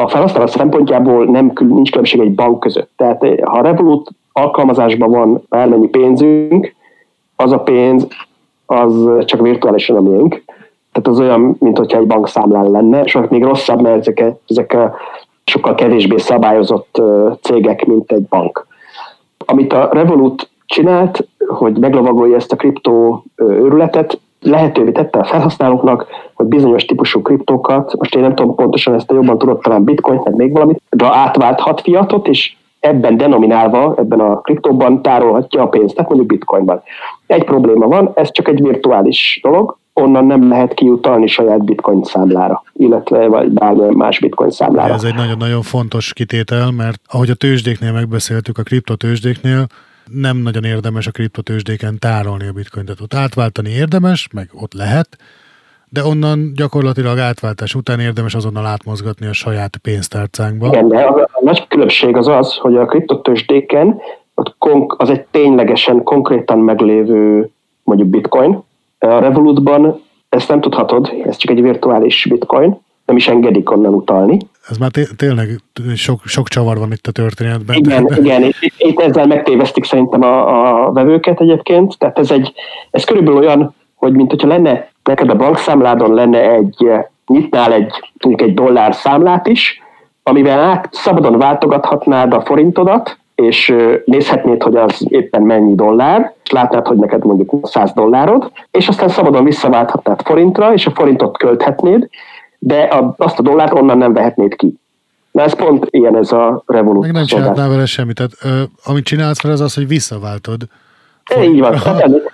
a felhasználó szempontjából nem, nincs különbség egy bank között. Tehát ha a Revolut alkalmazásban van bármennyi pénzünk, az a pénz az csak virtuálisan a miénk. Tehát az olyan, mint hogyha egy bankszámlán lenne, és még rosszabb, mert ezek, ezek a sokkal kevésbé szabályozott cégek, mint egy bank. Amit a Revolut csinált, hogy meglovagolja ezt a kriptó őrületet, lehetővé tette a felhasználóknak, hogy bizonyos típusú kriptókat, most én nem tudom pontosan ezt, a jobban tudod talán bitcoint, meg még valamit, de átválthat fiatot, és ebben denominálva, ebben a kriptóban tárolhatja a pénzt, tehát mondjuk bitcoinban. Egy probléma van, ez csak egy virtuális dolog, onnan nem lehet kiutalni saját bitcoin számlára, illetve vagy bármilyen más bitcoin számlára. Ez egy nagyon-nagyon fontos kitétel, mert ahogy a tőzsdéknél megbeszéltük, a kriptotőzsdéknél nem nagyon érdemes a kriptotőzsdéken tárolni a bitcoint. Tehát ott átváltani érdemes, meg ott lehet, de onnan gyakorlatilag átváltás után érdemes azonnal átmozgatni a saját pénztárcánkba. Igen, de a, a nagy különbség az az, hogy a kriptotőzsdéken az egy ténylegesen, konkrétan meglévő mondjuk bitcoin. A Revolutban ezt nem tudhatod, ez csak egy virtuális bitcoin, nem is engedik onnan utalni. Ez már té- tényleg sok, sok csavar van itt a történetben. Igen, igen, itt, itt ezzel megtévesztik szerintem a, a vevőket egyébként, tehát ez, egy, ez körülbelül olyan, hogy mint hogyha lenne, neked a bankszámládon lenne egy, nyitnál egy, mondjuk egy dollár számlát is, amivel át szabadon váltogathatnád a forintodat, és nézhetnéd, hogy az éppen mennyi dollár, és látnád, hogy neked mondjuk száz dollárod, és aztán szabadon visszaválthatnád forintra, és a forintot költhetnéd, de a, azt a dollárt onnan nem vehetnéd ki. Na ez pont ilyen ez a Revolut. Meg nem csináltál vele semmit, tehát ö, amit csinálsz vele az az, hogy visszaváltod. É, így van.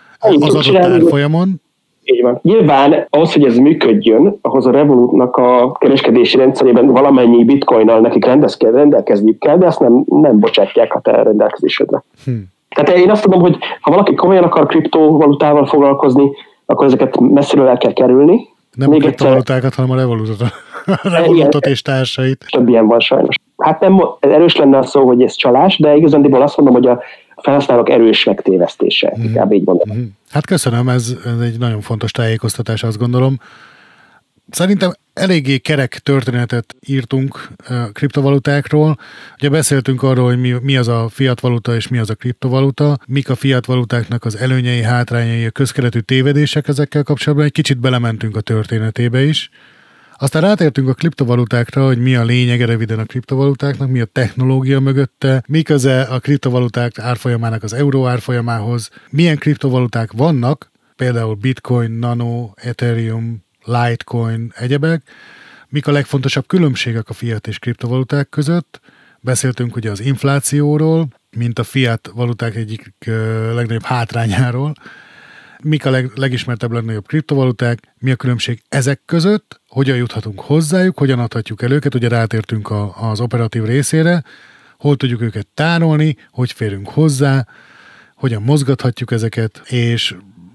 Az adott árfolyamon. Így van. Nyilván ahhoz, hogy ez működjön, ahhoz a Revolutnak a kereskedési rendszerében valamennyi bitcoinnal nekik rendez kell, rendelkezniük kell, de ezt nem, nem bocsátják a te rendelkezésedre. Hm. Tehát én azt tudom, hogy ha valaki komolyan akar kriptovalutával foglalkozni, akkor ezeket messziről el kell kerülni. Nem még a kriptovalutákat, hanem a Revolutot, a Revolutot és társait. Több ilyen van sajnos. Hát nem erős lenne a szó, hogy ez csalás, de igazándiból azt mondom, hogy a felhasználók erős megtévesztése. Mm. Inkább így mondom. Mm. Hát köszönöm, ez, ez egy nagyon fontos tájékoztatás, azt gondolom. Szerintem eléggé kerek történetet írtunk kriptovalutákról. Ugye beszéltünk arról, hogy mi, mi az a fiat valuta és mi az a kriptovaluta, mik a fiat valutáknak az előnyei, hátrányai, a közkeletű tévedések ezekkel kapcsolatban. Egy kicsit belementünk a történetébe is. Aztán rátértünk a kriptovalutákra, hogy mi a lényege röviden a kriptovalutáknak, mi a technológia mögötte, mi köze a kriptovaluták árfolyamának az euró árfolyamához, milyen kriptovaluták vannak, például Bitcoin, Nano, Ethereum, Litecoin, egyebek, mik a legfontosabb különbségek a fiat és kriptovaluták között. Beszéltünk ugye az inflációról, mint a fiat valuták egyik legnagyobb hátrányáról, mik a leg, legismertebb, legnagyobb kriptovaluták, mi a különbség ezek között, hogyan juthatunk hozzájuk, hogyan adhatjuk el őket, ugye rátértünk a, az operatív részére, hol tudjuk őket tárolni, hogy férünk hozzá, hogyan mozgathatjuk ezeket, és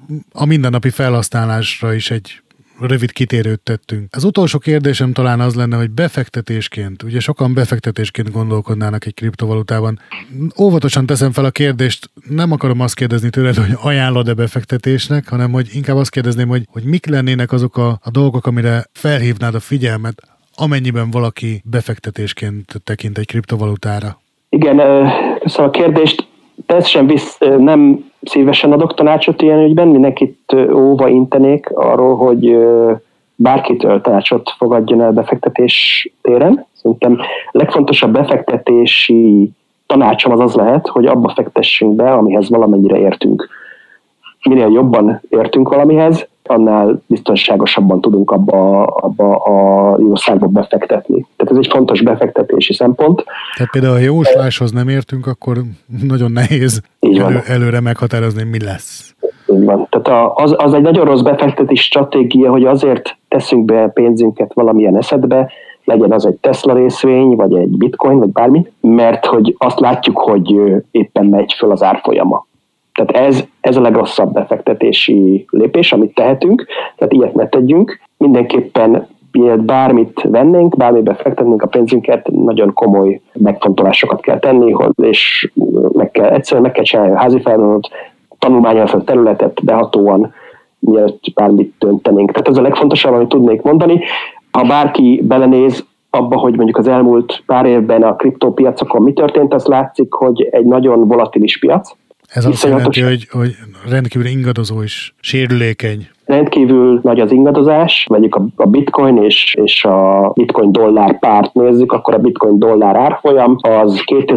a mindennapi felhasználásra is egy rövid kitérőt tettünk. Az utolsó kérdésem talán az lenne, hogy befektetésként, ugye sokan befektetésként gondolkodnának egy kriptovalutában. Óvatosan teszem fel a kérdést, nem akarom azt kérdezni tőled, hogy ajánlod-e befektetésnek, hanem hogy inkább azt kérdezném, hogy, hogy mik lennének azok a, a dolgok, amire felhívnád a figyelmet, amennyiben valaki befektetésként tekint egy kriptovalutára. Igen, köszönöm a kérdést. Teljesen visz, nem szívesen adok tanácsot ilyen ügyben, mindenkit óva intenék arról, hogy bárkitől tanácsot fogadjon el befektetés téren. Szerintem a legfontosabb befektetési tanácsom az az lehet, hogy abba fektessünk be, amihez valamennyire értünk. Minél jobban értünk valamihez, annál biztonságosabban tudunk abba, abba a jószágba befektetni. Tehát ez egy fontos befektetési szempont. Tehát például, ha jósláshoz nem értünk, akkor nagyon nehéz elő, előre meghatározni, mi lesz. Így van. Tehát az, az egy nagyon rossz befektetési stratégia, hogy azért teszünk be pénzünket valamilyen eszetbe, legyen az egy Tesla részvény, vagy egy bitcoin, vagy bármi, mert hogy azt látjuk, hogy éppen megy föl az árfolyama. Tehát ez, ez a legrosszabb befektetési lépés, amit tehetünk, tehát ilyet ne tegyünk. Mindenképpen miért bármit vennénk, bármibe fektetnénk a pénzünket, nagyon komoly megfontolásokat kell tenni, és meg kell, egyszerűen meg kell csinálni a házi feladatot, tanulmányozni a területet behatóan, mielőtt bármit döntenénk. Tehát ez a legfontosabb, amit tudnék mondani. Ha bárki belenéz, abba, hogy mondjuk az elmúlt pár évben a kriptópiacokon mi történt, az látszik, hogy egy nagyon volatilis piac. Ez azt jelenti, hogy, hogy rendkívül ingadozó és sérülékeny. Rendkívül nagy az ingadozás, vegyük a, a bitcoin és, és a bitcoin dollár párt nézzük, akkor a bitcoin dollár árfolyam az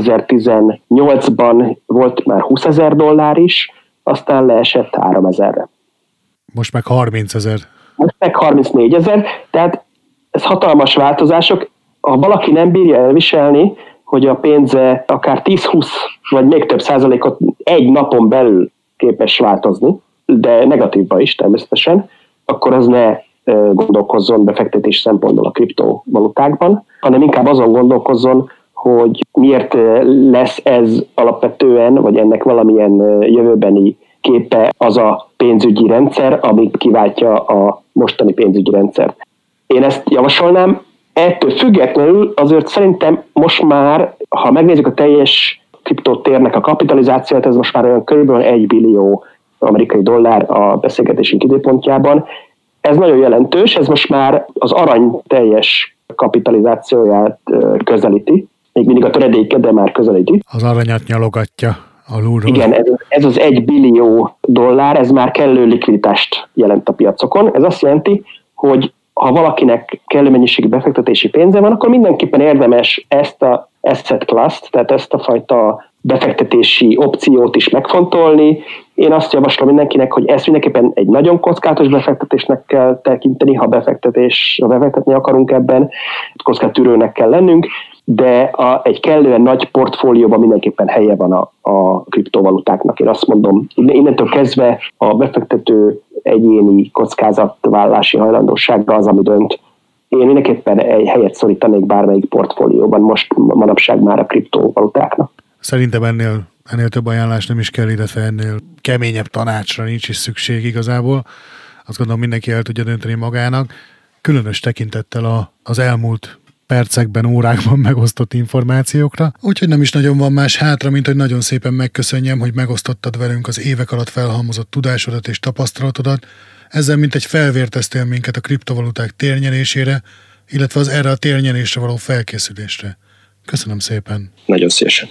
kétezer-tizennyolcban volt már húszezer dollár is, aztán leesett háromezerre. Most meg harmincezer. Most meg harmincnégyezer, tehát ez hatalmas változások. Ha valaki nem bírja elviselni, hogy a pénze akár tíz-húsz vagy még több százalékot egy napon belül képes változni, de negatívba is természetesen, akkor az ne gondolkozzon befektetés szempontból a kriptovalutákban, hanem inkább azon gondolkozzon, hogy miért lesz ez alapvetően, vagy ennek valamilyen jövőbeni képe az a pénzügyi rendszer, ami kiváltja a mostani pénzügyi rendszert. Én ezt javasolnám, ettől függetlenül azért szerintem most már, ha megnézzük a teljes kriptotérnek a kapitalizációt, ez most már olyan körülbelül egy billió amerikai dollár a beszélgetésünk időpontjában. Ez nagyon jelentős, ez most már az arany teljes kapitalizációját közelíti, még mindig a töredéke, de már közelíti. Az aranyat nyalogatja alulról. Igen, ez, ez az egy billió dollár, ez már kellő likviditást jelent a piacokon. Ez azt jelenti, hogy ha valakinek kellő mennyiségű befektetési pénze van, akkor mindenképpen érdemes ezt a asset class-t, tehát ezt a fajta befektetési opciót is megfontolni. Én azt javaslom mindenkinek, hogy ezt mindenképpen egy nagyon kockázatos befektetésnek kell tekinteni, ha befektetés, ha befektetni akarunk ebben, kockázatűrőnek kell lennünk, de a, egy kellően nagy portfólióban mindenképpen helye van a, a kriptovalutáknak. Én azt mondom, innentől kezdve a befektető egyéni kockázatvállalási hajlandósága az, ami dönt. Én mindenképpen egy helyet szorítanék bármelyik portfólióban most manapság már a kriptovalutáknak. Szerintem ennél, ennél több ajánlás nem is kell, illetve ennél keményebb tanácsra nincs is szükség igazából. Azt gondolom, mindenki el tudja dönteni magának. Különös tekintettel a, az elmúlt percekben, órákban megosztott információkra. Úgyhogy nem is nagyon van más hátra, mint hogy nagyon szépen megköszönjem, hogy megosztottad velünk az évek alatt felhalmozott tudásodat és tapasztalatodat. Ezzel mint egy felvérteztél minket a kriptovaluták térnyerésére, illetve az erre a térnyerésre való felkészülésre. Köszönöm szépen. Nagyon szívesen.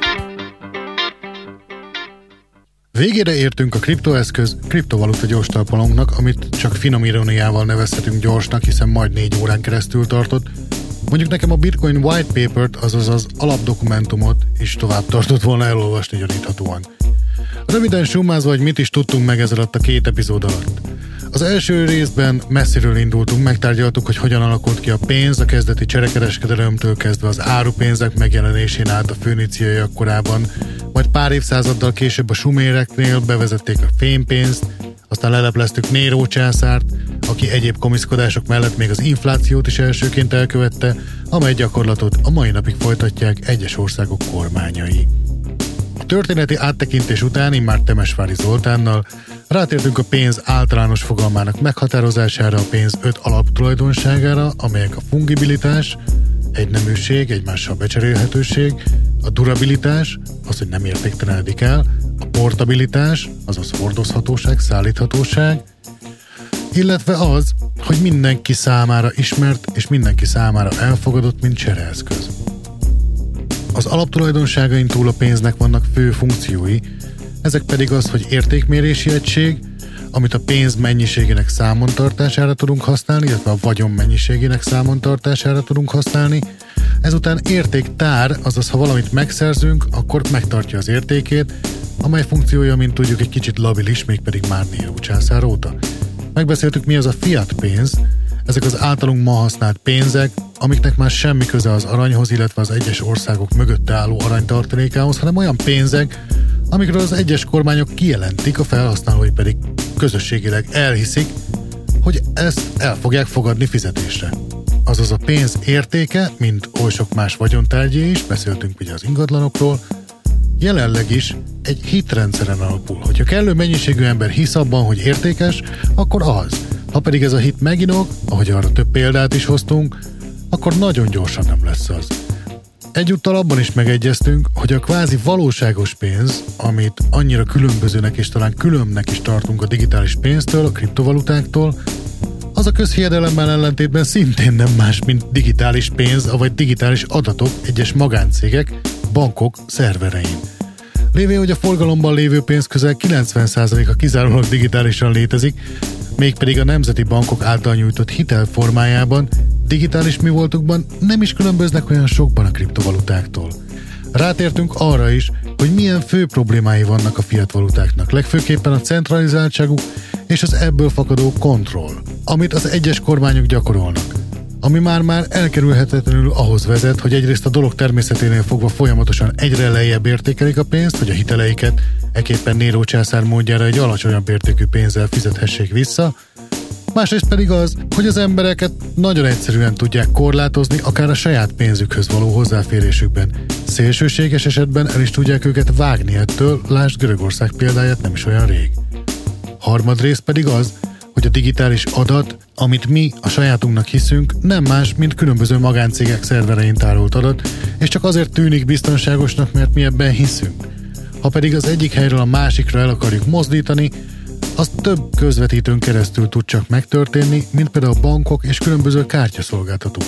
Végére értünk a kriptoeszköz kriptovaluta gyors talpalunknak, amit csak finom iróniával nevezhetünk gyorsnak, hiszen majd négy órán keresztül tartott. Mondjuk nekem a Bitcoin White Papert, azaz az alapdokumentumot is tovább tartott volna elolvasni gyaníthatóan. Röviden summázva, hogy mit is tudtunk meg ez alatt a két epizód alatt. Az első részben messziről indultunk, megtárgyaltuk, hogy hogyan alakult ki a pénz a kezdeti cserekereskedelemtől kezdve az árupénzek megjelenésén át a föníciaiak korában, majd pár évszázaddal később a suméreknél bevezették a fémpénzt, aztán lelepleztük Néró császárt, aki egyéb komiszkodások mellett még az inflációt is elsőként elkövette, amely gyakorlatot a mai napig folytatják egyes országok kormányai. A történeti áttekintés után immár Temesvári Zoltánnal rátértünk a pénz általános fogalmának meghatározására, a pénz öt alaptulajdonságára, amelyek a fungibilitás, egyneműség, egymással becserélhetőség, a durabilitás, az, hogy nem értéktelenedik el, a portabilitás, azaz hordozhatóság, szállíthatóság, illetve az, hogy mindenki számára ismert és mindenki számára elfogadott, mint csereeszköz. Az alaptulajdonságain túl a pénznek vannak fő funkciói, ezek pedig az, hogy értékmérési egység, amit a pénz mennyiségének számon tartására tudunk használni, illetve a vagyon mennyiségének számon tartására tudunk használni. Ezután értéktár, azaz ha valamit megszerzünk, akkor megtartja az értékét, amely funkciója, mint tudjuk, egy kicsit labilis, mégpedig már Néró császár óta. Megbeszéltük, mi az a fiat pénz, ezek az általunk ma használt pénzek, amiknek már semmi köze az aranyhoz, illetve az egyes országok mögötte álló aranytartalékához, hanem olyan pénzek, amikről az egyes kormányok kijelentik, a felhasználói pedig közösségileg elhiszik, hogy ezt el fogják fogadni fizetésre. Azaz a pénz értéke, mint oly sok más vagyontárgyé is, beszéltünk ugye az ingatlanokról, jelenleg is egy hitrendszeren alapul. Hogyha kellő mennyiségű ember hisz abban, hogy értékes, akkor az. Ha pedig ez a hit meginok, ahogy arra több példát is hoztunk, akkor nagyon gyorsan nem lesz az. Egyúttal abban is megegyeztünk, hogy a kvázi valóságos pénz, amit annyira különbözőnek és talán különbnek is tartunk a digitális pénztől, a kriptovalutáktól, az a közhiedelemmel ellentétben szintén nem más, mint digitális pénz, vagy digitális adatok egyes magáncégek, bankok szerverein. Lévén, hogy a forgalomban lévő pénz közel kilencven százaléka kizárólag digitálisan létezik, mégpedig a nemzeti bankok által nyújtott hitel formájában, digitális mivoltukban nem is különböznek olyan sokban a kriptovalutáktól. Rátértünk arra is, hogy milyen fő problémái vannak a fiat valutáknak, legfőképpen a centralizáltságuk és az ebből fakadó kontroll, amit az egyes kormányok gyakorolnak, ami már-már elkerülhetetlenül ahhoz vezet, hogy egyrészt a dolog természeténél fogva folyamatosan egyre lejjebb értékelik a pénzt, hogy a hiteleiket eképpen Néró császár módjára egy alacsonyabb értékű pénzzel fizethessék vissza, másrészt pedig az, hogy az embereket nagyon egyszerűen tudják korlátozni, akár a saját pénzükhöz való hozzáférésükben. Szélsőséges esetben el is tudják őket vágni ettől, lásd Görögország példáját nem is olyan rég. Harmadrészt pedig az, hogy a digitális adat, amit mi a sajátunknak hiszünk, nem más, mint különböző magáncégek szerverein tárolt adat, és csak azért tűnik biztonságosnak, mert mi ebben hiszünk. Ha pedig az egyik helyről a másikra el akarjuk mozdítani, az több közvetítőn keresztül tud csak megtörténni, mint például a bankok és különböző kártyaszolgáltatók.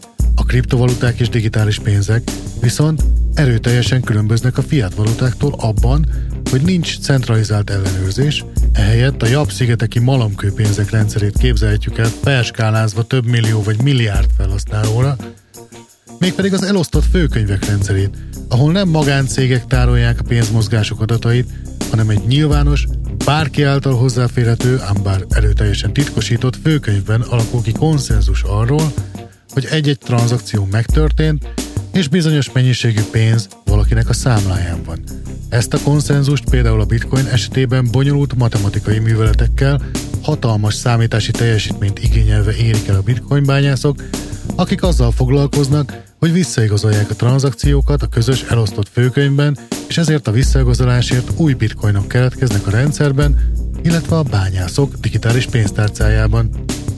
A kriptovaluták és digitális pénzek viszont erőteljesen különböznek a fiat valutáktól abban, hogy nincs centralizált ellenőrzés, ehelyett a Jabb-szigeteki malomkőpénzek rendszerét képzelhetjük el felskálázva több millió vagy milliárd felhasználóra, mégpedig az elosztott főkönyvek rendszerét, ahol nem magáncégek tárolják a pénzmozgások adatait, hanem egy nyilvános, bárki által hozzáférhető, ám bár erőteljesen titkosított főkönyvben alakul ki konszenzus arról, hogy egy-egy tranzakció megtörtént, és bizonyos mennyiségű pénz valakinek a számláján van. Ezt a konszenzust például a bitcoin esetében bonyolult matematikai műveletekkel, hatalmas számítási teljesítményt igényelve érik el a bitcoin bányászok, akik azzal foglalkoznak, hogy visszaigazolják a tranzakciókat a közös elosztott főkönyvben, és ezért a visszaigazolásért új bitcoinok keletkeznek a rendszerben, illetve a bányászok digitális pénztárcájában.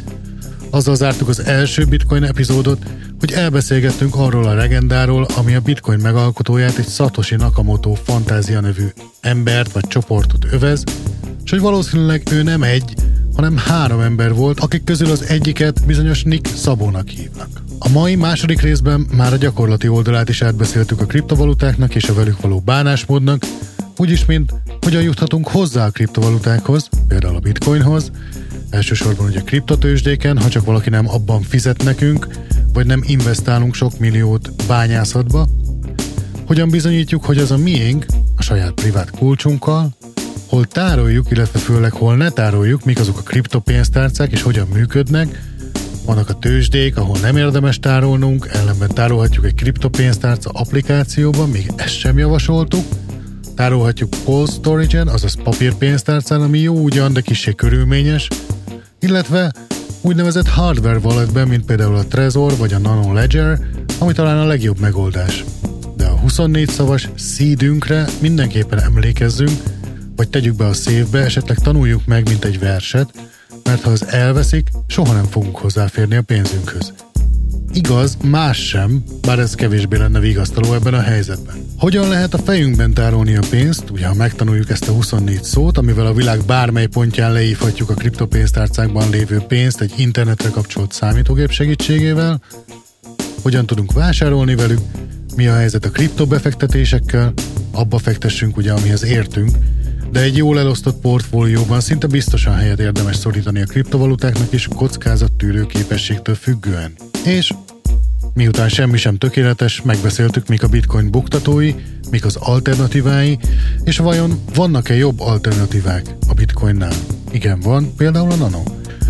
Azzal zártuk az első bitcoin epizódot, hogy elbeszélgettünk arról a legendáról, ami a bitcoin megalkotóját, egy Satoshi Nakamoto fantázia nevű embert vagy csoportot övez, és hogy valószínűleg ő nem egy, hanem három ember volt, akik közül az egyiket bizonyos Nick Szabónak hívnak. A mai második részben már a gyakorlati oldalát is átbeszéltük a kriptovalutáknak és a velük való bánásmódnak, úgyis, mint hogyan juthatunk hozzá a kriptovalutákhoz, például a bitcoinhoz, elsősorban ugye kriptotőzsdéken, ha csak valaki nem abban fizet nekünk, vagy nem investálunk sok milliót bányászatba, hogyan bizonyítjuk, hogy az a miénk, a saját privát kulcsunkkal, hol tároljuk, illetve főleg hol ne tároljuk, mik azok a kriptopénztárcák és hogyan működnek. Vannak a tőzsdék, ahol nem érdemes tárolnunk, ellenben tárolhatjuk egy kriptopénztárca applikációban, még ezt sem javasoltuk. Tárolhatjuk cold storage-en, azaz papírpénztárcán, ami jó ugyan, de kissé körülményes, illetve úgynevezett hardware walletben, mint például a Trezor vagy a Nano Ledger, ami talán a legjobb megoldás. De a huszonnégy szavas seedünkre mindenképpen emlékezzünk, vagy tegyük be a szévbe, esetleg tanuljuk meg, mint egy verset, mert ha az elveszik, soha nem fogunk hozzáférni a pénzünkhöz. Igaz, más sem, bár ez kevésbé lenne vigasztaló ebben a helyzetben. Hogyan lehet a fejünkben tárolni a pénzt, ugye ha megtanuljuk ezt a huszonnégy szót, amivel a világ bármely pontján leívhatjuk a kriptopénztárcákban lévő pénzt egy internetre kapcsolt számítógép segítségével, hogyan tudunk vásárolni velük, mi a helyzet a kriptobefektetésekkel, abba fektessünk ugye, amihez értünk, de egy jól elosztott portfólióban szinte biztosan helyet érdemes szorítani a kriptovalutáknak is kockázattűrő képességtől függően. És miután semmi sem tökéletes, megbeszéltük, mik a bitcoin buktatói, mik az alternatívái, és vajon vannak-e jobb alternatívák a bitcoinnál? Igen, van, például a Nano.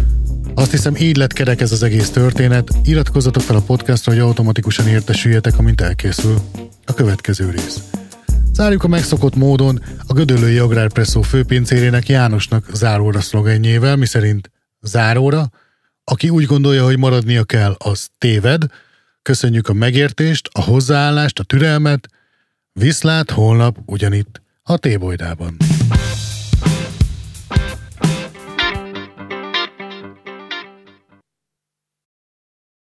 Azt hiszem, így lett kerek ez az egész történet. Iratkozzatok fel a podcastra, hogy automatikusan értesüljetek, amint elkészül a következő rész. Zárjuk a megszokott módon a Gödöllői Agrárpresszó főpincérének Jánosnak záróra szlogenjével, miszerint záróra, aki úgy gondolja, hogy maradnia kell, az téved. Köszönjük a megértést, a hozzáállást, a türelmet. Viszlát holnap ugyanitt a Tébolydában.